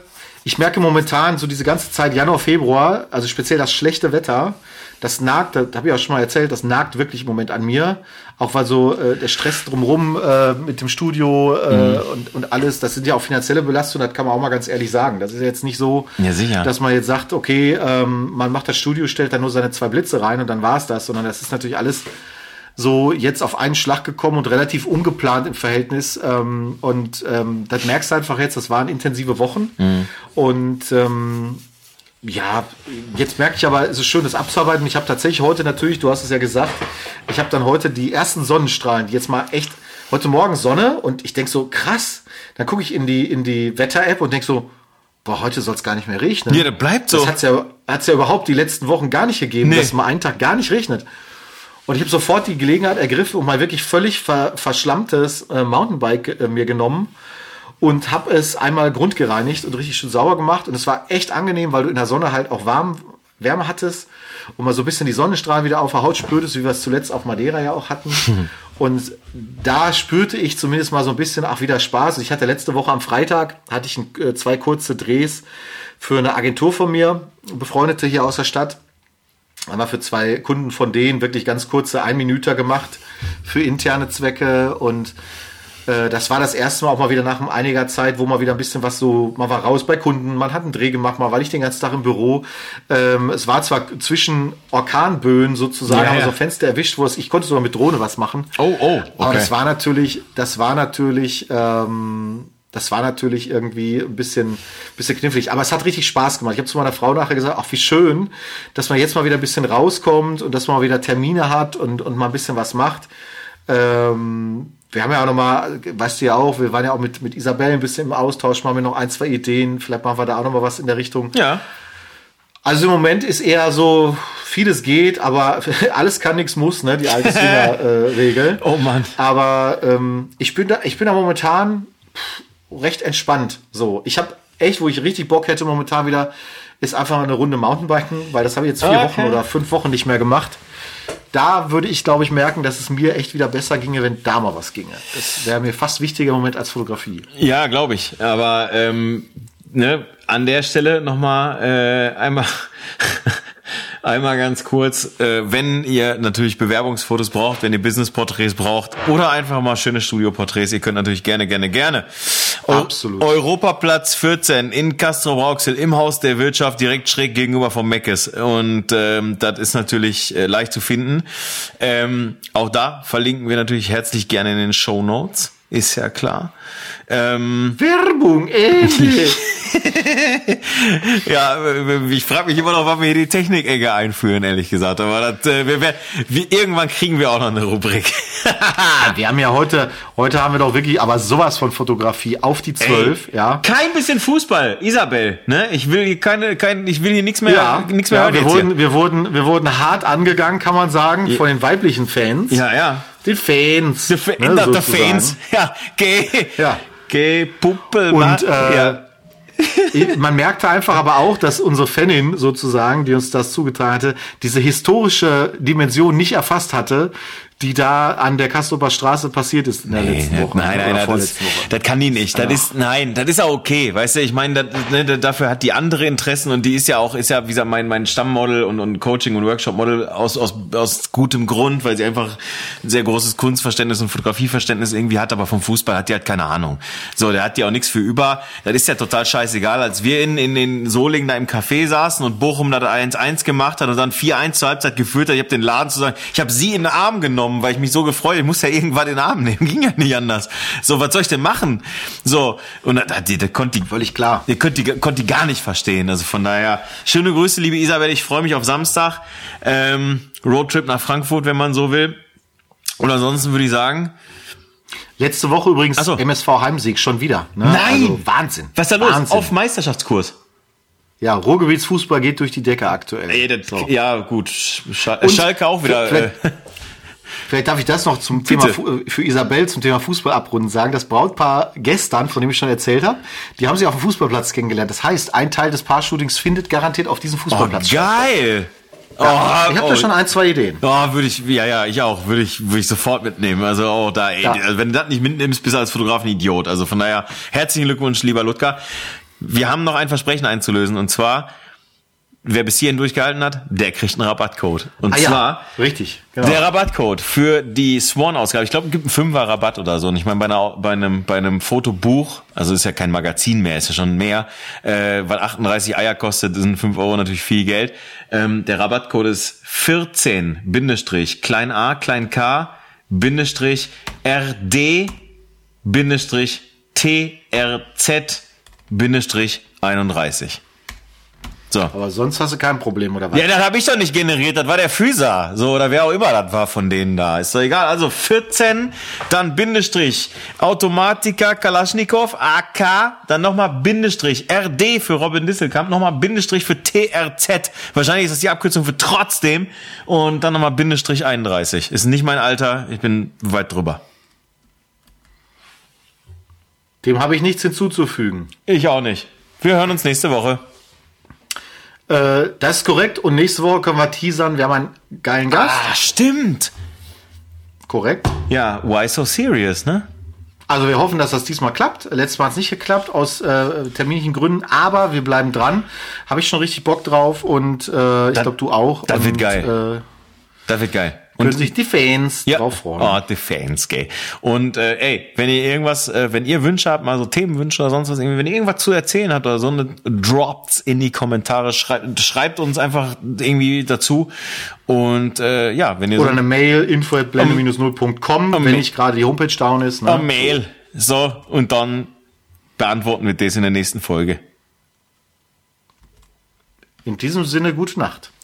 S2: ich merke momentan so diese ganze Zeit Januar, Februar, also speziell das schlechte Wetter, das nagt, das habe ich auch schon mal erzählt, das nagt wirklich im Moment an mir. Auch weil so äh, der Stress drumherum äh, mit dem Studio äh, mhm. und, und alles, das sind ja auch finanzielle Belastungen, das kann man auch mal ganz ehrlich sagen. Das ist jetzt nicht so,
S1: ja, sicher.
S2: dass man jetzt sagt, okay, ähm, man macht das Studio, stellt da nur seine zwei Blitze rein und dann war's das, sondern das ist natürlich alles so jetzt auf einen Schlag gekommen und relativ ungeplant im Verhältnis. Ähm, und ähm, das merkst du einfach jetzt, das waren intensive Wochen. Mhm. Und ähm, ja, jetzt merke ich aber, es ist schön, das abzuarbeiten. Ich habe tatsächlich heute natürlich, du hast es ja gesagt, ich habe dann heute die ersten Sonnenstrahlen, die jetzt mal echt, heute Morgen Sonne und ich denke so, krass. Dann gucke ich in die, in die Wetter-App und denke so, boah, heute soll es gar nicht mehr regnen.
S1: Ja, das bleibt so.
S2: Das hat's ja, hat's ja überhaupt die letzten Wochen gar nicht gegeben, nee. dass mal einen Tag gar nicht regnet. Und ich habe sofort die Gelegenheit ergriffen und mal wirklich völlig ver- verschlammtes äh, Mountainbike äh, mir genommen und habe es einmal grundgereinigt und richtig schön sauber gemacht. Und es war echt angenehm, weil du in der Sonne halt auch warm, Wärme hattest und mal so ein bisschen die Sonnenstrahlen wieder auf der Haut spürtest, wie wir es zuletzt auf Madeira ja auch hatten. Und da spürte ich zumindest mal so ein bisschen auch wieder Spaß. Ich hatte letzte Woche am Freitag, hatte ich ein, äh, zwei kurze Drehs für eine Agentur von mir, Befreundete hier aus der Stadt. Einmal für zwei Kunden von denen wirklich ganz kurze Ein-Minüter gemacht für interne Zwecke und äh, das war das erste Mal auch mal wieder nach einiger Zeit, wo mal wieder ein bisschen was so, man war raus bei Kunden, man hat einen Dreh gemacht, mal war ich den ganzen Tag im Büro. Ähm, es war zwar zwischen Orkanböen sozusagen,
S1: ja,
S2: aber
S1: ja.
S2: so Fenster erwischt, wo es, ich konnte sogar mit Drohne was machen.
S1: Oh, oh, okay.
S2: Aber das war natürlich, das war natürlich, ähm, Das war natürlich irgendwie ein bisschen, bisschen knifflig. Aber es hat richtig Spaß gemacht. Ich habe zu meiner Frau nachher gesagt, ach, wie schön, dass man jetzt mal wieder ein bisschen rauskommt und dass man mal wieder Termine hat und, und mal ein bisschen was macht. Ähm, wir haben ja auch noch mal, weißt du ja auch, wir waren ja auch mit, mit Isabel ein bisschen im Austausch, machen wir noch ein, zwei Ideen. Vielleicht machen wir da auch noch mal was in der Richtung.
S1: Ja.
S2: Also im Moment ist eher so, vieles geht, aber alles kann, nichts muss, ne? Die alte Singer-Regel.
S1: Äh, oh Mann. Ich
S2: ähm, ich bin da, ich bin da momentan pff, recht entspannt. So, ich habe echt, wo ich richtig Bock hätte momentan wieder, ist einfach eine Runde Mountainbiken, weil das habe ich jetzt vier
S1: okay.
S2: Wochen oder fünf Wochen nicht mehr gemacht. Da würde ich, glaube ich, merken, dass es mir echt wieder besser ginge, wenn da mal was ginge. Das wäre mir fast wichtiger im Moment als Fotografie.
S1: Ja, glaube ich. Aber ähm, ne, an der Stelle nochmal äh, einmal einmal ganz kurz, äh, wenn ihr natürlich Bewerbungsfotos braucht, wenn ihr Business-Porträts braucht oder einfach mal schöne Studio-Porträts, ihr könnt natürlich gerne, gerne, gerne.
S2: Absolut.
S1: Europaplatz vierzehn in Castrop-Rauxel im Haus der Wirtschaft, direkt schräg gegenüber vom Meckes. Und ähm, das ist natürlich äh, leicht zu finden. Ähm, auch da verlinken wir natürlich herzlich gerne in den Shownotes. Ist ja klar. Ähm,
S2: Werbung, Ende.
S1: Ja, ich frage mich immer noch, wann wir hier die Technik-Ecke einführen, ehrlich gesagt. Aber das, äh, wir, wir, wir, irgendwann kriegen wir auch noch eine Rubrik.
S2: Wir haben ja heute, heute haben wir doch wirklich, aber sowas von Fotografie auf die zwölf,
S1: Ey,
S2: ja.
S1: Kein bisschen Fußball, Isabel, ne? Ich will hier keine, kein, ich will hier nichts mehr,
S2: Ja,
S1: nichts mehr
S2: ja
S1: hören
S2: wir
S1: jetzt
S2: wurden,
S1: hier.
S2: wir wurden, wir wurden hart angegangen, kann man sagen,
S1: Ja.
S2: von den weiblichen Fans.
S1: Ja, ja.
S2: Den Fans.
S1: Die Fa-
S2: ne,
S1: der
S2: sozusagen.
S1: Fans. Ja, geh.
S2: Ja.
S1: Geh, Puppel.
S2: Und,
S1: ma-
S2: äh,
S1: ja.
S2: Man merkte einfach aber auch, dass unsere Fanin sozusagen, die uns das zugetragen hatte, diese historische Dimension nicht erfasst hatte, die da an der Kastroper Straße passiert ist in der
S1: Nee,
S2: letzten Woche.
S1: Nein, nein,
S2: oder
S1: nein, das,
S2: vorletzten Woche.
S1: das kann die nicht. Das
S2: Ja.
S1: ist, nein, das ist auch okay. Weißt du, ich meine, das, ne, dafür hat die andere Interessen und die ist ja auch, ist ja, wie gesagt, mein, mein Stammmodel und, und Coaching- und Workshop-Model aus, aus, aus gutem Grund, weil sie einfach ein sehr großes Kunstverständnis und Fotografieverständnis irgendwie hat, aber vom Fußball hat die halt keine Ahnung. So, der hat die auch nichts für über. Das ist ja total scheißegal. Als wir in, in den Solingen da im Café saßen und Bochum da eins eins gemacht hat und dann vier eins zur Halbzeit geführt hat, ich habe den Laden zusammen, ich habe sie in den Arm genommen, weil ich mich so gefreut, ich muss ja irgendwann in den Arm nehmen, ging ja nicht anders. So, was soll ich denn machen? So, und da, die, da konnte die,
S2: Völlig klar.
S1: die konnte die, konnte die gar nicht verstehen. Also von daher, schöne Grüße, liebe Isabel, ich freue mich auf Samstag. Ähm, Roadtrip nach Frankfurt, wenn man so will. Und ansonsten würde ich sagen,
S2: Letzte Woche übrigens
S1: Ach so.
S2: M S V Heimsieg schon wieder. Ne?
S1: Nein!
S2: Also Wahnsinn.
S1: was ist da los?
S2: Wahnsinn.
S1: Auf Meisterschaftskurs.
S2: Ja, Ruhrgebietsfußball geht durch die Decke aktuell.
S1: Ey, das,
S2: So.
S1: ja, gut. Schal
S2: Und
S1: Schalke auch wieder.
S2: vielleicht-
S1: Äh,
S2: Vielleicht darf ich das noch zum
S1: Bitte.
S2: Thema Fu- für Isabel zum Thema Fußball abrunden sagen. Das Brautpaar gestern, von dem ich schon erzählt habe, die haben sich auf dem Fußballplatz kennengelernt. Das heißt, ein Teil des Paarshootings findet garantiert auf diesem
S1: oh,
S2: Fußballplatz statt.
S1: geil.
S2: Ja,
S1: oh,
S2: ich habe
S1: oh.
S2: da schon ein, zwei Ideen.
S1: Oh, würde ich, ja, ja, ich auch, würde ich, würde ich sofort mitnehmen. Also, oh, da, ey,
S2: Ja.
S1: also wenn du das nicht mitnimmst, bist du als Fotograf ein Idiot. Also von daher, herzlichen Glückwunsch, lieber Ludger. wir haben noch ein Versprechen einzulösen und zwar, wer bis hierhin durchgehalten hat, der kriegt einen Rabattcode. Und
S2: ah,
S1: zwar
S2: ja, richtig, genau.
S1: Der Rabattcode für die Swan-Ausgabe. Ich glaube, es gibt einen Fünfer-Rabatt oder so. Und ich meine, bei, einer, bei einem bei einem Fotobuch, also ist ja kein Magazin mehr, ist ja schon mehr, äh, weil achtunddreißig Eier kostet, sind fünf Euro natürlich viel Geld. Ähm, der Rabattcode ist vierzehn Bindestrich klein a, klein k, Bindestrich rd, Bindestrich trz, Bindestrich einunddreißig. So.
S2: Aber sonst hast du kein Problem, oder was?
S1: Ja, das habe ich doch nicht generiert, das war der Füßer, so, oder wer auch immer das war von denen da, ist doch egal. Also vierzehn, dann Bindestrich Automatica Kalaschnikow, A K, dann nochmal Bindestrich R D für Robin Disselkamp, nochmal Bindestrich für T R Z, wahrscheinlich ist das die Abkürzung für trotzdem, und dann nochmal Bindestrich einunddreißig. Ist nicht mein Alter, ich bin weit drüber.
S2: Dem habe ich nichts hinzuzufügen.
S1: Ich auch nicht. Wir hören uns nächste Woche.
S2: Äh, das ist korrekt. Und nächste Woche können wir teasern. Wir haben einen geilen Gast.
S1: Ah, stimmt.
S2: Korrekt.
S1: Ja, why so serious, ne?
S2: Also wir hoffen, dass das diesmal klappt. Letztes Mal hat es nicht geklappt, aus äh, terminlichen Gründen. Aber wir bleiben dran. Habe ich schon richtig Bock drauf. Und äh, ich glaube, du auch.
S1: Das
S2: und,
S1: wird geil.
S2: Äh,
S1: das wird geil.
S2: Können sich die Fans
S1: ja.
S2: drauf freuen.
S1: Oh, die Fans, gay. Und äh, ey, wenn ihr irgendwas, äh, wenn ihr Wünsche habt, mal so Themenwünsche oder sonst was, wenn ihr irgendwas zu erzählen habt oder so, ne, droppt's in die Kommentare, schreibt, schreibt uns einfach irgendwie dazu. Und äh, ja, wenn ihr
S2: oder
S1: so
S2: eine Mail, info at blende null punkt com, wenn nicht gerade die Homepage down ist. Ne?
S1: Eine Mail. So, und dann beantworten wir das in der nächsten Folge.
S2: In diesem Sinne, gute Nacht.